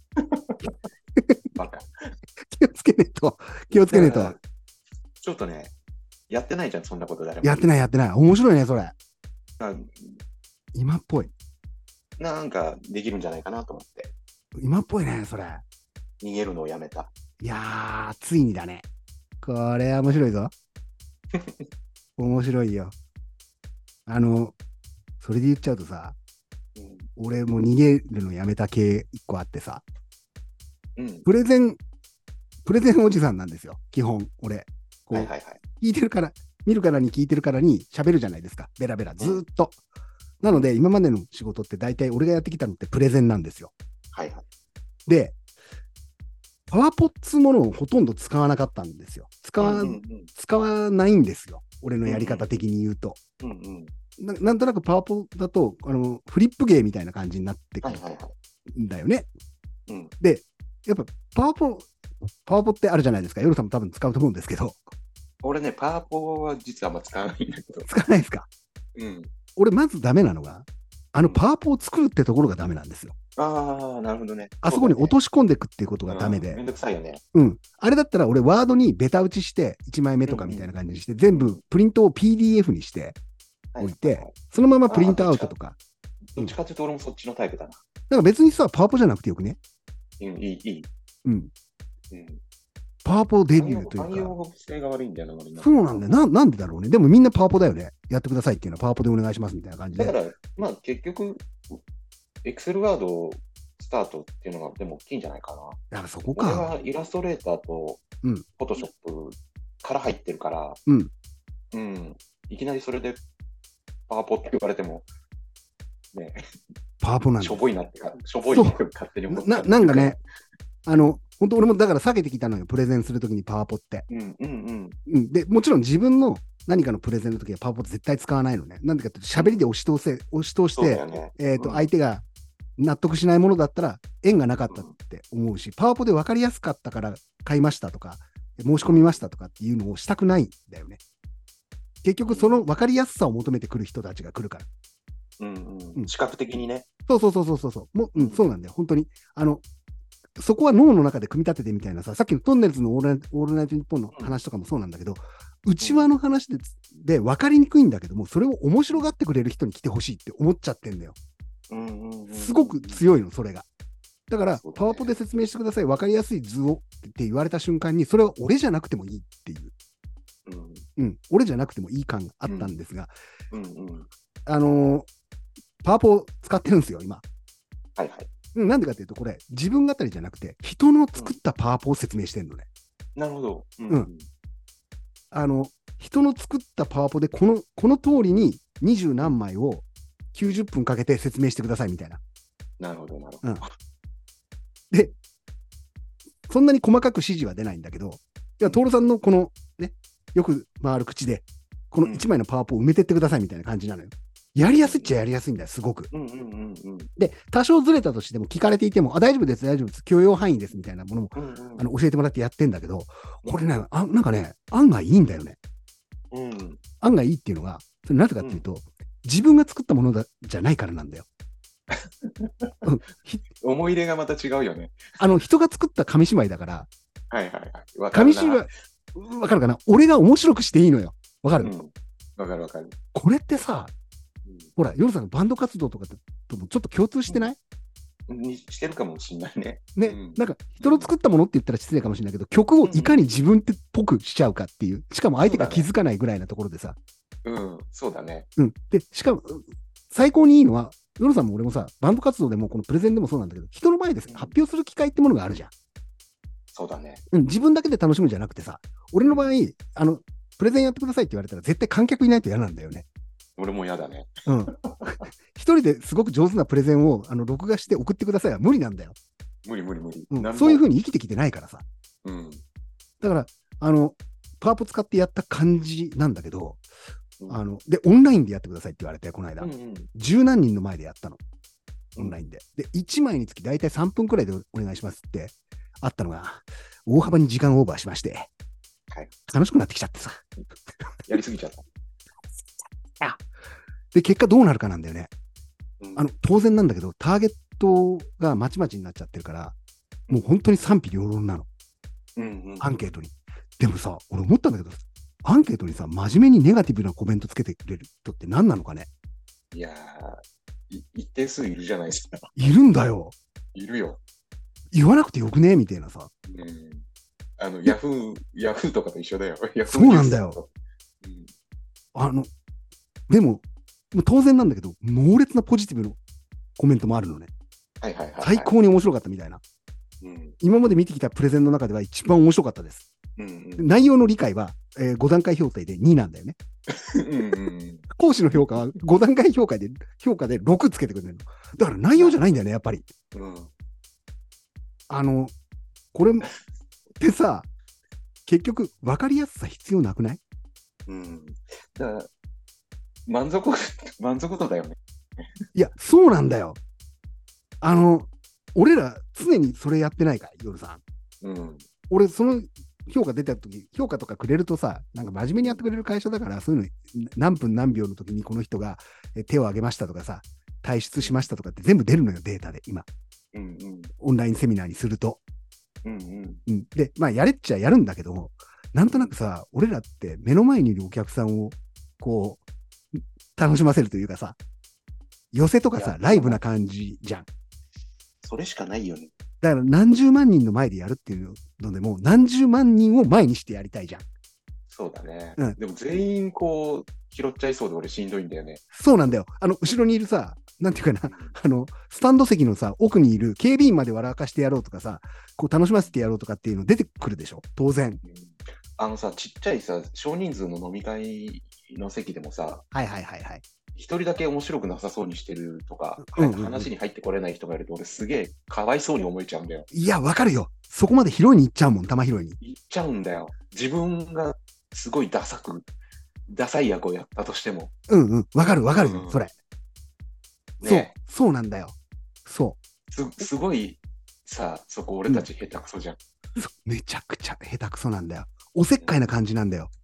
S3: バカ。
S1: 気をつけねえと。
S3: ちょっとね、やってないじゃん、そんなこと誰
S1: も。やってない。面白いね、それ。今っぽい。
S3: なんかできるんじゃないかなと思って。
S1: 今っぽいね、それ。
S3: 逃げるのをやめた。
S1: いやー、ついにだね。これは面白いぞ。面白いよ。それで言っちゃうとさ、俺も逃げるのやめた系一個あってさ、プレゼンおじさんなんですよ、基本、俺。こう、聞いてるから、見るからに聞いてるからに喋るじゃないですか、ベラベラ、ずーっと。なので、今までの仕事って大体俺がやってきたのってプレゼンなんですよ。で、パワポっつうものをほとんど使わなかったんですよ。使わないんですよ。俺のやり方的に言うと。なんとなくパワポだと、フリップ芸みたいな感じになってくるんだよね。で、やっぱパワポってあるじゃないですか。夜さんも多分使うと思うんですけど。
S3: 俺ね、パワポは実はあんま使わないんだけど。
S1: 使わないですか？俺、まずダメなのが、パワポを作るってところがダメなんですよ。
S3: ああ、なるほどね。
S1: あそこに落とし込んでいくっていうことがダメで。
S3: めんどくさいよね。
S1: あれだったら俺、ワードにベタ打ちして、1枚目とかみたいな感じにして、全部プリントを PDF にしておいて、そのままプリントアウトとか。
S3: どっちかっていうと俺もそっちのタイプだな。だか
S1: ら別にさ、パワポじゃなくてよくね。
S3: いい。
S1: パワポデビューというか。
S3: 汎用性が悪いんだよな、
S1: そうなんだよ。なんでだろうね。でもみんなパワポだよね。やってくださいっていうのはパワポでお願いしますみたいな感じで。
S3: だから、まあ結局、Excel ワードスタートっていうのがでも大きいんじゃないかな。
S1: だからそこか。
S3: 俺はイラストレーターとフォトショップから入ってるから、いきなりそれでパワポって言われても、ね、
S1: パワポなんだ。
S3: しょぼいなって勝手に思って。
S1: なんかね、本当俺もだから避けてきたのよ、プレゼンするときにパワポって。で、もちろん自分の何かのプレゼンのときはパワポって絶対使わないのね。なんでかっていうと、喋りで押し通して、相手が納得しないものだったら縁がなかったって思うし、パワポで分かりやすかったから買いましたとか、申し込みましたとかっていうのをしたくないんだよね。結局その分かりやすさを求めてくる人たちが来るから。
S3: 視覚的にね。
S1: そう。そうなんだよ。本当に。そこは脳の中で組み立ててみたいなさ、さっきのトンネルズのオールナイトニッポンの話とかもそうなんだけど、内輪の話で分かりにくいんだけども、それを面白がってくれる人に来てほしいって思っちゃってんだよ。すごく強いの、それが。だから、パワポで説明してください、分かりやすい図をって言われた瞬間に、それは俺じゃなくてもいいっていう。俺じゃなくてもいい感があったんですが、パワポ使ってるんですよ、今。
S3: はいはい。
S1: なんでかっていうと、これ、自分語りじゃなくて、人の作ったパワポを説明してるのね。
S3: なるほど。
S1: 人の作ったパワポで、この通りに20何枚を90分かけて説明してくださいみたいな。
S3: なるほど。
S1: で、そんなに細かく指示は出ないんだけど、徹さんのこのね、よく回る口で、この1枚のパワポを埋めてってくださいみたいな感じなのよ。やりやすいっちゃやりやすいんだよ、すごく。で、多少ずれたとしても聞かれていても、大丈夫です、許容範囲ですみたいなものも、教えてもらってやってんだけど、これね、なんかね、案外いいんだよね。案外いいっていうのは、それなぜかっていうと、自分が作ったものじゃないからなんだよ。
S3: 思い入れがまた違うよね。
S1: 人が作った紙芝居だから、
S3: 紙
S1: 芝居、わかるかな？俺が面白くしていいのよ。わかる？
S3: わかる。
S1: これってさ、ほら、夜さんのバンド活動とかともちょっと共通してない？
S3: してるかもしれないね。
S1: なんか人の作ったものって言ったら失礼かもしれないけど、曲をいかに自分っぽくしちゃうかっていう、しかも相手が気づかないぐらいなところでさ。
S3: そうだね。
S1: で、しかも、最高にいいのは、夜さんも俺もさ、バンド活動でもこのプレゼンでもそうなんだけど、人の前で発表する機会ってものがあるじゃん。
S3: そうだね。
S1: 自分だけで楽しむんじゃなくてさ、俺の場合、プレゼンやってくださいって言われたら絶対観客いないと嫌なんだよね。
S3: 俺も嫌だね。
S1: 一人ですごく上手なプレゼンを録画して送ってくださいは無理なんだよ。
S3: 無理。
S1: そういう風に生きてきてないからさ。だから、パワポ使ってやった感じなんだけど、で、オンラインでやってくださいって言われて、この間。十何人の前でやったの。オンラインで。で、1枚につき大体3分くらいでお願いしますってあったのが、大幅に時間オーバーしまして、楽しくなってきちゃってさ。
S3: やりすぎちゃった。
S1: で、結果どうなるかなんだよね。当然なんだけど、ターゲットがまちまちになっちゃってるから、もう本当に賛否両論なの。アンケートに。でもさ、俺思ったんだけど、アンケートにさ、真面目にネガティブなコメントつけてくれる人って何なのかね？
S3: いやー、一定数いるじゃないですか。
S1: いるんだよ。
S3: いるよ。
S1: 言わなくてよくねみたいなさ。
S3: ヤフーとかと一緒だよ。
S1: そうなんだよ。でも当然なんだけど、猛烈なポジティブのコメントもあるのね。最高に面白かったみたいな。今まで見てきたプレゼンの中では一番面白かったです。内容の理解は、5段階評価で2なんだよね。講師の評価は5段階評価で6つけてくれるの。だから内容じゃないんだよね、やっぱり。これってさ、結局分かりやすさ必要なくない？
S3: だから満足度だよね。
S1: いや、そうなんだよ。俺ら常にそれやってないかい、夜さん。俺、その評価出た時、評価とかくれるとさ、なんか真面目にやってくれる会社だから、そういうの何分何秒の時にこの人が手を挙げましたとかさ、退出しましたとかって全部出るのよ、データで、今。オンラインセミナーにすると。で、まあ、やれっちゃやるんだけど、なんとなくさ、俺らって目の前にいるお客さんを、こう、楽しませるというかさ、寄せとかさ、ライブな感じじゃん。
S3: それしかないよね。
S1: だから何十万人の前でやるっていうのでも、何十万人を前にしてやりたいじゃん。
S3: そうだね。でも全員こう、拾っちゃいそうで俺しんどいんだよね。
S1: そうなんだよ。後ろにいるさ、なんていうかな、スタンド席のさ、奥にいる警備員まで笑かしてやろうとかさ、こう楽しませてやろうとかっていうの出てくるでしょ、当然。
S3: ちっちゃいさ、少人数の飲み会の席でもさ、一人だけ面白くなさそうにしてるとか、話に入ってこれない人がいると俺すげえかわいそうに思えちゃうんだよ。
S1: いや、わかるよ。そこまで拾いに行っちゃうもん、玉拾いに。
S3: 行っちゃうんだよ。自分がすごいダサい役をやったとしても。
S1: わかるよ、それ。そうなんだよ。 そ
S3: う。すごいさ、そこ俺たち下手くそじゃん。
S1: めちゃくちゃ下手くそなんだよ。おせっかいな感じなんだよ。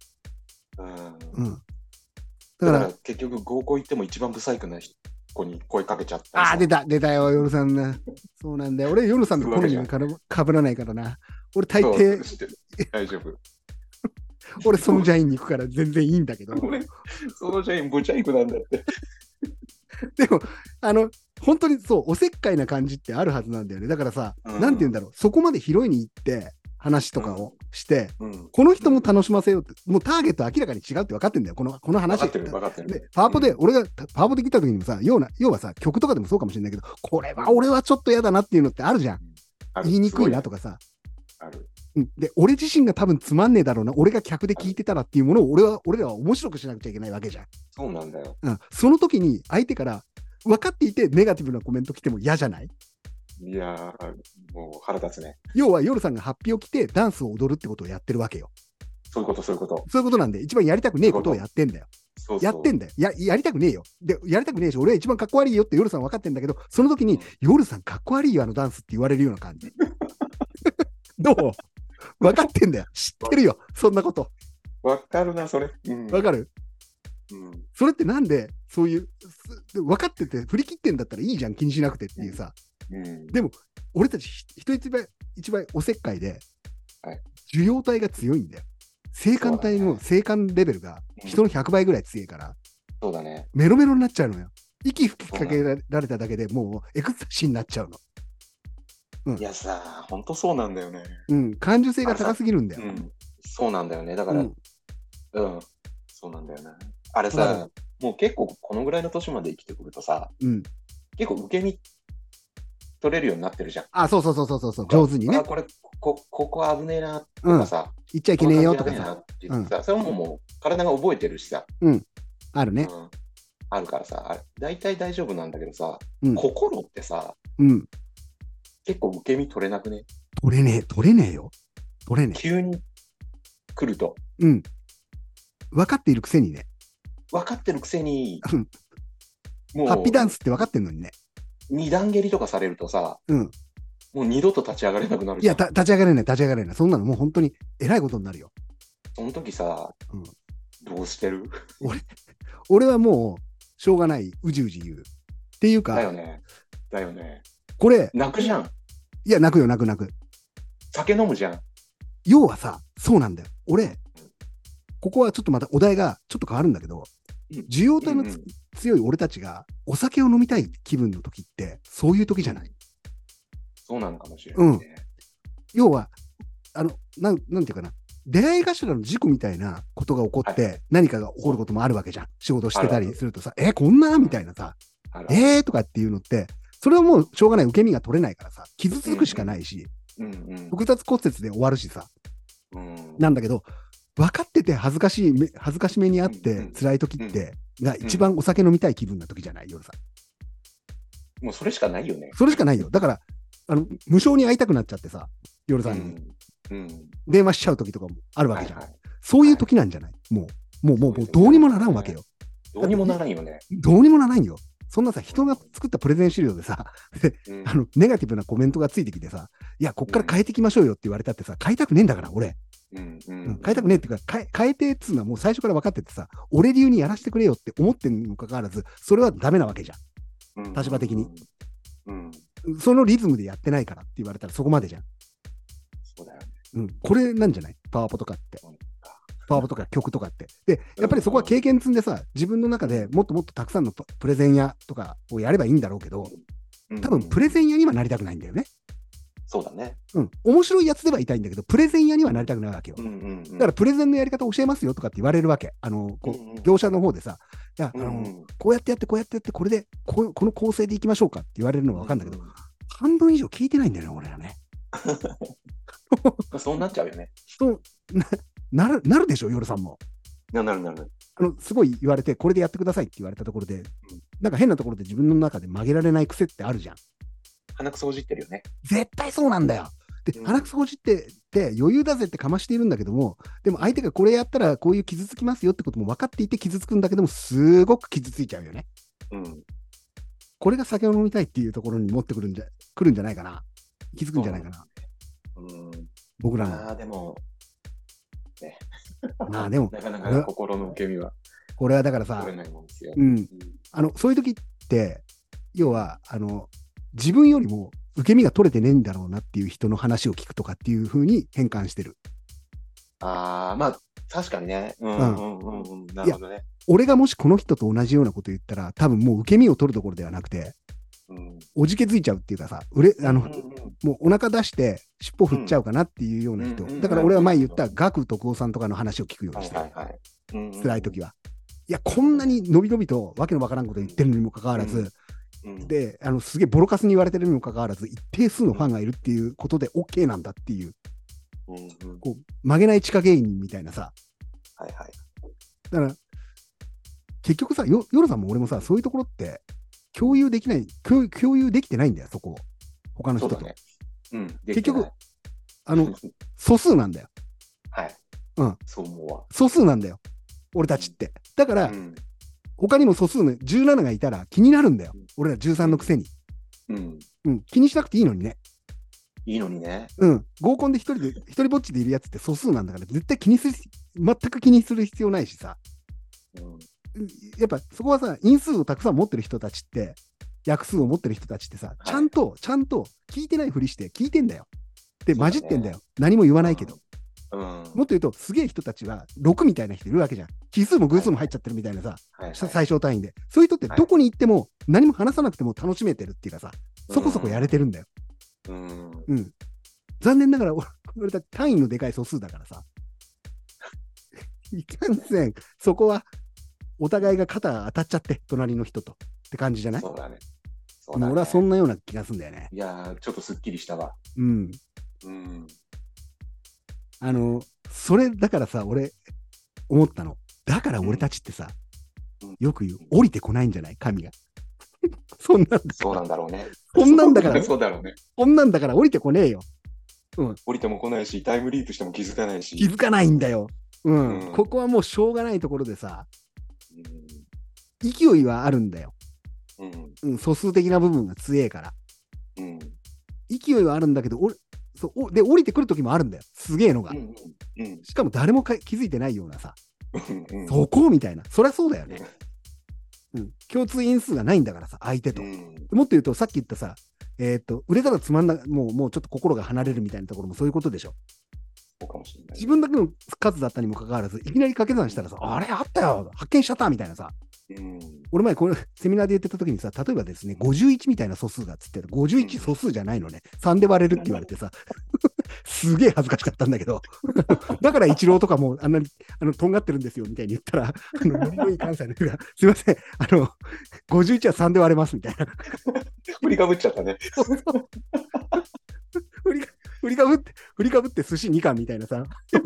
S3: だから結局合コン行っても一番ブサイクな子に声かけちゃった。
S1: ああ、出たよ、夜さんな。そうなんだよ。俺、夜さんの好みにかぶらないからな。俺、大抵。
S3: 大丈夫。
S1: 俺、ソムジャインに行くから全然いいんだけど。
S3: ソムジャイン、ブチャイクなんだって。
S1: でも、本当にそう、おせっかいな感じってあるはずなんだよね。だからさ、なんて言うんだろう、そこまで広いに行って、話とかをして、この人も楽しませようって、もうターゲット明らかに違うって分かってんだよ、この話。
S3: 分かってる。
S1: で、パワポで、俺がパワポで聞いた時にもさ、要はさ、曲とかでもそうかもしれないけど、これは俺はちょっと嫌だなっていうのってあるじゃん。言いにくいなとかさ。
S3: ある。
S1: で、俺自身が多分つまんねえだろうな、俺が客で聞いてたらっていうものを俺らは面白くしなくちゃいけないわけじゃん。
S3: そうなんだよ。
S1: その時に相手から分かっていてネガティブなコメント来ても嫌じゃない？
S3: いやー、もう腹立つね。
S1: 要は夜さんがハッピーを着てダンスを踊るってことをやってるわけよ。
S3: そういうこと。
S1: そういうことなんで、一番やりたくねえことをやってんだよ。やってんだよ。やりたくねえよ。で、やりたくねえし、俺は一番かっこ悪いよって夜さん分かってんだけど、その時に、夜さんかっこ悪いよ、ダンスって言われるような感じ。どう？分かってんだよ。知ってるよ。そんなこと。
S3: 分かるな、それ。
S1: 分かる？それってなんで、そういう、分かってて、振り切ってんだったらいいじゃん、気にしなくてっていうさ。でも、俺たち人一倍おせっかいで、受容体が強いんだよ。性感帯の性感レベルが人の100倍ぐらい強いから、
S3: そうだね。
S1: メロメロになっちゃうのよ。息吹きかけられただけでもうエクスタシーになっちゃうの。
S3: いやさ、ほんとそうなんだよね。
S1: 感受性が高すぎるんだよ。
S3: そうなんだよね。だから、そうなんだよな。あれさ、もう結構このぐらいの年まで生きてくるとさ、結構受け身取れるようになってるじゃん。
S1: あ、そう上手にね。
S3: ここ危ねえなとかさ、
S1: 言っちゃいけねえよとかさ。
S3: それもう体が覚えてるしさ。
S1: あるね。
S3: あるからさ、大体大丈夫なんだけどさ、心ってさ、結構受け身取れなくね？
S1: 取れねえよ。
S3: 急に来ると。
S1: 分かっているくせにね。
S3: 分かってるくせに、
S1: もうハッピーダンスって分かってんのにね。
S3: 二段蹴りとかされるとさ、もう二度と立ち上がれなくなる
S1: じゃん。いや、立ち上がれない。そんなのもう本当にえらいことになるよ。
S3: その時さ、どうしてる？
S1: 俺はもう、しょうがない、うじうじ言う。っていうか、
S3: だよね。
S1: これ、
S3: 泣くじゃん。
S1: いや、泣く。
S3: 酒飲むじゃん。
S1: 要はさ、そうなんだよ。俺、ここはちょっとまたお題がちょっと変わるんだけど、需要体の強い俺たちがお酒を飲みたい気分の時って、そういう時じゃない？
S3: そうなのかもしれないね。
S1: 要は、なんていうかな、出会い頭の事故みたいなことが起こって、何かが起こることもあるわけじゃん。仕事してたりするとさ、こんなみたいなさ、とかっていうのって、それはもうしょうがない、受け身が取れないからさ、傷つくしかないし、複雑骨折で終わるしさ、なんだけど、分かってて恥ずかしめにあって辛い時ってが一番お酒飲みたい気分な時じゃない？夜さ。
S3: もうそれしかないよね。
S1: それしかないよ。だから無償に会いたくなっちゃってさ、夜さんに電話しちゃう時とかもあるわけじゃん。そういう時なんじゃない？もうどうにもならんわけよ。
S3: どうにもならんよね。
S1: どうにもならんよ。そんなさ、人が作ったプレゼン資料でさ、ネガティブなコメントがついてきてさ、いや、こっから変えていきましょうよって言われたってさ、変えたくねえんだから、俺。変えたくねえっていうか、変えてっつうのはもう最初から分かっててさ、俺流にやらせてくれよって思ってんにもかかわらず、それはダメなわけじゃん。立場的に。そのリズムでやってないからって言われたらそこまでじゃん。
S3: そうだよね。
S1: これなんじゃない？パワポとかって。パワポとか曲とかって。で、やっぱりそこは経験積んでさ、自分の中でもっともっとたくさんのプレゼン屋とかをやればいいんだろうけど、多分プレゼン屋にはなりたくないんだよね。
S3: そうだね。
S1: 面白いやつではいたいんだけど、プレゼン屋にはなりたくないわけよ。だからプレゼンのやり方を教えますよとかって言われるわけ。業者の方でさ、いや、こうやってやって、これで、この構成でいきましょうかって言われるのは分かるんだけど、半分以上聞いてないんだよね、俺らね。
S3: そうなっちゃうよね。
S1: そうなるでしょ、夜さんも。
S3: なる。
S1: すごい言われて、これでやってくださいって言われたところで、なんか変なところで自分の中で曲げられない癖ってあるじゃん。
S3: 鼻くそほじってるよね。
S1: 絶対そうなんだよ。で、鼻くそほじって余裕だぜってかましているんだけども、でも相手がこれやったらこういう傷つきますよってことも分かっていて傷つくんだけども、すごく傷ついちゃうよね。 これが酒を飲みたいっていうところに持ってくるんじゃないかな。気づくんじゃないかな。僕らの。
S3: でも、ね。
S1: まあでも、
S3: なかなか心の受け身は。
S1: これはだからさ、そういう時って、要は、自分よりも受け身が取れてねえんだろうなっていう人の話を聞くとかっていう風に変換してる。
S3: まあ、確かにね。なるほどね。
S1: 俺がもしこの人と同じようなこと言ったら、多分もう受け身を取るところではなくて、おじけづいちゃうっていうかさ、もうお腹出して尻尾振っちゃうかなっていうような人。だから俺は前言ったガク徳夫さんとかの話を聞くようにしてる。辛い時は。いや、こんなにのびのびとわけのわからんこと言ってるのにもかかわらず、で、すげえボロカスに言われてるにもかかわらず、一定数のファンがいるっていうことで OK なんだっていう、こう曲げない地下芸人みたいなさ。だから、結局さ、ヨロさんも俺もさ、そういうところって共有できてないんだよ、そこを。他の人と。結局、素数なんだよ。
S3: そう思うわ。
S1: 素数なんだよ、俺たちって。だから、他にも素数の17がいたら気になるんだよ。俺ら13のくせに。気にしなくていいのにね。
S3: いいのにね。
S1: 合コンで一人ぼっちでいるやつって素数なんだから、絶対全く気にする必要ないしさ。やっぱそこはさ、因数をたくさん持ってる人たちって、約数を持ってる人たちってさ、ちゃんと聞いてないふりして聞いてんだよ。で、混じってんだよ。何も言わないけど。もっと言うと、すげえ人たちは6みたいな人いるわけじゃん。奇数も偶数も入っちゃってるみたいなさ、最小単位で。そういう人ってどこに行っても何も話さなくても楽しめてるっていうかさ、そこそこやれてるんだよ。残念ながら俺たち単位のでかい素数だからさ、いかんせん、そこはお互いが肩当たっちゃって、隣の人とって感じじゃない？
S3: そうだね。
S1: 俺はそんなような気がするんだよね。
S3: いやー、ちょっとすっきりしたわ。
S1: それだからさ、俺思ったの。だから俺たちってさ、よく言う、降りてこないんじゃない神が。そん
S3: なんだろうね。
S1: こんなんだから、
S3: そうだろうね。
S1: こんなんだから降りてこねえよ。
S3: 降りても来ないし、タイムリープしても気づかないし。
S1: 気づかないんだよ。ここはもうしょうがないところでさ、勢いはあるんだよ。素数的な部分が強えから。勢いはあるんだけど、で、降りてくるときもあるんだよ。すげえのが。しかも誰も気づいてないようなさ。そこみたいな。そりゃそうだよね。共通因数がないんだからさ、相手と。もっと言うと、さっき言ったさ、売れたらつまんな、もうちょっと心が離れるみたいなところもそういうことでしょ。
S3: そうかもしれない。
S1: 自分だけの数だったにもかかわらず、いきなり掛け算したらさ、あれあったよ、発見しちゃったみたいなさ。俺前これセミナーで言ってた時にさ、例えばですね、51みたいな素数だっつって、51素数じゃないのね、3で割れるって言われてさ、すげえ恥ずかしかったんだけど、だから一郎とかもあんなにとんがってるんですよみたいに言ったら、ノリのいい関西の人が、すいません、51は3で割れますみたいな。
S3: 振りかぶっちゃったね。
S1: 振りかぶって寿司2貫みたいなさ。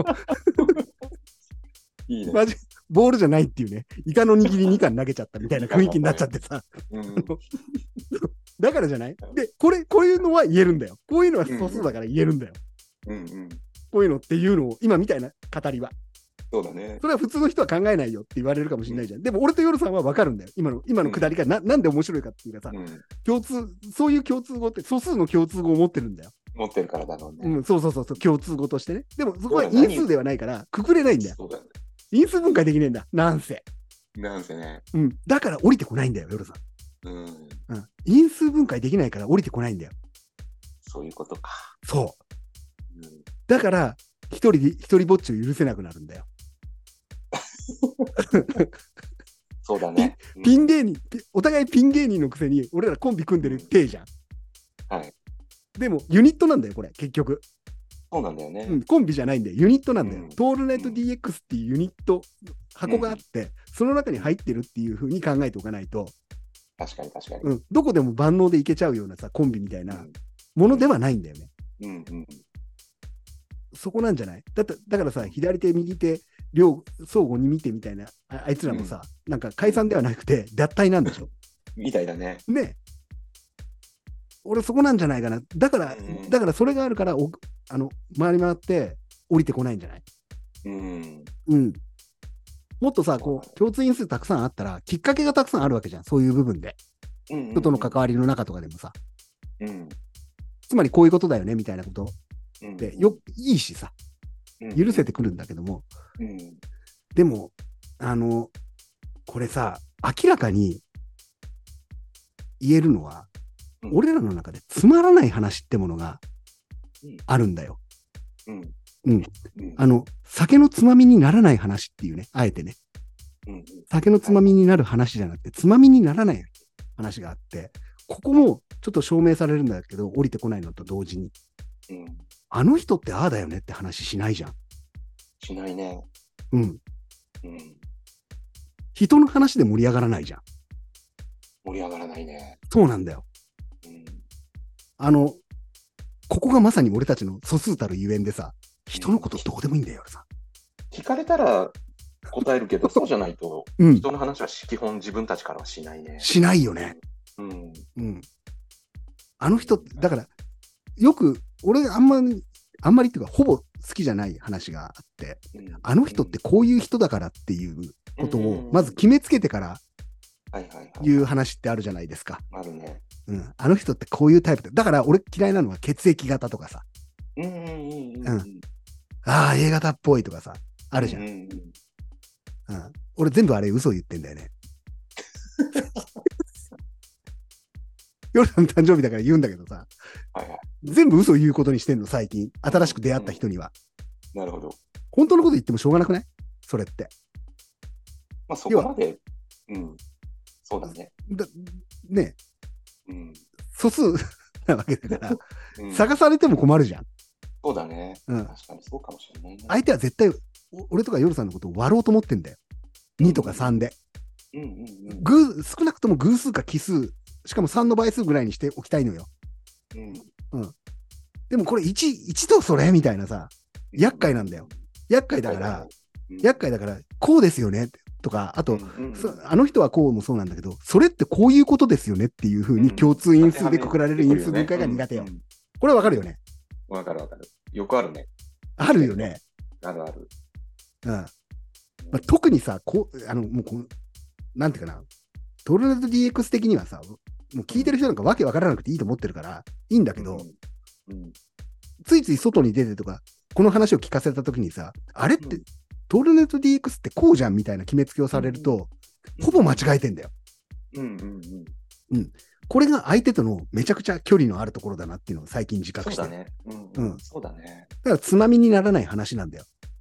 S3: いいね。
S1: マジボールじゃないっていうね、イカの握り2貫投げちゃったみたいな雰囲気になっちゃってさ。だからじゃないで、こういうのは言えるんだよ。こういうのは素数だから言えるんだよ。こういうのっていうのを、今みたいな語りは。
S3: そうだね。
S1: それは普通の人は考えないよって言われるかもしれないじゃん。でも俺とヨルさんは分かるんだよ。今のくだりがなんで面白いかっていうかさ、そういう共通語って素数の共通語を持ってるんだよ。
S3: 持ってるからだろうね。
S1: そう、共通語としてね。でもそこは因数ではないから、くくれないんだよ。因数分解できねえんだ。なんせね。だから降りてこないんだよ、ヨルさん。因数分解できないから降りてこないんだよ。
S3: そういうことか。
S1: そう。だから、一人ぼっちを許せなくなるんだよ。
S3: そうだね。
S1: ピン芸人、お互いピン芸人のくせに、俺らコンビ組んでる体じゃん。でも、ユニットなんだよ、これ、結局。
S3: そうなんだよね。
S1: コンビじゃないんだよ。ユニットなんだよ。トールナイト DX っていうユニット、箱があって、その中に入ってるっていう風に考えておかないと、
S3: 確かに。
S1: どこでも万能でいけちゃうようなさ、コンビみたいなものではないんだよね。そこなんじゃない？だからさ、左手、右手、両相互に見てみたいな、あいつらもさ、なんか解散ではなくて、脱退なんでしょ？
S3: みたいだね。
S1: ね。俺そこなんじゃないかな。だからそれがあるから、回り回って降りてこないんじゃない？もっとさ、こう、共通因数たくさんあったら、きっかけがたくさんあるわけじゃん。そういう部分で。 人との関わりの中とかでもさ、
S3: うん、
S1: つまりこういうことだよねみたいなことでいいしさ、許せてくるんだけども、でもこれさ、明らかに言えるのは、俺らの中でつまらない話ってものがあるんだよ。酒のつまみにならない話っていうね、あえてね。酒のつまみになる話じゃなくて、つまみにならない話があって、ここもちょっと証明されるんだけど、降りてこないのと同時に、あの人ってああだよねって話しないじゃん。
S3: しないね。
S1: 人の話で盛り上がらないじゃん。
S3: 盛り上がらないね。
S1: そうなんだよ。ここがまさに俺たちの素数たるゆえんでさ、人のことどうでもいいんだよ、さ。
S3: 聞かれたら答えるけど、そうじゃないと、人の話は基本自分たちからはしないね。
S1: しないよね。あの人、だから、よく、俺あんまりっていうか、ほぼ好きじゃない話があって、あの人ってこういう人だからっていうことを、まず決めつけてから言う話ってあるじゃないですか。
S3: あるね。
S1: あの人ってこういうタイプだから俺嫌いなのは血液型とかさ。ああ、A 型っぽいとかさ、あるじゃん。俺全部あれ嘘言ってんだよね。夜の誕生日だから言うんだけどさ、全部嘘言うことにしてんの、最近。新しく出会った人には。
S3: なるほど。
S1: 本当のこと言ってもしょうがなくない？それって。
S3: まあそこまで、そうだね。
S1: ねえ。素数なわけだから、探されても困るじゃん。
S3: そうだね。確かにそうかもしれないね。
S1: 相手は絶対、俺とか夜さんのことを割ろうと思ってんだよ。2とか3で。少なくとも偶数か奇数、しかも3の倍数ぐらいにしておきたいのよ。でもこれ1とそれみたいなさ、厄介なんだよ。厄介だから、こうですよねとか、あと、あの人はこうもそうなんだけど、それってこういうことですよねっていうふうに共通因数でくくられる因数分解が苦手よ。これはわかるよね。
S3: わかる。よくあるね。
S1: あるよね。
S3: あるある。
S1: 特にさ、もうなんていうかな、トールネット DX 的にはさ、もう聞いてる人なんかわけわからなくていいと思ってるから、いいんだけど、ついつい外に出てとか、この話を聞かせたときにさ、あれって、トールネット DX ってこうじゃんみたいな決めつけをされると、ほぼ間違えてんだよ。これが相手とのめちゃくちゃ距離のあるところだなっていうのを最近自覚して。そうだね。そうだね。だからつまみにならない話なんだよ。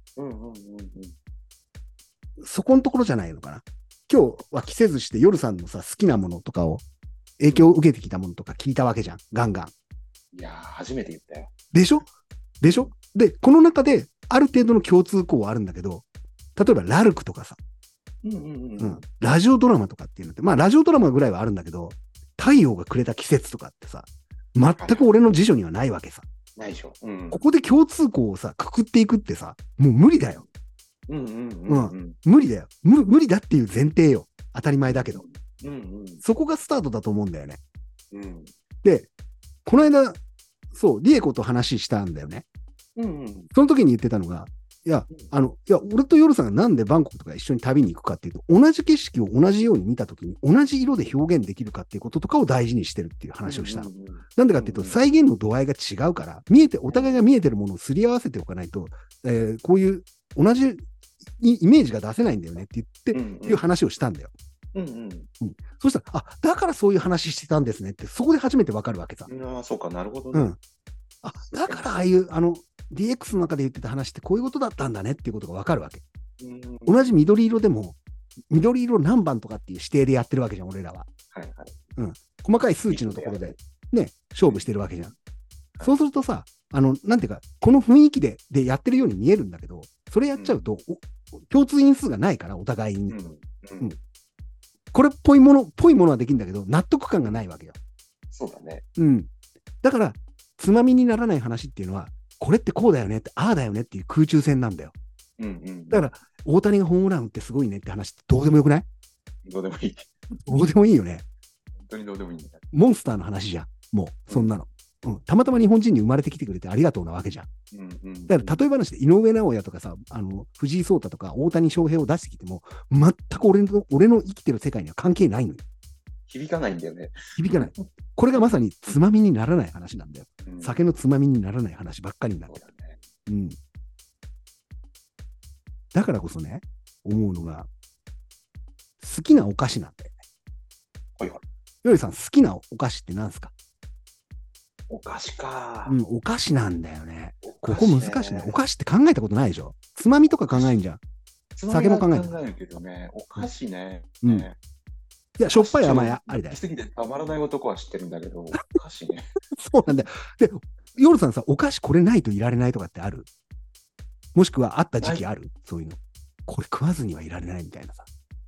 S1: そこのところじゃないのかな。今日は着せずして夜さんのさ、好きなものとかを、影響を受けてきたものとか聞いたわけじゃん。ガンガン。
S3: いやー、初めて言ったよ。
S1: でしょで、この中である程度の共通項はあるんだけど、例えばラルクとかさ、ラジオドラマとかっていうのって、まあラジオドラマぐらいはあるんだけど、太陽がくれた季節とかってさ、全く俺の辞書にはないわけさ。
S3: ないでしょ。
S1: ここで共通項をさ、くくっていくってさ、もう無理だよ。無理だよ。無理だっていう前提よ。当たり前だけど。そこがスタートだと思うんだよね。で、この間、そう、リエコと話したんだよね。その時に言ってたのが、いや、俺と夜さんがなんでバンコクとか一緒に旅に行くかっていうと、同じ景色を同じように見た時に同じ色で表現できるかっていうこととかを大事にしてるっていう話をしたの。なんでかっていうと、再現の度合いが違うから、お互いが見えてるものをすり合わせておかないと、こういう同じイメージが出せないんだよねって言って、いう話をしたんだよ。そしたら、だからそういう話してたんですねって、そこで初めてわかるわけさ。
S3: そうか、なるほどね。
S1: だからああいう、DX の中で言ってた話ってこういうことだったんだねっていうことがわかるわけ。同じ緑色でも、緑色何番とかっていう指定でやってるわけじゃん、俺らは。細かい数値のところで、ね、勝負してるわけじゃん。そうするとさ、なんていうか、この雰囲気でやってるように見えるんだけど、それやっちゃうと、共通因数がないから、お互いに。これっぽいものはできるんだけど、納得感がないわけよ。
S3: そうだね。
S1: だから、つまみにならない話っていうのは、これってこうだよねって、ああだよねっていう空中戦なんだよ。だから、大谷がホームラン打ってすごいねって話ってどうでもよくない？
S3: どうでもいい。
S1: どうでもいいよね。
S3: 本当にどうでもいいんだ。
S1: モンスターの話じゃん。もう、そんなの。たまたま日本人に生まれてきてくれてありがとうなわけじゃん。だから例え話で井上尚弥とかさ、藤井聡太とか大谷翔平を出してきても、全く俺の生きてる世界には関係ないのよ。
S3: 響かないんだよね。
S1: 響かない。これがまさにつまみにならない話なんだよ。酒のつまみにならない話ばっかりになる。うん。だからこそね、思うのが、好きなお菓子なんだよね。
S3: はいはい。
S1: よりさん、好きなお菓子って何すか？
S3: お菓子か。
S1: うん、お菓子なんだよね。ここ難しいね。お菓子って考えたことないでしょ？つまみとか考えんじゃん。酒も考え
S3: るけどね。お菓子ね。
S1: うん。いや、しょっぱい甘や、ありだよ。
S3: 好きすぎてたまらない男は知ってるんだけど、お菓子ね。
S1: そうなんだよ。で、夜さんさ、お菓子これないといられないとかってある？もしくはあった時期ある？そういうの。これ食わずにはいられないみたいなさ。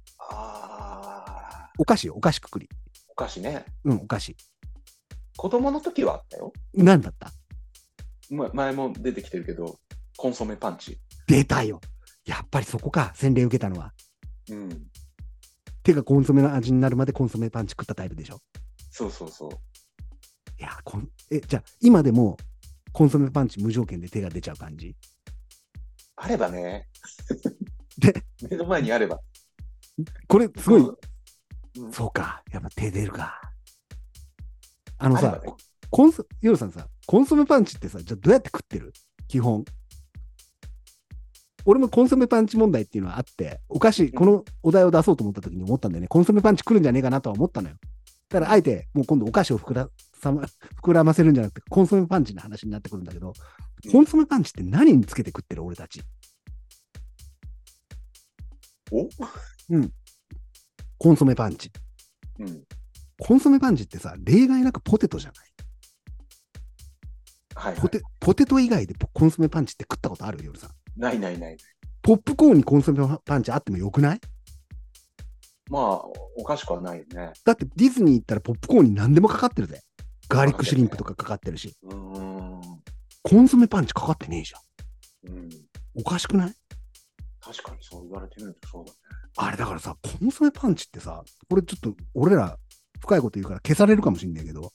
S1: お菓子よ、お菓子くくり。
S3: お菓子ね。
S1: うん、お菓子。
S3: 子供の時はあったよ。
S1: 何だった？
S3: 前も出てきてるけど、コンソメパンチ。
S1: 出たよ。やっぱりそこか、洗礼受けたのは。
S3: うん。
S1: 手がコンソメの味になるまでコンソメパンチ食ったタイプでしょ。
S3: そうそうそう。
S1: いや、じゃあ、今でもコンソメパンチ無条件で手が出ちゃう感じ？
S3: あればね。
S1: で、
S3: 目の前にあれば。
S1: これ、すごい、
S3: うん、
S1: そうか、やっぱ手出るか。さ、ヨルさんさ、コンソメパンチってさ、じゃあどうやって食ってる？基本。俺もコンソメパンチ問題っていうのはあって、お菓子、このお題を出そうと思った時に思ったんだよね。コンソメパンチ来るんじゃねえかなとは思ったのよ。だからあえて、もう今度お菓子を膨らませるんじゃなくて、コンソメパンチの話になってくるんだけど、コンソメパンチって何につけて食ってる？俺たち。うん。コンソメパンチ。
S3: うん。
S1: コンソメパンチってさ、例外なくポテトじゃない？
S3: はい、はい、
S1: ポテト以外でコンソメパンチって食ったことある？夜さん。
S3: ない。
S1: ポップコーンにコンソメパンチあってもよくない？
S3: まあ、おかしくはないよね。
S1: だってディズニー行ったらポップコーンに何でもかかってるぜ。ガーリックシュリンプとかかかってるし。コンソメパンチかかってねえじゃん。うん。おかしくない？
S3: 確かにそう言われてみるとそうだね。
S1: あれだからさ、コンソメパンチってさ、これちょっと俺ら深いこと言うから消されるかもしんないけど、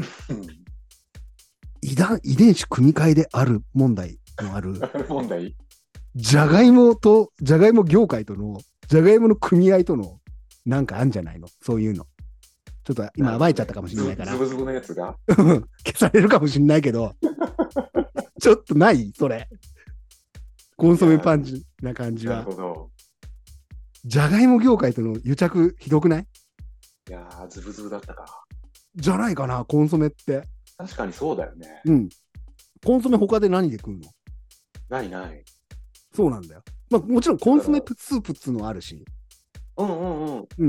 S1: 遺伝子組み換えである問題のある
S3: 問題？
S1: じゃがいも業界との、じゃがいもの組合との、なんかあんじゃないの？そういうの。ちょっと今暴いちゃったかもしれないから。
S3: ズブズブのやつが
S1: 消されるかもしれないけど、ちょっとないそれ。コンソメパンチな感じは。なるほど。じゃがいも業界との癒着ひどくない？
S3: いやー、ズブズブだったか。
S1: じゃないかな、コンソメって。
S3: 確かにそうだよね。
S1: うん。コンソメ他で何で食うの？
S3: ない。
S1: そうなんだよ。まあもちろんコンソメスープっつうのはあるし。
S3: うん。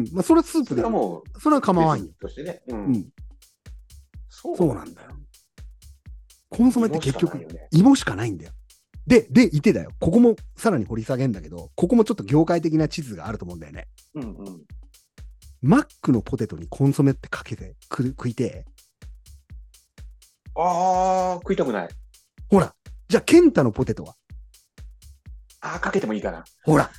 S1: まあそれはスープで。それは構わんよ。
S3: としてね。
S1: そうなんだよ。コンソメって結局、芋しかないんだよ。で、いてだよ。ここもさらに掘り下げんだけど、ここもちょっと業界的な地図があると思うんだよね。マックのポテトにコンソメってかけて食いて。
S3: 食いたくない。
S1: ほら、じゃあケンタのポテトは？
S3: かけてもいいかな。
S1: ほら。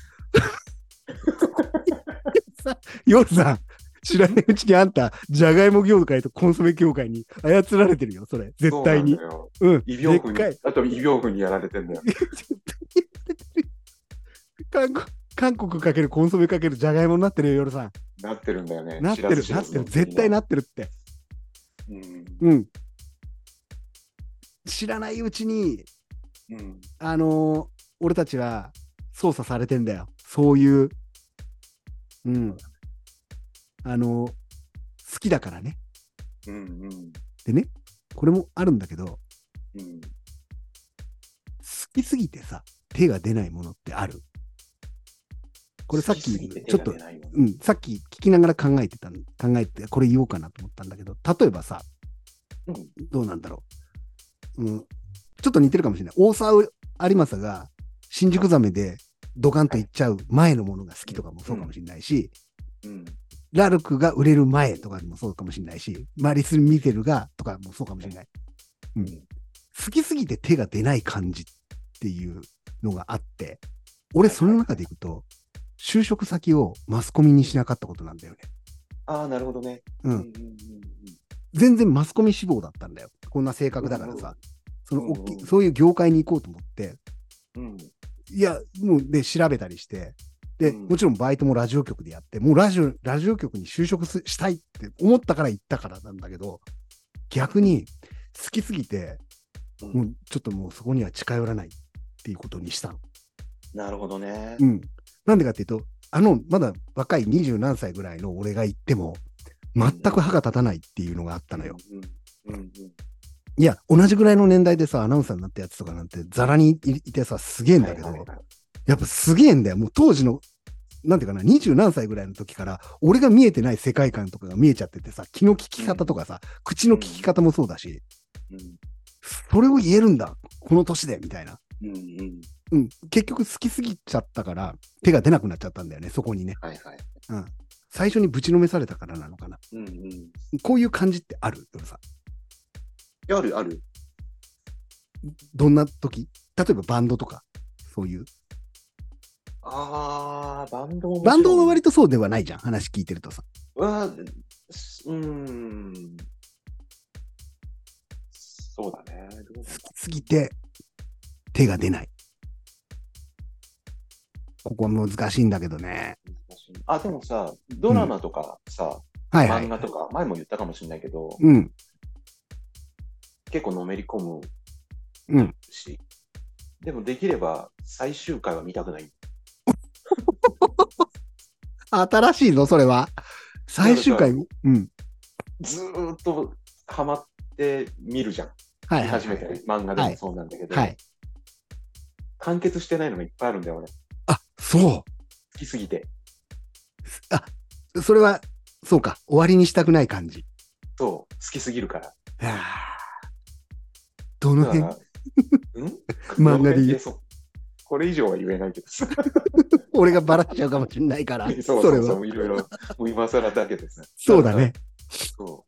S1: ヨルさん、知らないうちにあんた、じゃがいも業界とコンソメ業界に操られてるよ、それ。絶対に。
S3: うん。異病風にやられてんだよ。
S1: 韓国かけるコンソメかけるじゃがいもになってるよ、ヨルさん。
S3: なってるんだよね。
S1: なってる。絶対なってるって。うん。知らないうちに、俺たちは操作されてんだよ。そういう、好きだからね。でね、これもあるんだけど、好きすぎてさ、手が出ないものってある？これさっき、ちょっと、さっき聞きながら考えて、これ言おうかなと思ったんだけど、例えばさ、どうなんだろう。ちょっと似てるかもしれない。大沢有正が新宿ザメでドカンといっちゃう前のものが好きとかもそうかもしれないし、ラルクが売れる前とかでもそうかもしれないし、マリス・ミゼルがとかもそうかもしれない。好きすぎて手が出ない感じっていうのがあって、俺その中でいくと、就職先をマスコミにしなかったことなんだよね。
S3: なるほどね。
S1: 全然マスコミ志望だったんだよ。こんな性格だからさ。そういう業界に行こうと思って。いや、もうで調べたりして、 で、もちろんバイトもラジオ局でやって、もうラジオ局に就職したいって思ったから行ったからなんだけど、逆に好きすぎて、もうちょっともうそこには近寄らないっていうことにしたの。
S3: なるほどね。
S1: なんでかっていうと、まだ若い20何歳ぐらいの俺が行っても、全く歯が立たないっていうのがあったのよ。いや、同じぐらいの年代でさ、アナウンサーになったやつとかなんて、ざらにいてさ、すげえんだけど、やっぱすげえんだよ。もう当時の、なんていうかな、20何歳ぐらいの時から、俺が見えてない世界観とかが見えちゃっててさ、気の利き方とかさ、口の利き方もそうだし、それを言えるんだ、この年で、みたいな。結局好きすぎちゃったから、手が出なくなっちゃったんだよね、そこにね。最初にぶちのめされたからなのかな。こういう感じってある？夜さん。
S3: あるある。
S1: どんな時？例えばバンドとか、そういう。
S3: バンド
S1: は割とそうではないじゃん、話聞いてるとさ。
S3: そうだね。
S1: 好きすぎて手が出ない。ここは難しいんだけどね。
S3: でもさ、ドラマとかさ、漫画とか、前も言ったかもしれないけど、結構のめり込むし、でもできれば最終回は見たくない。
S1: 新しいのそれは。最終回、
S3: ずーっとハマって見るじゃん。見始めて漫画でもそうなんだけど、完結してないのがいっぱいあるんだよね。
S1: そう。好
S3: きすぎて。
S1: それは、そうか。終わりにしたくない感じ。
S3: そう。好きすぎるから。
S1: どの辺漫画で言う。
S3: これ以上は言えないけどさ。
S1: 俺がバラしちゃうかもしれないから。
S3: そう、いろいろ、今更だけどさ。
S1: そうだね。
S3: そう。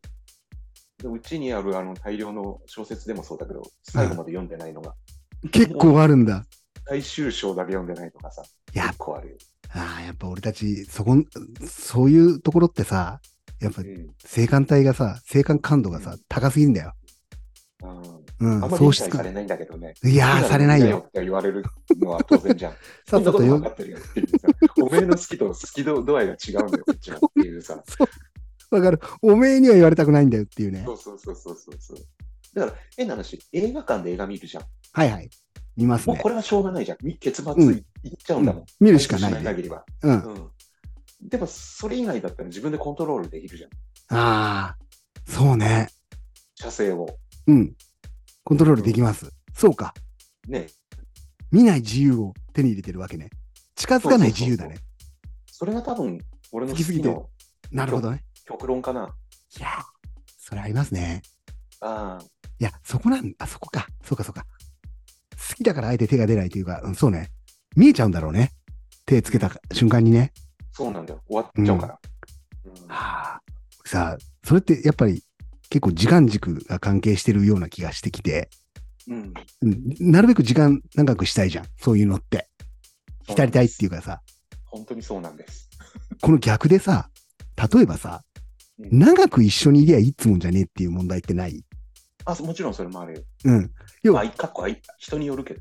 S3: うちにある大量の小説でもそうだけど、最後まで読んでないのが。
S1: 結構あるんだ。
S3: 最終章だけ読んでないとかさ。結構あるよ。
S1: やっぱ俺たち、そういうところってさ、やっぱ性感感度がさ、高すぎんだよ。
S3: あんまり理解されないんだけどね。
S1: いやー、されないよ。
S3: って言われるのは当然じゃん。そんなこと分かってるよっていうさ。おめえの好きと好き度合いが違うんだよ、こっちはっていうさ。
S1: わかる。おめえには言われたくないんだよっていうね。
S3: そう。だから、変な話、映画館で映画見るじゃん。
S1: 見ますね。
S3: もうこれはしょうがないじゃん。結末いっちゃうんだもん。
S1: 見るしかないね。
S3: 限りは。でも、それ以外だったら自分でコントロールできるじ
S1: ゃん。そうね。
S3: 射精を。
S1: コントロールできます。そうか。
S3: ね。
S1: 見ない自由を手に入れてるわけね。近づかない自由だね。
S3: それが多分、俺の好きの。
S1: なるほどね。
S3: 極論かな。
S1: いや、それありますね。いや、そこか。そうか。好きだからあえて手が出ないというか、そうね。見えちゃうんだろうね。手つけた瞬間にね。
S3: そうなんだよ。終わっちゃうから。
S1: さあ、それってやっぱり結構時間軸が関係してるような気がしてきて、なるべく時間長くしたいじゃん。そういうのって。浸りたいっていうかさ。
S3: 本当にそうなんです。
S1: この逆でさ、例えばさ、長く一緒にいりゃいいつもんじゃねえっていう問題ってない？
S3: もちろんそれもあるよ。人によるけど。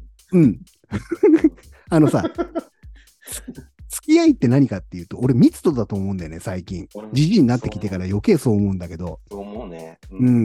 S3: さ、付き合いって何かっていうと、俺密度だと思うんだよね、最近。じじいになってきてから余計そう思うんだけど。 そう思うね。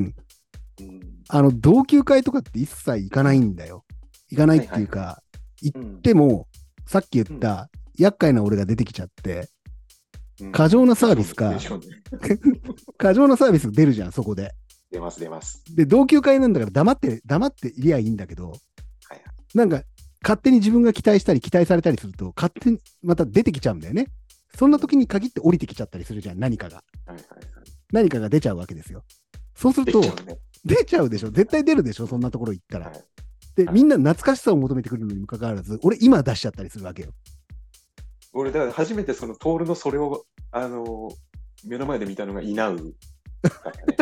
S1: 同級会とかって一切行かないんだよ。行かないっていうか、行っても、さっき言った、厄介な俺が出てきちゃって、過剰なサービスか、過剰なサービス出るじゃん、そこで。
S3: 出ます。
S1: で、同級会なんだから黙っていりゃいいんだけど、なんか、勝手に自分が期待したり期待されたりすると、勝手にまた出てきちゃうんだよね。そんな時に限って降りてきちゃったりするじゃん、何かが。何かが出ちゃうわけですよ。そうすると、出ちゃうでしょ。絶対出るでしょ、そんなところ行ったら。で、みんな懐かしさを求めてくるのにもかかわらず、俺今出しちゃったりするわけよ。
S3: 俺、だから初めてそのトールのそれを、目の前で見たのがイナウだったね。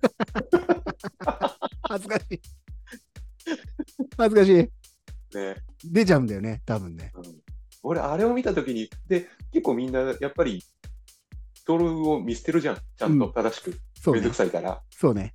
S1: 恥ずかしい。恥ずかしい。
S3: ね、
S1: 出ちゃうんだよね、多分ね。
S3: 俺、あれを見たときに、で、結構みんな、やっぱり、トールを見捨てるじゃん、ちゃんと正しく。めんどくさいから。
S1: そうね。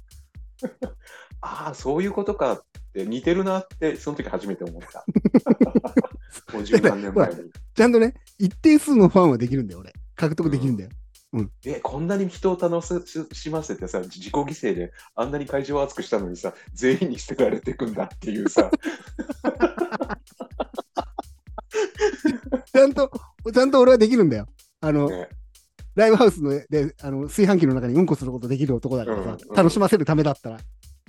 S3: そういうことかって似てるなって、その時初めて思った。もう十何年前に。
S1: ちゃんとね、 一定数のファンはできるんだよ、俺。獲得できるんだよ。
S3: こんなに人を楽しませてさ、自己犠牲であんなに会場を熱くしたのにさ、全員に捨てられていくんだっていうさ。
S1: ちゃんと俺はできるんだよ。ライブハウスで炊飯器の中にうんこすることできる男だからさ、楽しませるためだったら。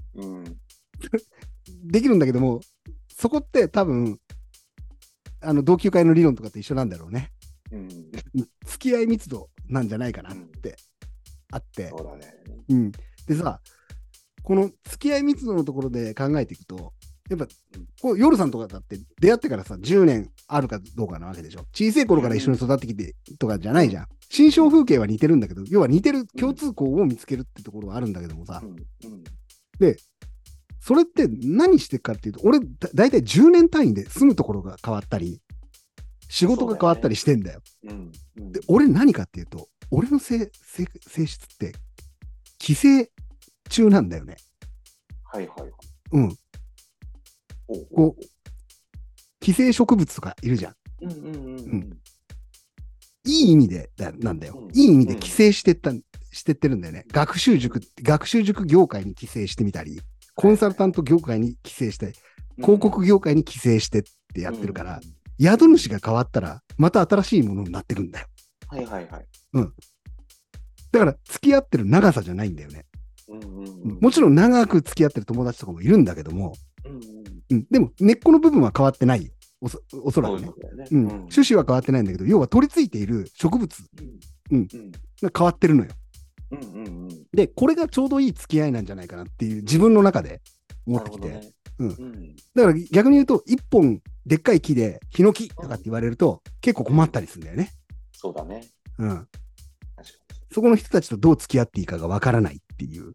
S1: できるんだけども、そこって多分、同級会の理論とかと一緒なんだろうね。付き合い密度なんじゃないかなってあって。
S3: そうだね。
S1: でさ、この付き合い密度のところで考えていくと、やっぱ、夜さんとかだって出会ってからさ、10年あるかどうかなわけでしょ。小さい頃から一緒に育ってきてとかじゃないじゃん。心象風景は似てるんだけど、要は似てる共通項を見つけるってところはあるんだけどもさ。で、それって何してくかっていうと、俺、だいたい10年単位で住むところが変わったり、仕事が変わったりしてんだよ。で、俺何かっていうと、俺の性質って、寄生虫なんだよね。
S3: はいはいはい。
S1: こう、寄生植物とかいるじゃん。いい意味でなんだよ。いい意味で寄生してってるんだよね。学習塾業界に寄生してみたり、コンサルタント業界に寄生して、広告業界に寄生してってやってるから、宿主が変わったら、また新しいものになってくんだよ。
S3: はいはいはい。
S1: だから、付き合ってる長さじゃないんだよね。もちろん長く付き合ってる友達とかもいるんだけども、でも根っこの部分は変わってないよ。おそらくね。趣旨は変わってないんだけど、要は取り付いている植物、が変わってるのよ。で、これがちょうどいい付き合いなんじゃないかなっていう自分の中で思ってきて。だから逆に言うと、一本でっかい木でヒノキとかって言われると結構困ったりするんだよね。
S3: そうだね。
S1: そこの人たちとどう付き合っていいかがわからないっていう。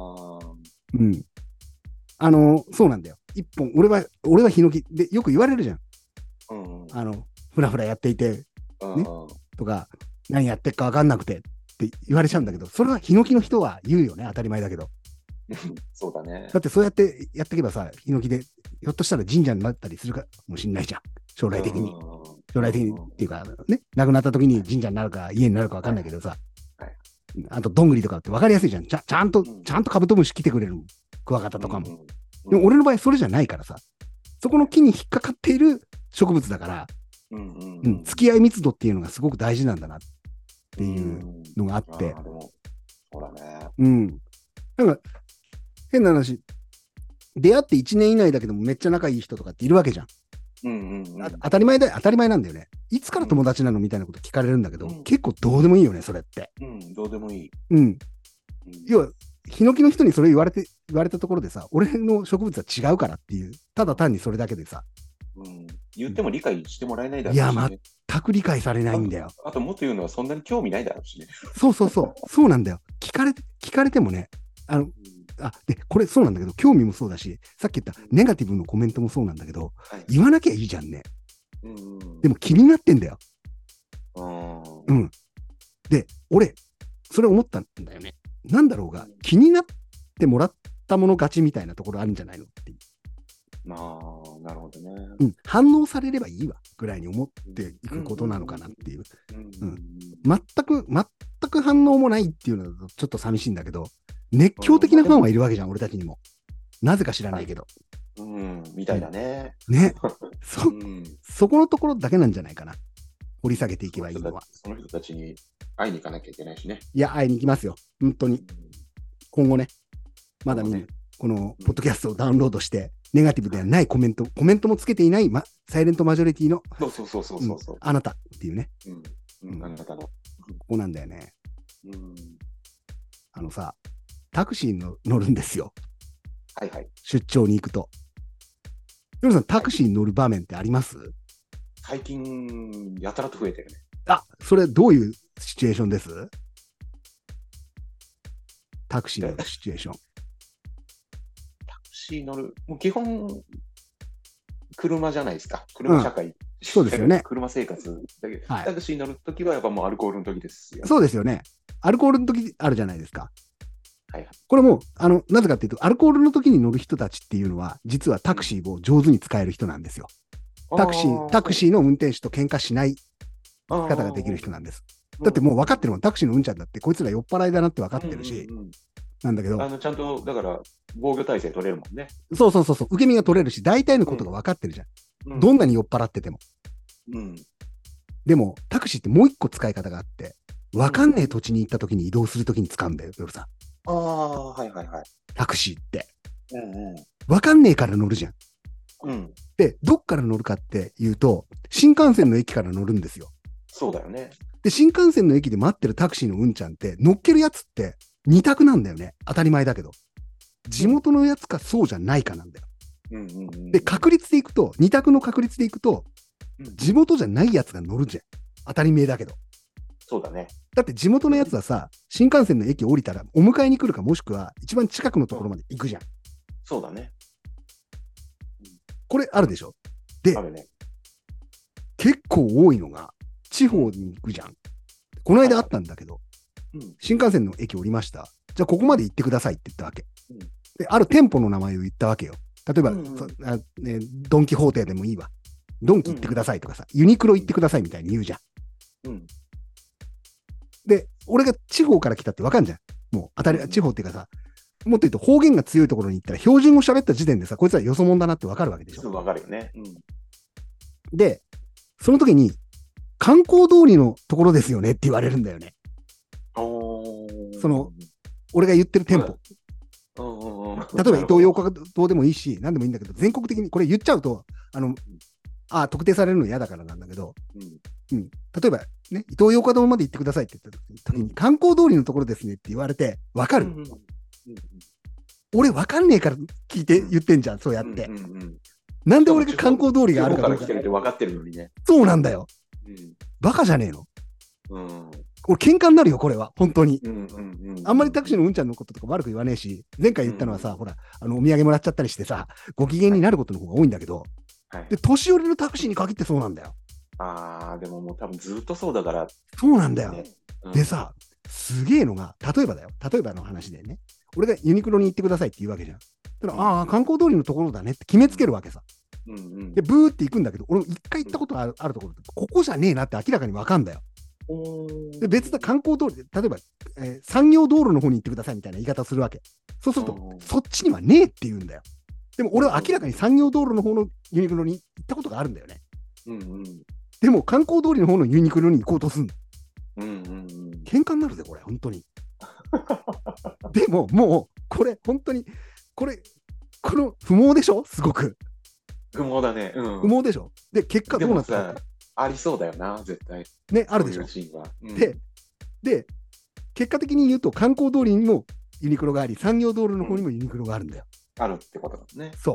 S1: そうなんだよ。一本、俺はヒノキでよく言われるじゃん。ふらふらやっていて、ね、とか、何やってっかわかんなくてって言われちゃうんだけど、それはヒノキの人は言うよね、当たり前だけど。
S3: そうだね。
S1: だってそうやってやっていけばさ、ヒノキで、ひょっとしたら神社になったりするかもしんないじゃん。将来的にっていうか、ね、亡くなった時に神社になるか家になるかわかんないけどさ、あとどんぐりとかってわかりやすいじゃん。ちゃんとカブトムシ来てくれるクワガタとかも。でも俺の場合それじゃないからさ、そこの木に引っかかっている植物だから、付き合い密度っていうのがすごく大事なんだなっていうのがあって。
S3: そうだね。
S1: なんか、変な話、出会って1年以内だけどもめっちゃ仲いい人とかっているわけじゃん。当たり前なんだよね。いつから友達なのみたいなこと聞かれるんだけど、結構どうでもいいよね、それって。
S3: どうでもいい。
S1: 要は、ヒノキの人にそれ言われたところでさ、俺の植物は違うからっていう、ただ単にそれだけでさ。
S3: 言っても理解してもらえないだろうし、ね。
S1: いや、全く理解されないんだよ。
S3: あともっと言うのはそんなに興味ないだろうしね。
S1: そうなんだよ。聞かれてもね、で、これそうなんだけど、興味もそうだし、さっき言ったネガティブのコメントもそうなんだけど、言わなきゃいいじゃんね。でも気になってんだよ。で、俺、それ思ったんだよね。なんだろうが、気になってもらったもの勝ちみたいなところあるんじゃないのっていう。
S3: なるほどね。
S1: 反応されればいいわ、ぐらいに思っていくことなのかなっていう。全く反応もないっていうのだとちょっと寂しいんだけど、熱狂的なファンはいるわけじゃん、俺たちにも。なぜか知らないけど。
S3: みたいだね。
S1: ね。そこのところだけなんじゃないかな。掘り下げていけばいいのは。
S3: その人たちに会いに行かなきゃいけないしね。
S1: いや、会いに行きますよ。本当に。今後ね、まだこのポッドキャストをダウンロードして、ネガティブではないコメントもつけていない、サイレントマジョリティの、あなたっていうね。
S3: あなたの。こ
S1: こなんだよね。さ、タクシーに乗るんですよ。出張に行くと。ヨルさん、タクシーに乗る場面ってあります？
S3: 最近、やたらと増えてるね。
S1: それどういうシチュエーションです？タクシーのシチュエーション。
S3: タクシー乗る、もう基本、車じゃないですか。車社会。
S1: そうですよね。
S3: 車生活だけど、タクシー乗るときはやっぱもうアルコールの時ですよね。
S1: そうですよね。アルコールの時あるじゃないですか。これも、なぜかっていうと、アルコールの時に乗る人たちっていうのは、実はタクシーを上手に使える人なんですよ。タクシーの運転手と喧嘩しないき方ができる人なんです。だってもう分かってるもん、タクシーのうんちゃんだって、こいつら酔っ払いだなって分かってるし、なんだけど。
S3: ちゃんと、だから、防御体制取れるもんね。
S1: そうそうそうそう、受け身が取れるし、大体のことが分かってるじゃん。どんなに酔っ払ってても。でも、タクシーってもう一個使い方があって、分かんねえ土地に行った時に移動する時に使うんだよ、夜さん。
S3: ああ、はいはいはい。
S1: タクシーって。分かんねえから乗るじゃん。で、どっから乗るかっていうと、新幹線の駅から乗るんですよ。
S3: そうだよね。
S1: で、新幹線の駅で待ってるタクシーのうんちゃんって、乗っけるやつって2択なんだよね。当たり前だけど。地元のやつかそうじゃないかなんだよ。で、確率でいくと、2択の確率でいくと、地元じゃないやつが乗るじゃん。当たり前だけど。
S3: そうだね。
S1: だって地元のやつはさ、新幹線の駅降りたらお迎えに来るか、もしくは一番近くのところまで行くじゃん。
S3: そうだね。
S1: これあるでしょ。で、結構多いのが、地方に行くじゃん。この間あったんだけど、新幹線の駅降りました。じゃあここまで行ってくださいって言ったわけ。で、ある店舗の名前を言ったわけよ。例えば、ドンキホーテでもいいわ。ドンキ行ってくださいとかさ、ユニクロ行ってくださいみたいに言うじゃん。で、俺が地方から来たってわかんじゃん。もう当たり、地方っていうかさ、もっと言うと方言が強いところに行ったら標準語喋った時点でさ、こいつはよそ者だなってわかるわけでしょ。
S3: わかるよね。
S1: で、その時に、観光通りのところですよねって言われるんだよね。その、俺が言ってる店舗。例えば、イトーヨーカドーでもいいし、何でもいいんだけど、全国的にこれ言っちゃうと、特定されるの嫌だからなんだけど、例えば、ね、イトーヨーカドーまで行ってくださいって言った時に、観光通りのところですねって言われて、わかる？俺わかんねえから聞いて言ってんじゃん、そうやって。なんで俺が観光通りがあるかどうか。
S3: 分かってるのにね。
S1: そうなんだよ。バカじゃねえの。俺喧嘩になるよ、これは。本当に。あんまりタクシーのうんちゃんのこととか悪く言わねえし、前回言ったのはさ、ほら、お土産もらっちゃったりしてさ、ご機嫌になることの方が多いんだけど、で、年寄りのタクシーに限ってそうなんだよ。
S3: でももう多分ずっとそうだから。
S1: そうなんだよ。でさ、すげえのが、例えばの話でね、俺がユニクロに行ってくださいって言うわけじゃん。だから観光通りのところだねって決めつけるわけさ。で、ブーって行くんだけど、俺も一回行ったことあるところって、ここじゃねえなって明らかにわかんだよ。で、別な観光通り、例えば、産業道路の方に行ってくださいみたいな言い方するわけ。そうすると、そっちにはねえって言うんだよ。でも俺は明らかに産業道路の方のユニクロに行ったことがあるんだよね。でも観光通りの方のユニクロに行こうとすんの。喧嘩になるぜ、これ、本当に。でも、もう、これ、本当に、この不毛でしょ？すごく。
S3: 不毛だね。
S1: 不毛でしょ？で、結果どうなったか。
S3: ありそうだよな、絶対。
S1: ね、あるでしょ。で、結果的に言うと、観光通りにもユニクロがあり、産業道路の方にもユニクロがあるんだよ。
S3: あるってことだね。
S1: そう。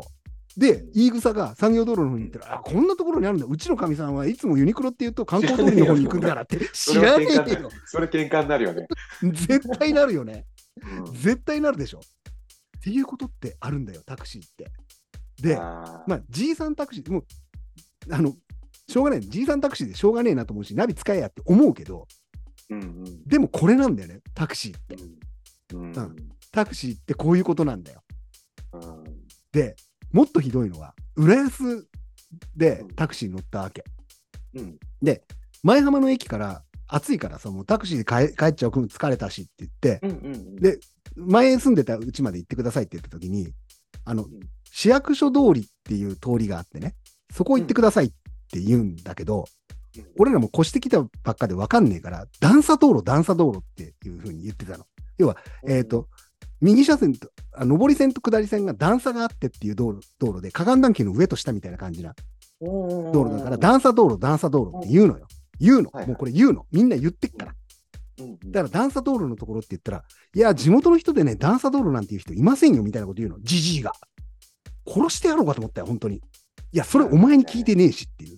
S1: で、言い草が産業道路の方に行ったら、こんなところにあるんだ。うちのかみさんはいつもユニクロって言うと観光通りの方に行くんだからって。知らねえよ。
S3: それ喧嘩になるよね。
S1: 絶対なるよね。絶対なるでしょ。っていうことってあるんだよ、タクシーって。で、じいさんタクシー、もう、しょうがない。じいさんタクシーでしょうがねえなと思うし、ナビ使えやって思うけど、でもこれなんだよね、タクシーって。タクシーってこういうことなんだよ。で、もっとひどいのは、浦安でタクシーに乗ったわけ。で、前浜の駅から暑いからさ、もうタクシーで帰っちゃう、疲れたしって言って、で、前住んでた家まで行ってくださいって言った時に、市役所通りっていう通りがあってね、そこ行ってくださいって言うんだけど、俺らも越してきたばっかで分かんねえから、段差道路っていう風に言ってたの。要は、右車線と、上り線と下り線が段差があってっていう道路で、河岸段丘の上と下みたいな感じな道路だから、段差道路って言うのよ。もうこれ言うの。みんな言ってっから。だから段差道路のところって言ったら、いや、地元の人でね、段差道路なんていう人いませんよみたいなこと言うの。じじいが。殺してやろうかと思ったよ、本当に。いや、それお前に聞いてねえしっていう。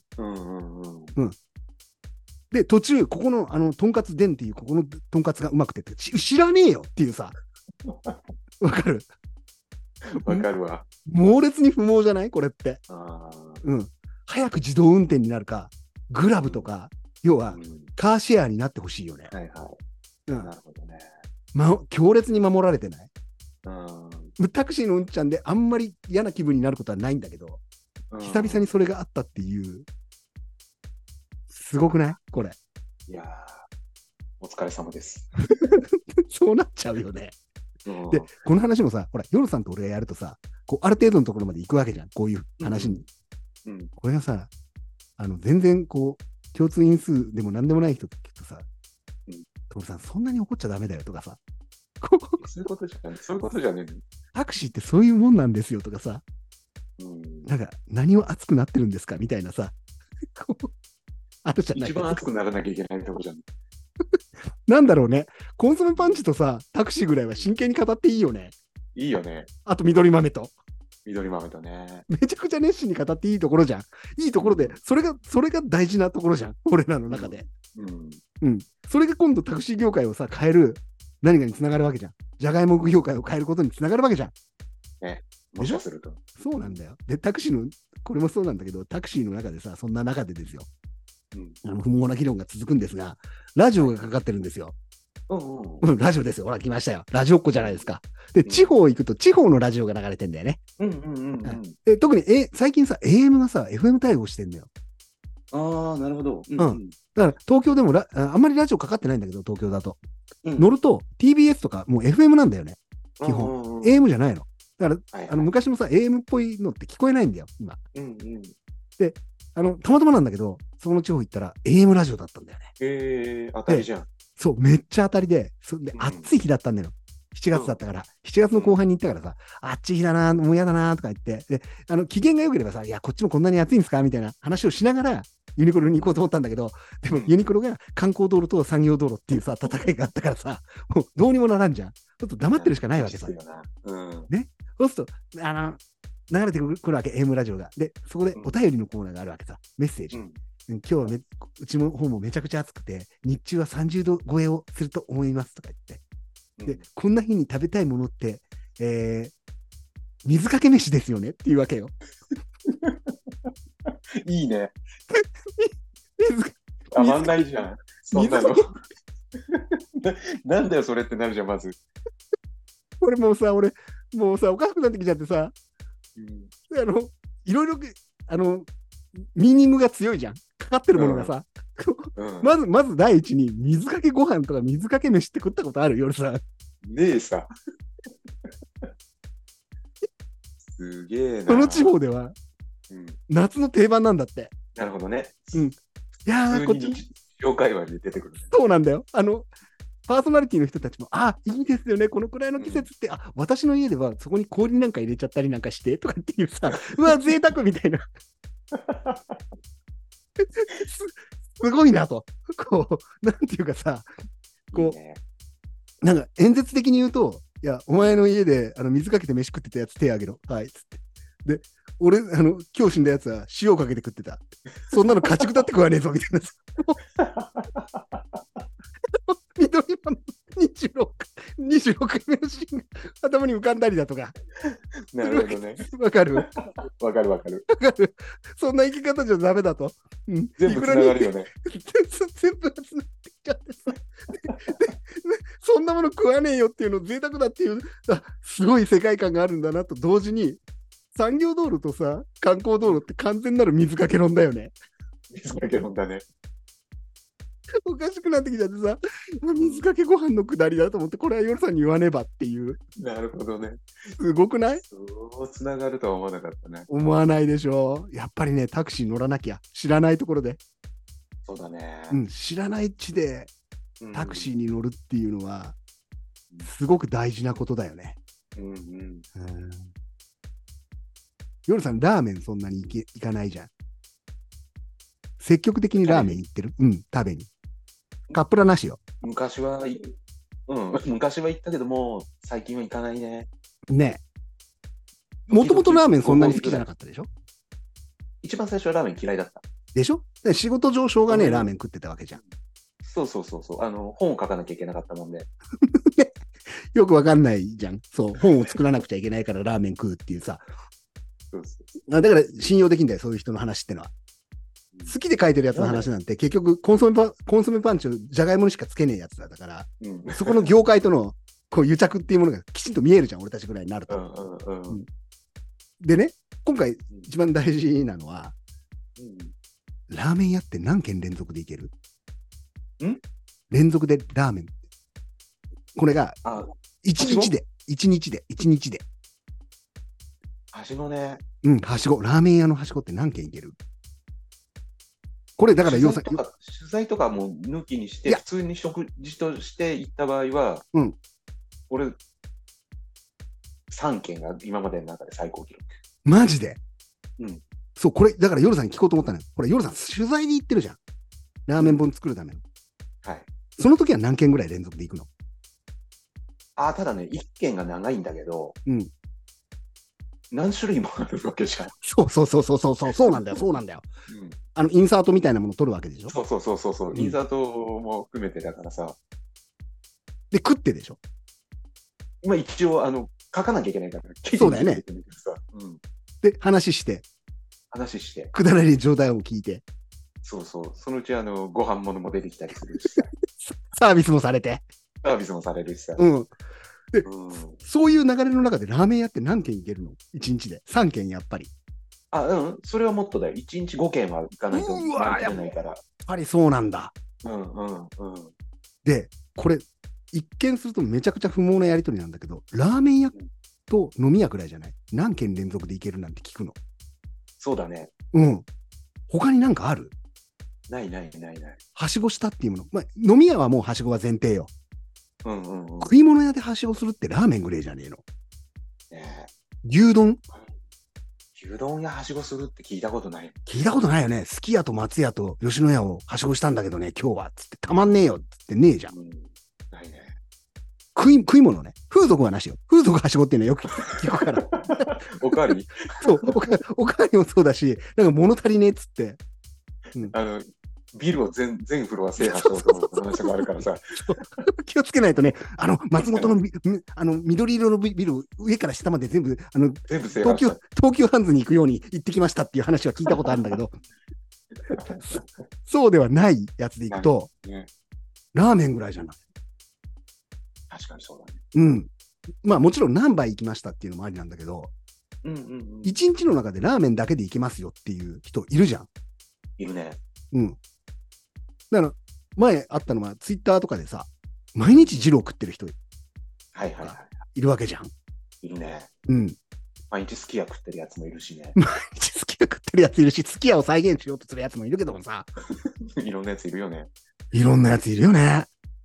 S1: で、途中、ここの、とんかつ店っていう、ここのとんかつがうまくてって、知らねえよっていうさ。わかる？
S3: わかるわ。
S1: 猛烈に不毛じゃないこれって。早く自動運転になるか、グラブとか、要は、カーシェアになってほしいよね。なるほどね。強烈に守られてない？タクシーのうんちゃんであんまり嫌な気分になることはないんだけど、久々にそれがあったっていう、すごくないこれ。
S3: いやー、お疲れ様です。
S1: そうなっちゃうよね。で、この話もさ、ほら、夜さんと俺がやるとさ、こうある程度のところまで行くわけじゃん、こういう話に。これがさ、全然こう、共通因数でも何でもない人と聞くとさ、徹さん、そんなに怒っちゃダメだよとかさ、
S3: そういうことじゃねそういうことじゃねえの。
S1: タクシーってそういうもんなんですよとかさ、なんか、何を熱くなってるんですかみたいなさ、あるじゃないですか。
S3: 一番熱くならなきゃいけないとこじゃん。
S1: なんだろうね、コンソメパンチとさ、タクシーぐらいは真剣に語っていいよね。
S3: いいよね。
S1: あと、緑豆と。
S3: 緑豆とね。
S1: めちゃくちゃ熱心に語っていいところじゃん。いいところで、それが大事なところじゃん。俺らの中で。それが今度タクシー業界をさ、変える何かにつながるわけじゃん。じゃがいも業界を変えることにつながるわけじゃん。
S3: ね。もしかすると。
S1: そうなんだよ。で、タクシーの、これもそうなんだけど、タクシーの中でさ、そんな中でですよ。不毛な議論が続くんですが、ラジオがかかってるんですよ。ラジオですよ。ほら、来ましたよ。ラジオっ子じゃないですか。で、地方行くと、地方のラジオが流れてんだよね。特に、最近さ、AM がさ、FM 対応してんだよ。
S3: ああ、なるほど。
S1: だから、東京でもあんまりラジオかかってないんだけど、東京だと。乗ると、TBS とか、もう FM なんだよね。基本。AM じゃないの。だから、昔のさ、AM っぽいのって聞こえないんだよ、今。で、たまたまなんだけど、その地方行ったら AM ラジオだったんだよね。
S3: 当たりじゃん。
S1: そう、めっちゃ当たりで、暑い日だったんだよ。7月だったから、7月の後半に行ったからさ、暑い日だな、もう嫌だな、とか言って、で、機嫌が良ければさ、いや、こっちもこんなに暑いんですかみたいな話をしながら、ユニクロに行こうと思ったんだけど、でもユニクロが観光道路と産業道路っていうさ、戦いがあったからさ、もうどうにもならんじゃん。ちょっと黙ってるしかないわけさ。ね。そうすると、流れてくるわけ、AM ラジオが。で、そこでお便りのコーナーがあるわけさ、メッセージ。今日はうちの方もめちゃくちゃ暑くて、日中は30度超えをすると思いますとか言って。で、こんな日に食べたいものって、水かけ飯ですよねっていうわけよ。
S3: いいね。たまんないじゃん。そんなの。なんだよ、それってなるじゃん、まず。
S1: 俺もうさ、おかしくなってきちゃってさ、いろいろ、ミーニングが強いじゃん。かかってるものがさ。まず第一に、水かけご飯とか水かけ飯って食ったことある？夜さ。ね
S3: えさ。すげえな。
S1: その地方では、夏の定番なんだって。
S3: なるほどね。
S1: いやー、こっち。
S3: 業界話に出てくる、ね。
S1: そうなんだよ。パーソナリティの人たちも、いいですよね、このくらいの季節って、私の家ではそこに氷なんか入れちゃったりなんかして、とかっていうさ、うわ、贅沢みたいな。すごいなと。こう、なんていうかさ、こう、なんか演説的に言うと、いや、お前の家で水かけて飯食ってたやつ手あげろ。はい、つって。で、俺、今日死んだやつは塩かけて食ってた。そんなの家畜だって食わねえぞ、みたいな。緑の26回目のシーンが頭に浮かんだりだとか。
S3: なるほどね。
S1: わかる？
S3: わかる。
S1: そんな生き方じゃダメだと。
S3: 全部つながるよね。
S1: 全部つながってきちゃってさ。そんなもの食わねえよっていうの贅沢だっていう、すごい世界観があるんだなと同時に、産業道路とさ、観光道路って完全なる水かけ論だよね。
S3: 水かけ論だね。
S1: おかしくなってきちゃってさ、水かけご飯のくだりだと思って、これは夜さんに言わねばっていう。
S3: なるほどね。
S1: すごくない？
S3: そうつながるとは思わなかったね。
S1: 思わないでしょ。やっぱりね、タクシー乗らなきゃ。知らないところで。
S3: そうだね。
S1: 知らない地でタクシーに乗るっていうのは、すごく大事なことだよね。夜さん、ラーメンそんなに行かないじゃん。積極的にラーメン行ってる？食べに。カップラなしよ。
S3: 昔は行ったけども、最近は行かないね。
S1: ねえ。もともとラーメンそんなに好きじゃなかったでしょ？
S3: 一番最初はラーメン嫌いだった。
S1: でしょ？仕事上しょうがねえラーメン食ってたわけじゃん。
S3: そう。本を書かなきゃいけなかったもんで。
S1: よくわかんないじゃん。そう。本を作らなくちゃいけないからラーメン食うっていうさ。だから信用できんだよ、そういう人の話ってのは。好きで書いてるやつの話なんて結局コンソメパンチをじゃがいもにしかつけねえやつだから、そこの業界とのこう癒着っていうものがきちんと見えるじゃん、俺たちぐらいになると。でね、今回一番大事なのは、ラーメン屋って何軒連続でいける？ 連続でラーメン。これが、1日で。
S3: はしごね。
S1: はしご。ラーメン屋のはしごって何軒いける？これだから
S3: 取材とかも抜きにして、普通に食事として行った場合は、俺、3件が今までの中で最高記録。
S1: マジで？そう、これ、だから夜さんに聞こうと思ったのよ。これ夜さん取材で行ってるじゃん。ラーメン本作るための。
S3: はい。
S1: その時は何件ぐらい連続で行くの？
S3: ただね、1件が長いんだけど、何種類もあるわけじゃん。
S1: そうなんだよ。インサートみたいなものを取るわけでしょ。
S3: そう。インサートも含めてだからさ。
S1: で、食ってでしょ。
S3: 一応、書かなきゃいけないから。
S1: そうだよね。で、話して。くだらない状態を聞いて。
S3: そう。そのうち、ご飯物も出てきたりするしさ。
S1: サービスもされて。
S3: サービスもされるしさ。
S1: で、そういう流れの中でラーメン屋って何軒行けるの ?1 日で。3軒やっぱり。
S3: それはもっとだよ。1日5軒は行かないといけないから。やっ
S1: ぱりそうなんだ。で、これ、一見するとめちゃくちゃ不毛なやりとりなんだけど、ラーメン屋と飲み屋くらいじゃない？何軒連続で行けるなんて聞くの。
S3: そうだね。
S1: 他になんかある？
S3: ない。
S1: はしごしたっていうもの。飲み屋はもうはしごは前提よ。食い物屋ではしごするってラーメンぐらいじゃねえの。牛丼
S3: 屋はしごするって聞いたことない。
S1: 聞いたことないよね。すき家と松屋と吉野家をはしごしたんだけどね、今日は。つってたまんねえよ。つってねえじゃん。
S3: ないね。
S1: 食い物ね。風俗はなしよ。風俗はしごっていうのはよく聞くから。
S3: おかわり
S1: そう、おかわりもそうだし、なんか物足りねえっつって。
S3: ビルを全フロア制覇しようと思う話があるからさ。
S1: 気をつけないとね、松本の緑色のビルを上から下まで全部、東急ハンズに行くように行ってきましたっていう話は聞いたことあるんだけど、そうではないやつで行くと、ラーメンぐらいじゃない。
S3: 確かにそうだね。
S1: もちろん何杯行きましたっていうのもありなんだけど、一日の中でラーメンだけで行けますよっていう人いるじゃん。
S3: いるね。
S1: だから、前あったのは、ツイッターとかでさ、毎日二郎食ってる人いるわけじゃん。
S3: いるね。毎日すき家食ってるやつもいるしね。
S1: 毎日すき家食ってるやついるし、すき家を再現しようとするやつもいるけどもさ。
S3: いろんなやついるよね。
S1: いろんなやついるよね。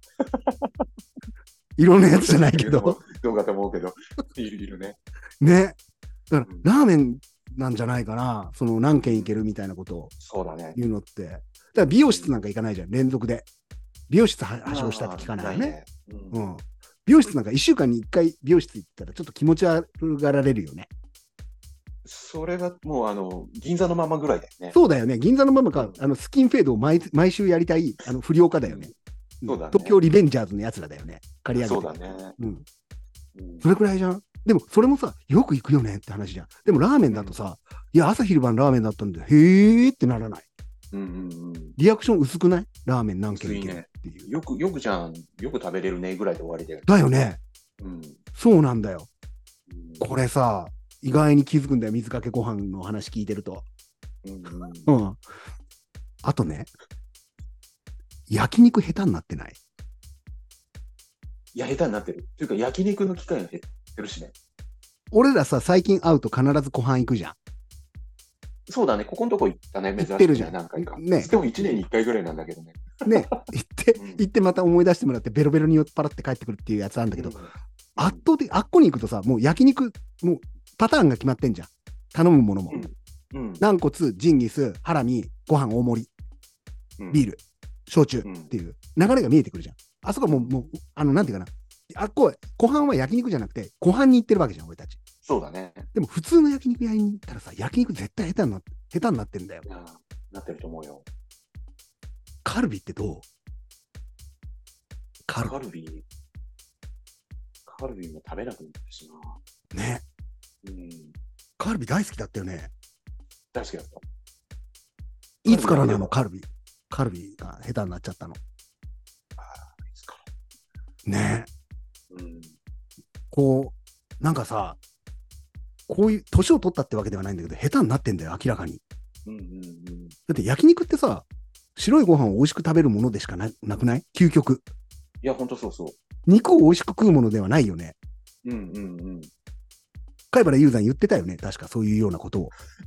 S1: いろんなやつじゃないけど。
S3: どうかと思うけど、いるね。
S1: ね。だから、ラーメンなんじゃないかな。その何軒行けるみたいなことを言うのって。だから美容室なんか行かないじゃん、連続で。美容室はしごしたって聞かないよね。美容室なんか1週間に1回美容室行ったらちょっと気持ち悪がられるよね。
S3: それがもう銀座のままぐらいだよね。
S1: そうだよね。銀座のままか、スキンフェードを毎週やりたい不良家だよね。
S3: そうだね。
S1: 東京リベンジャーズのやつらだよね。借り上げて。
S3: そうだね。
S1: それくらいじゃん。でも、それもさ、よく行くよねって話じゃん。でも、ラーメンだとさ、いや、朝昼晩ラーメンだったんで、へーってならない。リアクション薄くない？ラーメン何軒行けるっていう。
S3: よくじゃん。よく食べれるねぐらいで終わりだよ。
S1: だよね。そうなんだよ。これさ、意外に気づくんだよ。水かけご飯の話聞いてると。あとね、焼肉下手になってない？
S3: いや、下手になってる。っていうか、焼肉の機会が減ってるしね。
S1: 俺らさ、最近会うと必ず湖畔行くじゃん。
S3: そうだね、ここのとこ行ったね、珍しい、
S1: 行ってるじゃん。
S3: 何回か。
S1: ね。
S3: でも1年に1回ぐらいなんだけどね。
S1: ね、行ってまた思い出してもらって、ベロベロに酔っ払って帰ってくるっていうやつなんだけど、圧倒的、あっこに行くとさ、もう焼肉、もうパターンが決まってんじゃん。頼むものも。軟骨、ジンギス、ハラミ、ご飯大盛り、ビール、焼酎っていう流れが見えてくるじゃん。あそこはもう、なんていうかな。あっこ、湖畔は焼肉じゃなくて、湖畔に行ってるわけじゃん、俺たち。
S3: そうだね。
S1: でも普通の焼肉屋に行ったらさ、焼肉絶対下手になってんだよ。
S3: なってると思うよ。
S1: カルビってどう？
S3: カルビも食べなくなったし
S1: な。ね。カルビ大好きだったよね。
S3: 大好きだった。
S1: いつからなの、カルビが下手になっちゃったの。
S3: いつか。
S1: ね。こう、なんかさ、こういう、年を取ったってわけではないんだけど、下手になってんだよ、明らかに。だって焼肉ってさ、 白いご飯を美味しく食べるものでしかなくない？究極。
S3: いや、ほんとそうそう。
S1: 肉を美味しく食うものではないよね。
S3: うんうんうん。
S1: 貝原雄山言ってたよね。確かそういうようなことを。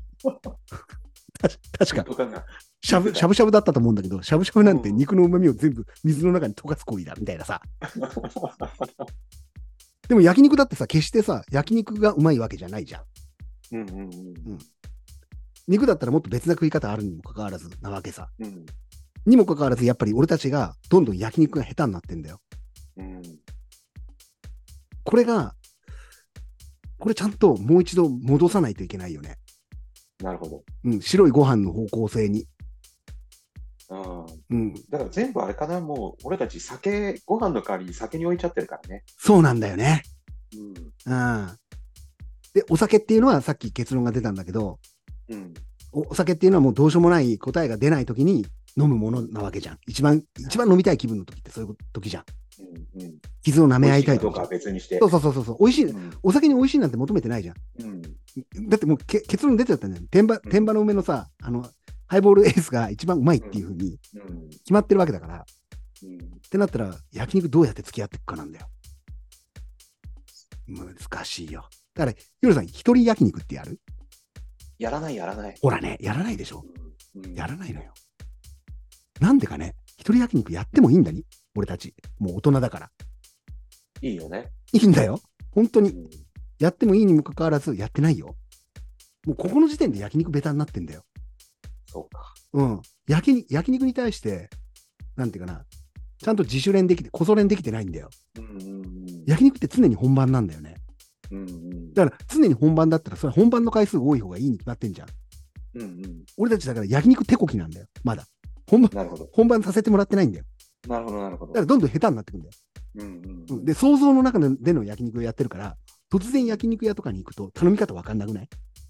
S1: 確か。しゃぶしゃぶだったと思うんだけど、しゃぶしゃぶなんて肉の旨味を全部水の中に溶かす行為だみたいなさ。でも焼肉だってさ、決してさ、焼肉がうまいわけじゃないじゃん。うんうんうん。肉だったらもっと別な食い方あるにもかかわらずなわけさ。にもかかわらず、やっぱり俺たちがどんどん焼肉が下手になってんだよ。これちゃんともう一度戻さないといけないよね。
S3: なるほど。
S1: 白いご飯の方向性に。
S3: だから全部あれかな、もう俺たちご飯の代わりに酒に置いちゃってるからね。
S1: そうなんだよね。で、お酒っていうのはさっき結論が出たんだけど、お酒っていうのはもうどうしようもない答えが出ないときに飲むものなわけじゃん。一番飲みたい気分の時ってそういう時じゃん。傷を舐め合いたいとか。
S3: 別にして。
S1: そう。美味しい、お酒に美味しいなんて求めてないじゃん。だってもう結論出ちゃったんだよ。天場の梅のさ、ハイボールエースが一番うまいっていうふうに決まってるわけだから。ってなったら、焼肉どうやって付き合っていくかなんだよ。難しいよ。だから、ヨルさん、一人焼肉ってやる？
S3: やらない。
S1: ほらね、やらないでしょ。やらないのよ。なんでかね、一人焼肉やってもいいんだに、俺たち。もう大人だから。
S3: いいよね。
S1: いいんだよ。本当に。やってもいいにもかかわらず、やってないよ。もうここの時点で焼肉ベタになってんだよ。
S3: そうか。
S1: 焼肉に対して、なんていうかな、ちゃんと自主練できて、こそ練できてないんだよ。焼肉って常に本番なんだよね。だから常に本番だったら、それは本番の回数多い方がいいに決まってんじゃん。俺たちだから焼肉手こきなんだよ、まだ。本番させてもらってないんだよ。
S3: なるほど。
S1: だからどんどん下手になってくんだよ。で、想像の中での焼肉をやってるから、突然焼肉屋とかに行くと頼み方わかんなくない？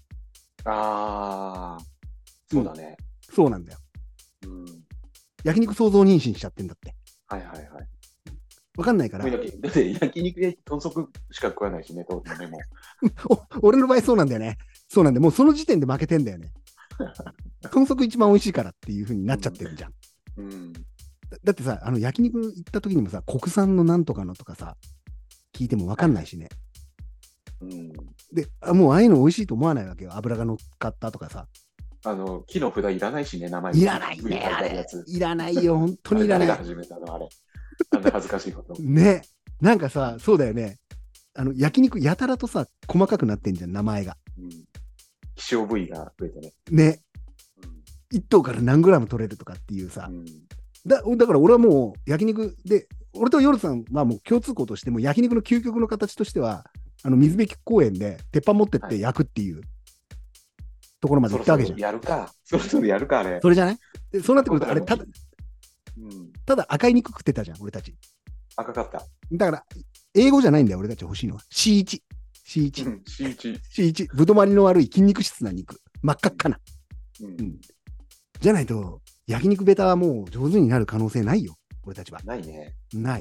S3: そうだね。
S1: そうなんだよ。焼肉想像妊娠しちゃってんだって。わかんないから。
S3: だって焼肉で豚足しか食わないしね、当然ね、も
S1: 俺の場合そうなんだよね。そうなんで、もうその時点で負けてんだよね。豚足一番美味しいからっていう風になっちゃってるじゃん。だってさ、焼肉行った時にもさ、国産のなんとかのとかさ、聞いてもわかんないしね。で、もうああいうの美味しいと思わないわけよ。油が乗っかったとかさ。
S3: 木の札いらないしね、名前
S1: いらないね、あれ。いらないよ、本当にいらない。
S3: 誰が始めたの、あれ。あんな恥ずかしいこと。
S1: ね。なんかさ、そうだよね。焼肉やたらとさ、細かくなってんじゃん、名前が。
S3: 希少部位が増えてね。
S1: ね。1頭から何グラム取れるとかっていうさ。だから俺はもう焼肉で、俺とヨルさんはもう共通項としても焼肉の究極の形としては、水辺公園で鉄板持ってって焼くっていうところまで行ったわけじゃん。
S3: そろそろやるか、あれ。
S1: それじゃない？でそうなってくると、あれ、ただ赤い肉食ってたじゃん、俺たち。
S3: 赤かった。
S1: だから、英語じゃないんだよ、俺たち欲しいのは。C1。C1。ぶどまりの悪い筋肉質な肉。真っ赤っかな。じゃないと、焼肉ベタはもう上手になる可能性ないよ、俺たちは。
S3: ないね。
S1: ない。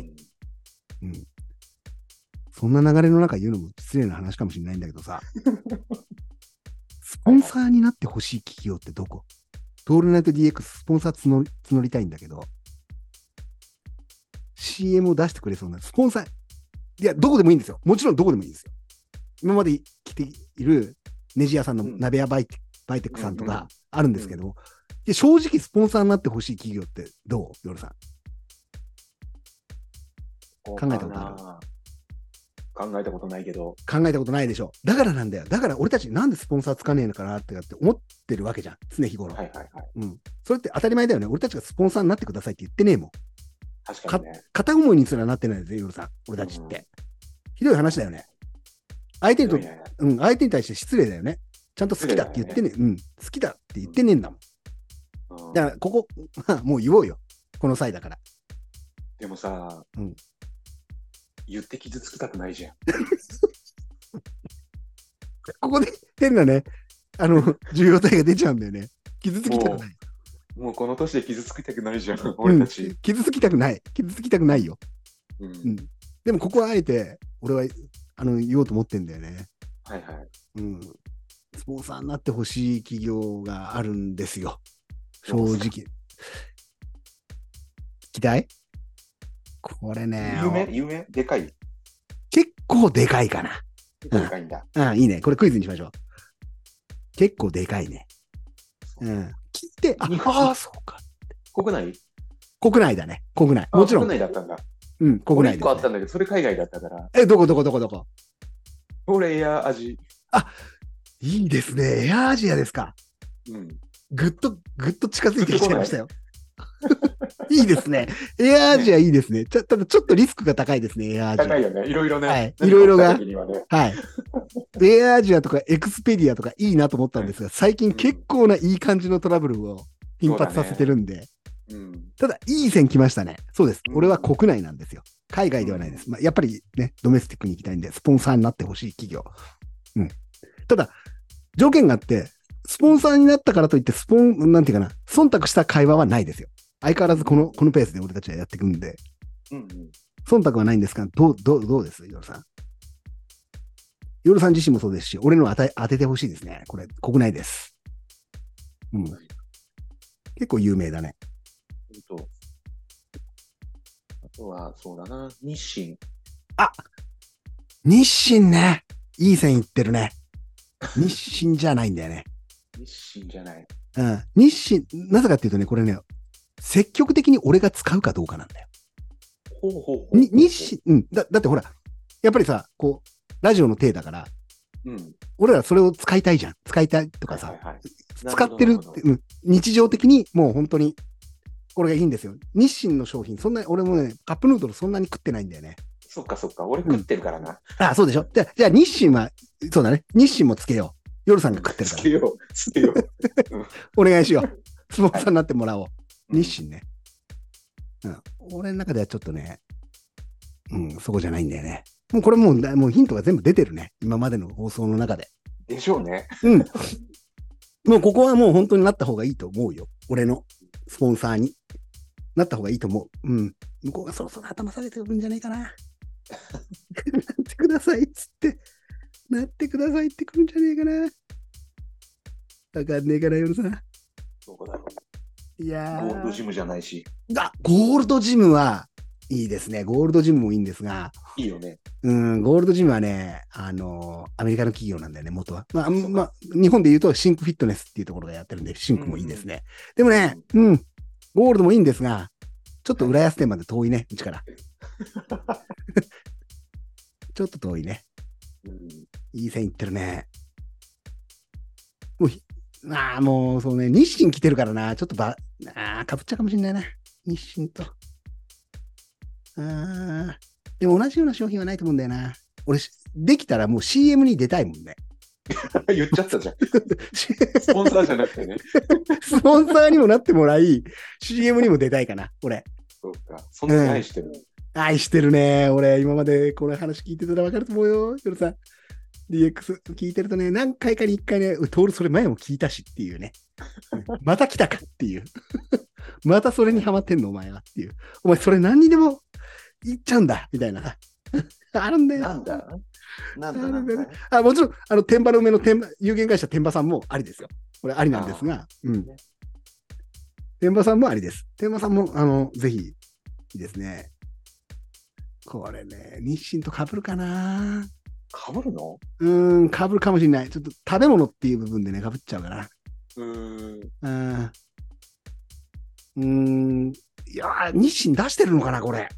S1: そんな流れの中言うのも失礼な話かもしれないんだけどさ、スポンサーになってほしい企業ってどこ？トールナイト DX スポンサー募りたいんだけど、CM を出してくれそうなスポンサー、いや、どこでもいいんですよ。もちろんどこでもいいんですよ。今まで来ているネジ屋さんの鍋屋バイテックさんとかあるんですけど、正直スポンサーになってほしい企業ってどう？ヨルさん。考えたことある？
S3: 考えたことないけど。
S1: 考えたことないでしょ。だからなんだよ。だから俺たちなんでスポンサーつかねえのかなって思ってるわけじゃん。常日頃。それって当たり前だよね。俺たちがスポンサーになってくださいって言ってねえもん。
S3: 確かにね。
S1: 片思いにすらなってないですよ、ヨルさん。俺たちって。ひどい話だよね。相手に対して失礼だよね。ちゃんと好きだって言ってね。好きだって言ってねえんだもん。だからここ、もう言おうよ。この際だから。
S3: でもさ、言って傷つきたくないじゃん。
S1: ここで変なね、重要体が出ちゃうんだよね。傷つきたくない。
S3: もうこの年で傷つきたくないじゃん、俺たち。
S1: 傷つきたくないよ。でもここはあえて、俺は言おうと思ってんだよね。スポンサーになってほしい企業があるんですよ。正直。 きたい？これね。
S3: 有名でかい？
S1: 結構でかいかな。
S3: 結構でかいんだ。
S1: いいね。これクイズにしましょう。結構でかいね。聞いて、そうか。
S3: 国内
S1: だね。国内。もちろん。
S3: 国内だったんだ。
S1: 国内です、ね。
S3: 1個あったんだけど、それ海外だったから。
S1: どこ
S3: 俺エアアジ。
S1: いいですね。エアアジアですか。ぐっと近づいてきちゃいましたよ。いいですね。エアアジアいいですね。ただちょっとリスクが高いですね、エアアジア。
S3: 高いよね。いろいろね。
S1: はい。いろいろが。はい。エアアジアとかエクスペディアとかいいなと思ったんですが、最近結構ないい感じのトラブルを頻発させてるんで。ただ、いい線来ましたね。そうです。俺は国内なんですよ。海外ではないです。やっぱりね、ドメスティックに行きたいんで、スポンサーになってほしい企業。ただ、条件があって、スポンサーになったからといって、なんていうかな、忖度した会話はないですよ。相変わらずこのペースで俺たちはやっていくんで。忖度はないんですが、どうですヨルさん。ヨルさん自身もそうですし、俺の当ててほしいですね。これ、国内です。結構有名だね。
S3: あとは、そうだな、日清。
S1: 日清ね。いい線いってるね。日清じゃないんだよね。
S3: 日清じゃない。
S1: 日清、なぜかっていうとね、これね、積極的に俺が使うかどうかなんだよ。日清、だってほら、やっぱりさ、こう、ラジオの体だから、俺らそれを使いたいじゃん。使いたいとかさ、使ってるって、日常的にもう本当に、これがいいんですよ。日清の商品、そんなに、俺もね、カップヌードルそんなに食ってないんだよね。
S3: そっか、俺食ってるからな。
S1: そうでしょ。じゃあ日清は、そうだね。日清もつけよう。夜さんが食ってるから。
S3: つけよう。
S1: お願いしよう。スポンサーになってもらおう。日清ね。俺の中ではちょっとね、そこじゃないんだよね。もうこれもうヒントが全部出てるね。今までの放送の中で。
S3: でしょうね。
S1: もうここはもう本当になった方がいいと思うよ。俺のスポンサーになった方がいいと思う。向こうがそろそろ頭下げてくるんじゃないかな。なってくださいっつって。なってくださいってくるんじゃねえかな。わかんねえかな、夜さん。
S3: どこだろ
S1: う。いや
S3: ゴールドジムじゃないし。
S1: ゴールドジムはいいですね。ゴールドジムもいいんですが。
S3: いいよね。
S1: ゴールドジムはね、アメリカの企業なんだよね、元は。日本で言うとシンクフィットネスっていうところがやってるんで、シンクもいいですね。でもね、ゴールドもいいんですが、ちょっと浦安店まで遠いね、うちから。ちょっと遠いね。いい線いってるね。もうそうね、日清来てるからな、ちょっとかぶっちゃうかもしれないな。日清と。でも同じような商品はないと思うんだよな。俺、できたらもう CM に出たいもんね。
S3: 言っちゃったじゃん。スポンサーじゃなくてね。
S1: スポンサーにもなってもらい、CM にも出たいかな、俺。
S3: そうか。そんなに愛してる。
S1: 愛してるね。俺、今までこの話聞いてたら分かると思うよ、ヨルさん。DX 聞いてるとね、何回かに1回ね、トールそれ前も聞いたしっていうね。また来たかっていう。またそれにハマってんのお前はっていう。お前それ何にでも言っちゃうんだみたいな。あるんだよ。
S3: なんだ
S1: もちろん、天場の梅の有限会社天場さんもありですよ。これありなんですが、天場さんもありです。天場さんも、ぜひ、いいですね。これね、日清と被るかな。
S3: 被るの？
S1: 被るかもしれない。ちょっと食べ物っていう部分でね、被っちゃうかな。いや日清出してるのかな、これ。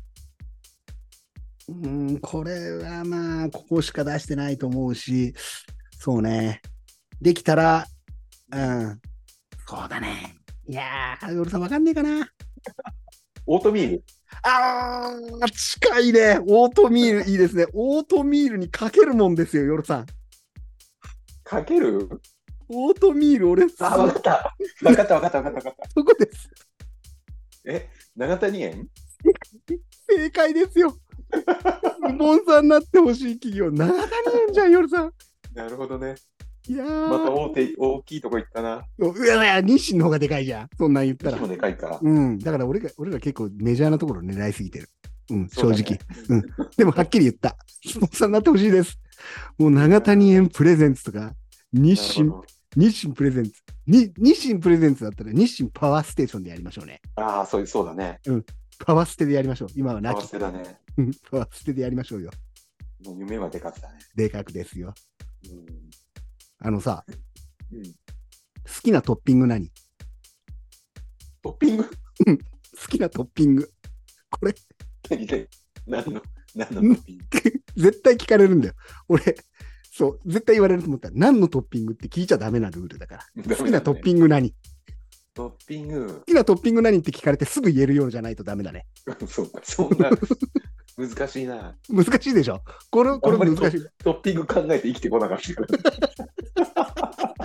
S1: これはここしか出してないと思うし、そうね。できたら、そうだね。いやー、夜さんわかんねえかな。
S3: オートミール。
S1: 近いね。オートミールいいですね。オートミールにかけるもんですよ、夜さん。
S3: かける？
S1: オートミール、俺
S3: わかった。わかった。
S1: そこです。
S3: 永谷園？
S1: 正解ですよ。スポンサーになってほしい企業、永谷園じゃん、夜さん。
S3: なるほどね。
S1: いや
S3: また大きいとこ行ったな。
S1: 日清の方がでかいじゃん。そんなん言ったら。
S3: 日清もでかいか。
S1: だから俺ら結構メジャーなところ狙いすぎてる。正直。でもはっきり言った。スポンサーになってほしいです。もう永谷園プレゼンツとか、日清プレゼンツ。日清プレゼンツだったら日清パワーステーションでやりましょうね。
S3: そうだね。
S1: パワー捨てでやりましょう。今はなき。
S3: パワー捨てだね。
S1: パワー捨てでやりましょうよ。
S3: もう夢はでかくだね。
S1: でかくですよ。さ、好きなトッピング何？
S3: トッピング？好
S1: きなトッピング。これ。
S3: 何のトッピング？
S1: 絶対聞かれるんだよ。俺、そう、絶対言われると思ったら、何のトッピングって聞いちゃダメなルールだから。好きなトッピング何？
S3: トッピング。
S1: 好きなトッピング何って聞かれてすぐ言えるようじゃないとダメだね。
S3: そうか、そんな難しいな。
S1: 難しいでしょ。これ難しい。
S3: トッピング考えて生きてこなかったから。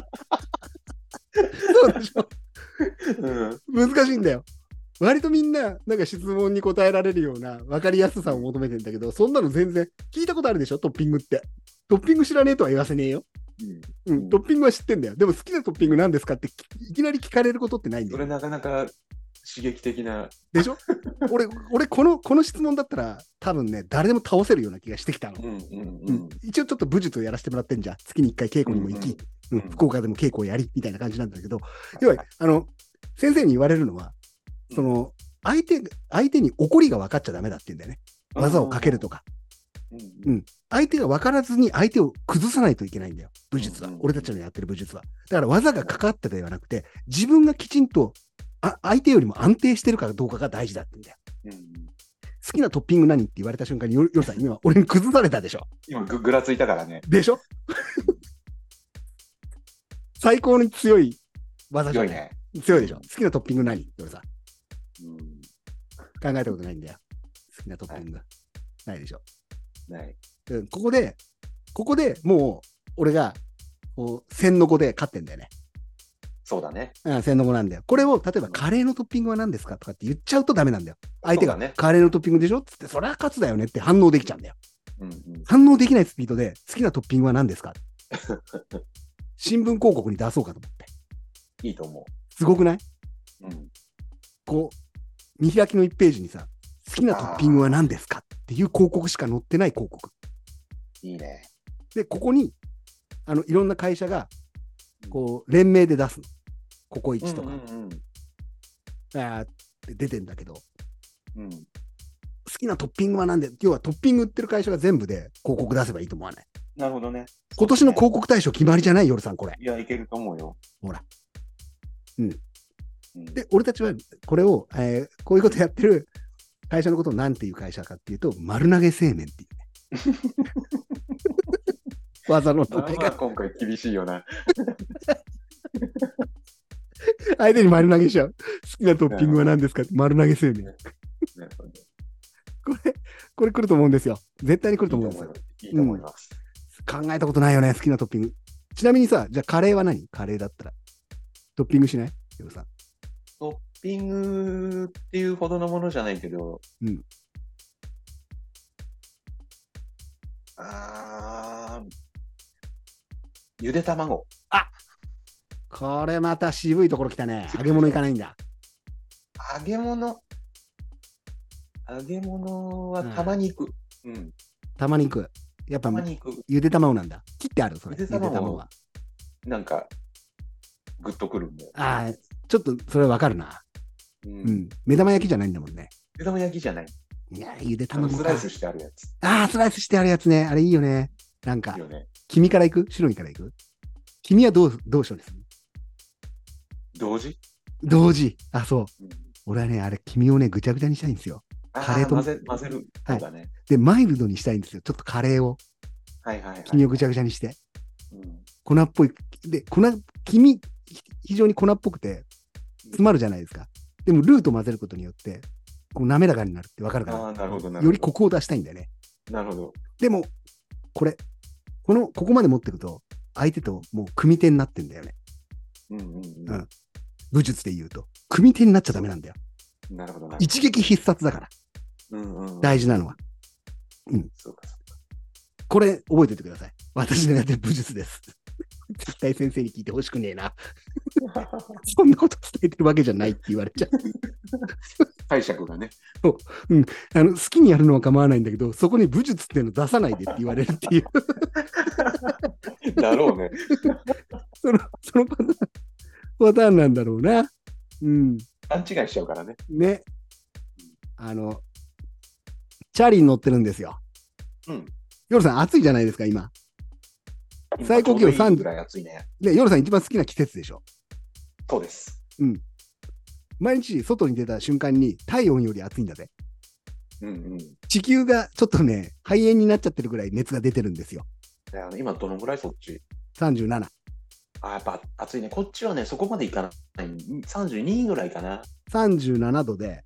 S1: そうでしょ。難しいんだよ。割とみんな、なんか質問に答えられるような分かりやすさを求めてんだけど、そんなの全然聞いたことあるでしょ、トッピングって。トッピング知らねえとは言わせねえよ。トッピングは知ってんだよ。でも好きなトッピング何ですかっていきなり聞かれることってないんだよ。
S3: それなかなか刺激的な。
S1: でしょ俺この質問だったら多分ね、誰でも倒せるような気がしてきたの。一応ちょっと武術をやらせてもらってんじゃん。月に1回稽古にも行き、福岡でも稽古をやりみたいな感じなんだけど、要は先生に言われるのは、相手に怒りが分かっちゃダメだって言うんだよね。技をかけるとか。相手が分からずに相手を崩さないといけないんだよ。武術は。俺たちのやってる武術は。だから技がかかったではなくて、自分がきちんと相手よりも安定してるかどうかが大事だって言うんだよ。好きなトッピング何って言われた瞬間に、よるさん、今俺に崩されたでしょ。
S3: 今ぐらついたからね。
S1: でしょ最高に強い技じゃない。強いね。強いでしょ。好きなトッピング何よるさん。考えたことないんだよ。好きなトッピング。ないでしょ。
S3: ない。
S1: ここでもう、俺が、1000の5で勝ってんだよね。
S3: そうだね。
S1: 1000の5なんだよ。これを、例えば、カレーのトッピングは何ですかとかって言っちゃうとダメなんだよ。相手が、カレーのトッピングでしょつって、それは勝つだよねって反応できちゃうんだよ。反応できないスピードで、好きなトッピングは何ですか新聞広告に出そうかと思って。
S3: いいと思う。
S1: すごくない？見開きの1ページにさ、好きなトッピングは何ですかっていう広告しか載ってない広告。い
S3: いね。
S1: で、ここに、いろんな会社が、連名で出すの。ココイチとか。って出てんだけど、好きなトッピングは何で、要はトッピング売ってる会社が全部で広告出せばいいと思わない？
S3: なるほどね。
S1: 今年の広告大賞決まりじゃない？夜さん、これ。
S3: いや、いけると思うよ。
S1: ほら。で、俺たちはこれを、こういうことやってる会社のことを何ていう会社かっていうと、丸投げ製麺っていうね。技の名前が。
S3: 今回厳しいよな。
S1: 相手に丸投げしちゃう。好きなトッピングは何ですかって丸投げ製麺。これ来ると思うんですよ。絶対に来ると思うんですよ。
S3: いいと思います。
S1: 考えたことないよね、好きなトッピング。ちなみにさ、じゃあカレーは何？カレーだったら。トッピングしない？ヨルさん。
S3: トッピングっていうほどのものじゃないけど、ゆで卵。
S1: これまた渋いところ来たね。揚げ物いかないんだ。
S3: 揚げ物は玉肉。
S1: 玉肉。やっぱゆで卵なんだ。切ってあるそれ。
S3: ゆで卵は。なんか、グッとくるんだよ。
S1: ちょっとそれわかるな。目玉焼きじゃないんだもんね。
S3: 目玉焼きじゃない。
S1: いや、ゆで卵。
S3: スライスしてあるやつ。
S1: スライスしてあるやつね。あれいいよね。なんか、黄身からいく？白身からいく？黄身はどう処理する？同時。そう。俺はね、あれ、黄身をね、ぐちゃぐちゃにしたいんですよ。カレーと
S3: 混ぜる。そうだね。
S1: で、マイルドにしたいんですよ。ちょっとカレーを。黄身をぐちゃぐちゃにして。粉っぽい。で、黄身、非常に粉っぽくて、詰まるじゃないですか。でも、ルーと混ぜることによって、滑らかになるってわかるかな？
S3: なるほど。
S1: よりコクを出したいんだよね。
S3: なるほど。
S1: でも、ここまで持っていくと、相手ともう組み手になってんだよね。武術で言うと、組み手になっちゃダメなんだよ。
S3: なるほど。
S1: 一撃必殺だから。大事なのは。これ、覚えておいてください。私のやってる武術です。絶対先生に聞いてほしくねえな。そんなこと伝えてるわけじゃないって言われちゃう。
S3: 解釈がね。
S1: 好きにやるのは構わないんだけど、そこに武術っていうの出さないでって言われるっていう。
S3: だろうね。
S1: そのパターンなんだろうな。
S3: 勘違いしちゃうからね。
S1: ね。 チャリに乗ってるんですよ。
S3: うん。
S1: 夜さん、暑いじゃないですか、今。最高気温
S3: 30ぐらい暑いね。
S1: で、夜さん一番好きな季節でしょ。
S3: そうです。
S1: うん。毎日外に出た瞬間に体温より暑いんだぜ。
S3: うんうん。
S1: 地球がちょっとね、肺炎になっちゃってるぐらい熱が出てるんですよ。
S3: 今どのぐらいそっち？
S1: 37。
S3: やっぱ暑いね。こっちはね、そこまでいかない。32ぐらいかな。
S1: 37度で、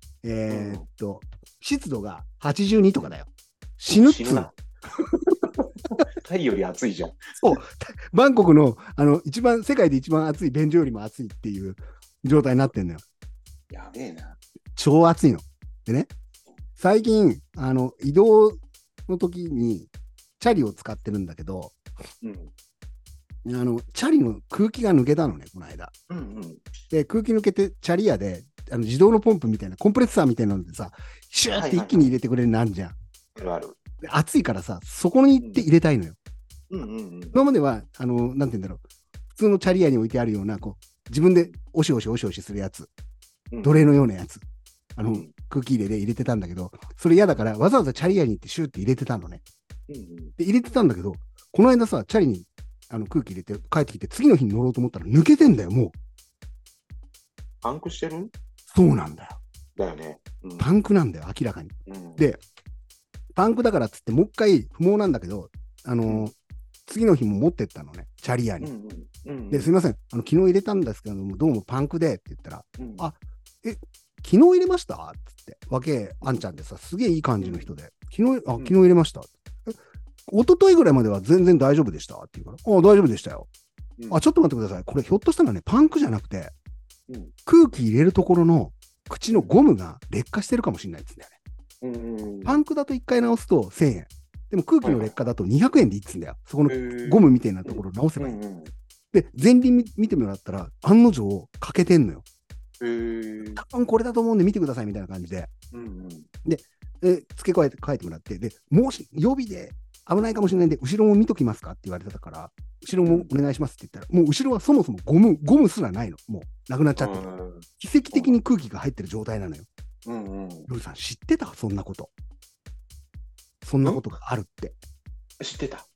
S1: 湿度が82とかだよ。死ぬっつうの。
S3: タイより暑いじゃん。
S1: そう。バンコクの、世界で一番暑い便所よりも暑いっていう状態になってんのよ。
S3: やべえな。
S1: 超暑いの。でね、最近、移動の時に、チャリを使ってるんだけど、
S3: うん、
S1: チャリの空気が抜けたのね、この間。
S3: うんうん、
S1: で、空気抜けて、チャリ屋で、自動のポンプみたいな、コンプレッサーみたいなのでさ、シューって一気に入れてくれるのあるじゃん。
S3: ある。
S1: で、暑いからさ、そこに行って入れたいのよ。今までは、なんて言うんだろう、普通のチャリ屋に置いてあるような、自分でおしおしするやつ、奴隷のようなやつ、空気入れで入れてたんだけど、それ嫌だから、わざわざチャリ屋に行ってシューって入れてたのね。で、入れてたんだけど、この間さ、チャリに空気入れて帰ってきて、次の日に乗ろうと思ったら抜けてんだよ、もう。
S3: パンクしてる？
S1: そうなんだよ。
S3: だよね。
S1: パンクなんだよ、明らかに。で、パンクだからっつって、もう一回不毛なんだけど、次の日も持ってったのね、チャリ屋に。で、すいません、昨日入れたんですけども、どうもパンクでって言ったら、昨日入れましたって言って、わけあんちゃんでさ、すげえいい感じの人で、昨日入れました。一昨日ぐらいまでは全然大丈夫でしたって言うから、大丈夫でしたよ。ちょっと待ってください。これひょっとしたらね、パンクじゃなくて、空気入れるところの口のゴムが劣化してるかもしれないんですよね。パンクだと1回直すと1000円。でも空気の劣化だと200円でいいっつんだよ。そこのゴムみたいなところを直せばいい。で、前輪見てもらったら、案の定欠けてんのよ。多分これだと思うんで見てくださいみたいな感じで。で、付け加えて書いてもらって、で、もし予備で危ないかもしれないんで、後ろも見ときますかって言われてたから、後ろもお願いしますって言ったら、もう後ろはそもそもゴムすらないの。もうなくなっちゃってる。奇跡的に空気が入ってる状態なのよ。夜さん、知ってた？そんなこと。そんなことがあるって。
S3: 知ってた。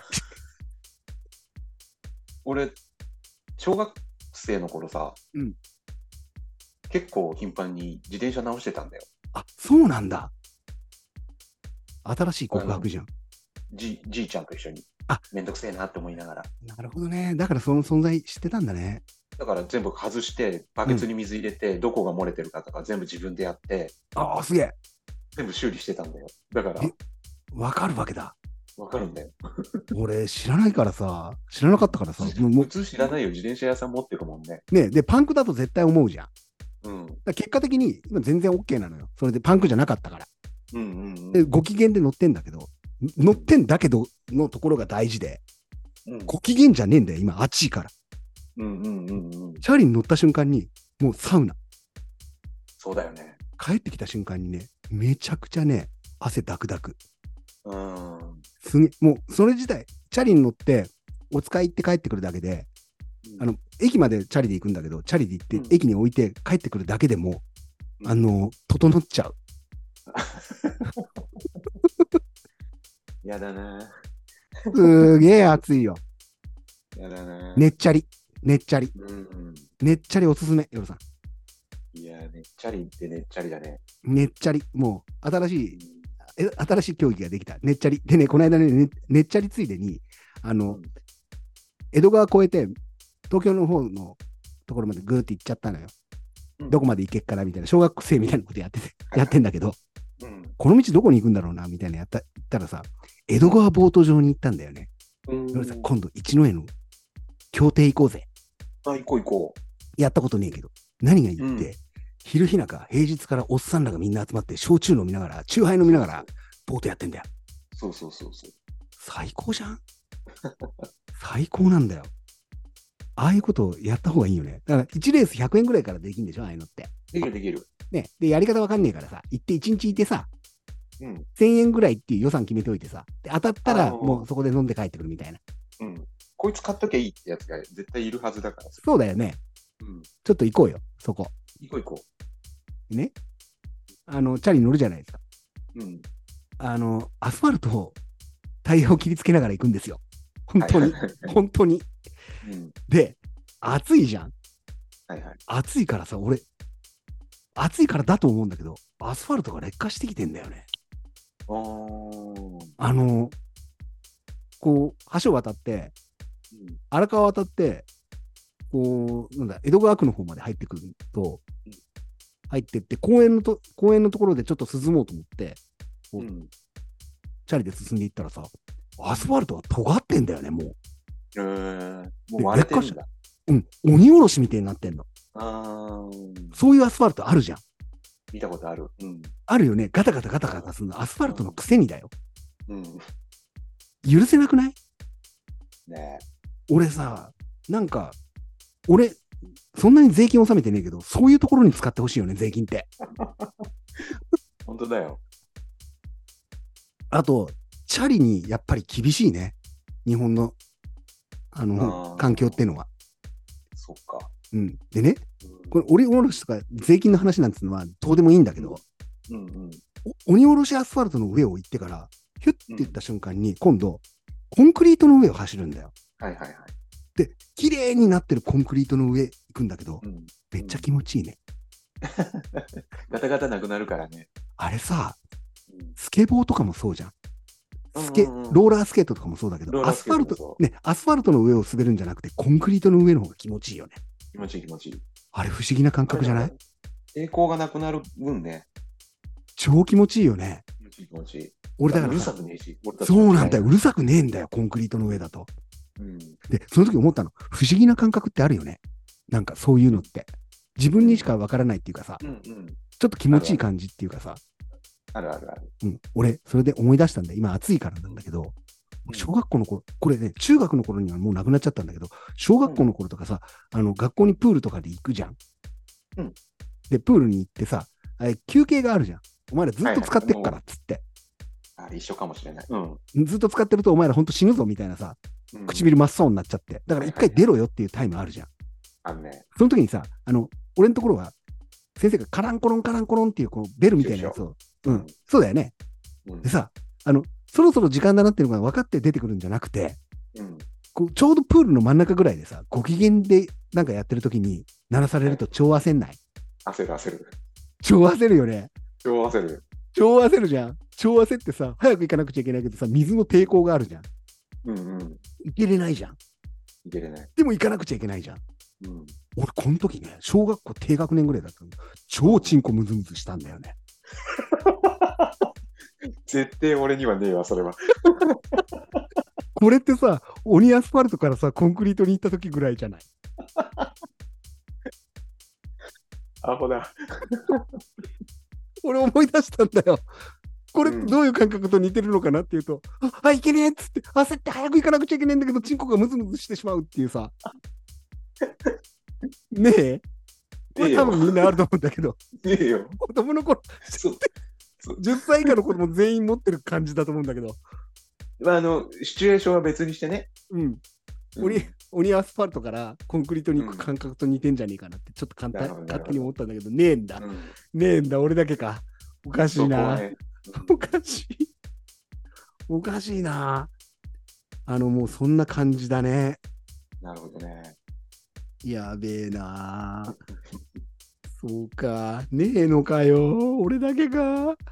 S3: 俺、小学生の頃さ、結構頻繁に自転車直してたんだよ。
S1: あ、そうなんだ。新しい告白じゃん。
S3: じいちゃんと一緒に。めんどくせえなって思いながら。
S1: なるほどね。だからその存在知ってたんだね。
S3: だから全部外して、バケツに水入れて、どこが漏れてるかとか全部自分でやって、
S1: すげえ。
S3: 全部修理してたんだよ。だから。
S1: わかるわけだ。
S3: わかるんだよ。
S1: 俺知らないからさ、知らなかったからさ。
S3: 普通知らないよ。自転車屋さん持ってるもんね。
S1: ね、で、パンクだと絶対思うじゃん。結果的に今全然 OK なのよ。それでパンクじゃなかったから。で、ご機嫌で乗ってんだけど、乗ってんだけどのところが大事で、ご機嫌じゃねえんだよ、今、暑いから。チャリに乗った瞬間に、もうサウナ。
S3: そうだよね。
S1: 帰ってきた瞬間にね、めちゃくちゃね、汗ダクダク。すげえ、もうそれ自体、チャリに乗って、お使い行って帰ってくるだけで、駅までチャリで行くんだけど、チャリで行って、駅に置いて帰ってくるだけでも、整っちゃう。
S3: やだな。
S1: すげえ暑いよ。
S3: やだな。
S1: ねっちゃり。ねっちゃりおすすめ、夜さん。
S3: いや、ねっちゃりってねっちゃりだね。
S1: ねっちゃり。もう、新しい競技ができた。ねっちゃり。でね、この間ね、ねっちゃりついでに、江戸川越えて、東京の方のところまでぐーって行っちゃったのよ。どこまで行けっからみたいな、小学生みたいなことやってんだけど、この道どこに行くんだろうな、みたいな言ったらさ、江戸川ボート場に行ったんだよね。今度、一之江の協定行こうぜ。
S3: 行こう。
S1: やったことねえけど。何がいいって、昼日中、平日からおっさんらがみんな集まって、焼酎飲みながら、酎ハイ飲みながら、ボートやってんだよ。
S3: そう。
S1: 最高じゃん。最高なんだよ。ああいうことをやった方がいいよね。だから1レース100円ぐらいからできるんでしょ、ああいうのって。
S3: できる。
S1: ね。で、やり方わかんねえからさ、行って1日いてさ、1000円ぐらいっていう予算決めておいてさ、で当たったらもうそこで飲んで帰ってくるみたいな。
S3: こいつ買っときゃいいってやつが絶対いるはずだから。
S1: そうだよね。ちょっと行こうよ、そこ。
S3: 行こう。
S1: ね。 チャリ乗るじゃないですか。
S3: うん。
S1: アスファルトをタイヤを切りつけながら行くんですよ。本当に。本当に。うん、で、暑いじゃん。
S3: はいはい。
S1: 暑いからさ、俺、暑いからだと思うんだけど、アスファルトが劣化してきてんだよね。こう、橋を渡って、荒川渡って、こう、なんだ、江戸川区の方まで入ってくると、入ってって、公園のところでちょっと涼もうと思って、チャリで進んでいったらさ、アスファルトが尖ってんだよね、もう。
S3: もう割れてるんだ。
S1: うん、鬼おろしみたいになってんの。そういうアスファルトあるじゃん。
S3: 見たことある。
S1: あるよね。ガタガタガタガタするの。アスファルトのくせにだよ。許せなくない？
S3: ねえ。
S1: 俺さ、なんか、そんなに税金納めてねえけど、そういうところに使ってほしいよね、税金って。
S3: 本当だよ。
S1: あと、チャリにやっぱり厳しいね。日本の、環境っていうのは。
S3: そっか。
S1: うん。でね、これ、鬼おろしとか税金の話なんていうのはどうでもいいんだけど、鬼おろしアスファルトの上を行ってから、ヒュッて言った瞬間に、今度、コンクリートの上を走るんだよ。
S3: はいはいはい。
S1: で、綺麗になってるコンクリートの上行くんだけど、めっちゃ気持ちいいね。
S3: ガタガタなくなるからね。
S1: あれさ、スケボーとかもそうじゃん。ローラースケートとかもそうだけど、アスファルトの上を滑るんじゃなくて、コンクリートの上の方が気持ちいいよね。
S3: 気持ちいい気持ちいい。
S1: あれ不思議な感覚じゃない？
S3: 抵抗がなくなる分ね。
S1: 超気持ちいいよね。
S3: 気持ちいい。
S1: 俺だから
S3: うるさくねえし。
S1: そうなんだよ。うるさくねえんだよ、コンクリートの上だと。で、その時思ったの、不思議な感覚ってあるよね。なんかそういうのって。自分にしかわからないっていうかさ、ちょっと気持ちいい感じっていうかさ。
S3: あるあるある。
S1: 俺、それで思い出したんだよ。今暑いからなんだけど、小学校の頃、これね、中学の頃にはもうなくなっちゃったんだけど、小学校の頃とかさ、学校にプールとかで行くじゃん。で、プールに行ってさ、休憩があるじゃん。お前らずっと使ってっからっつって。
S3: あれ一緒かもしれない。
S1: ずっと使ってるとお前らほんと死ぬぞみたいなさ、唇真っ青になっちゃって。だから一回出ろよっていうタイムあるじゃん。
S3: あるね。
S1: その時にさ、俺のところは、先生がカランコロンカランコロンっていうこうベルみたいなやつを、そうだよね。でさ、そろそろ時間だなっていうのが分かって出てくるんじゃなくて、こうちょうどプールの真ん中ぐらいでさ、ご機嫌でなんかやってる時に鳴らされると超焦んない？
S3: 焦る焦る。
S1: 超焦るよね。
S3: 超焦る。
S1: 超焦るじゃん。超焦ってさ、早く行かなくちゃいけないけどさ、水の抵抗があるじゃん。行けれないじゃん。
S3: 行けれない。
S1: でも行かなくちゃいけないじゃん。俺、この時ね、小学校低学年ぐらいだったの。超チンコムズムズしたんだよね。
S3: 絶対俺にはねえわ、それは。
S1: これってさ、鬼アスファルトからさ、コンクリートに行った時ぐらいじゃない？
S3: アホだ。
S1: 俺思い出したんだよ。これどういう感覚と似てるのかなっていうと、いけねえっつって焦って早く行かなくちゃいけないんだけど、チンコがムズムズしてしまうっていうさ。ねえ、これ多分みんなあると思うんだけど、
S3: ねえよ。
S1: 子供の頃、10歳以下の子供全員持ってる感じだと思うんだけど。
S3: シチュエーションは別にしてね。
S1: 鬼アスファルトからコンクリートに行く感覚と似てんじゃねえかなってちょっと勝手に思ったんだけど、ねえんだ。ねえんだ、俺だけか。おかしいな。おかしい。おかしいな。もうそんな感じだね。
S3: なるほどね。
S1: やべえな。そうか。ねえのかよ。俺だけか。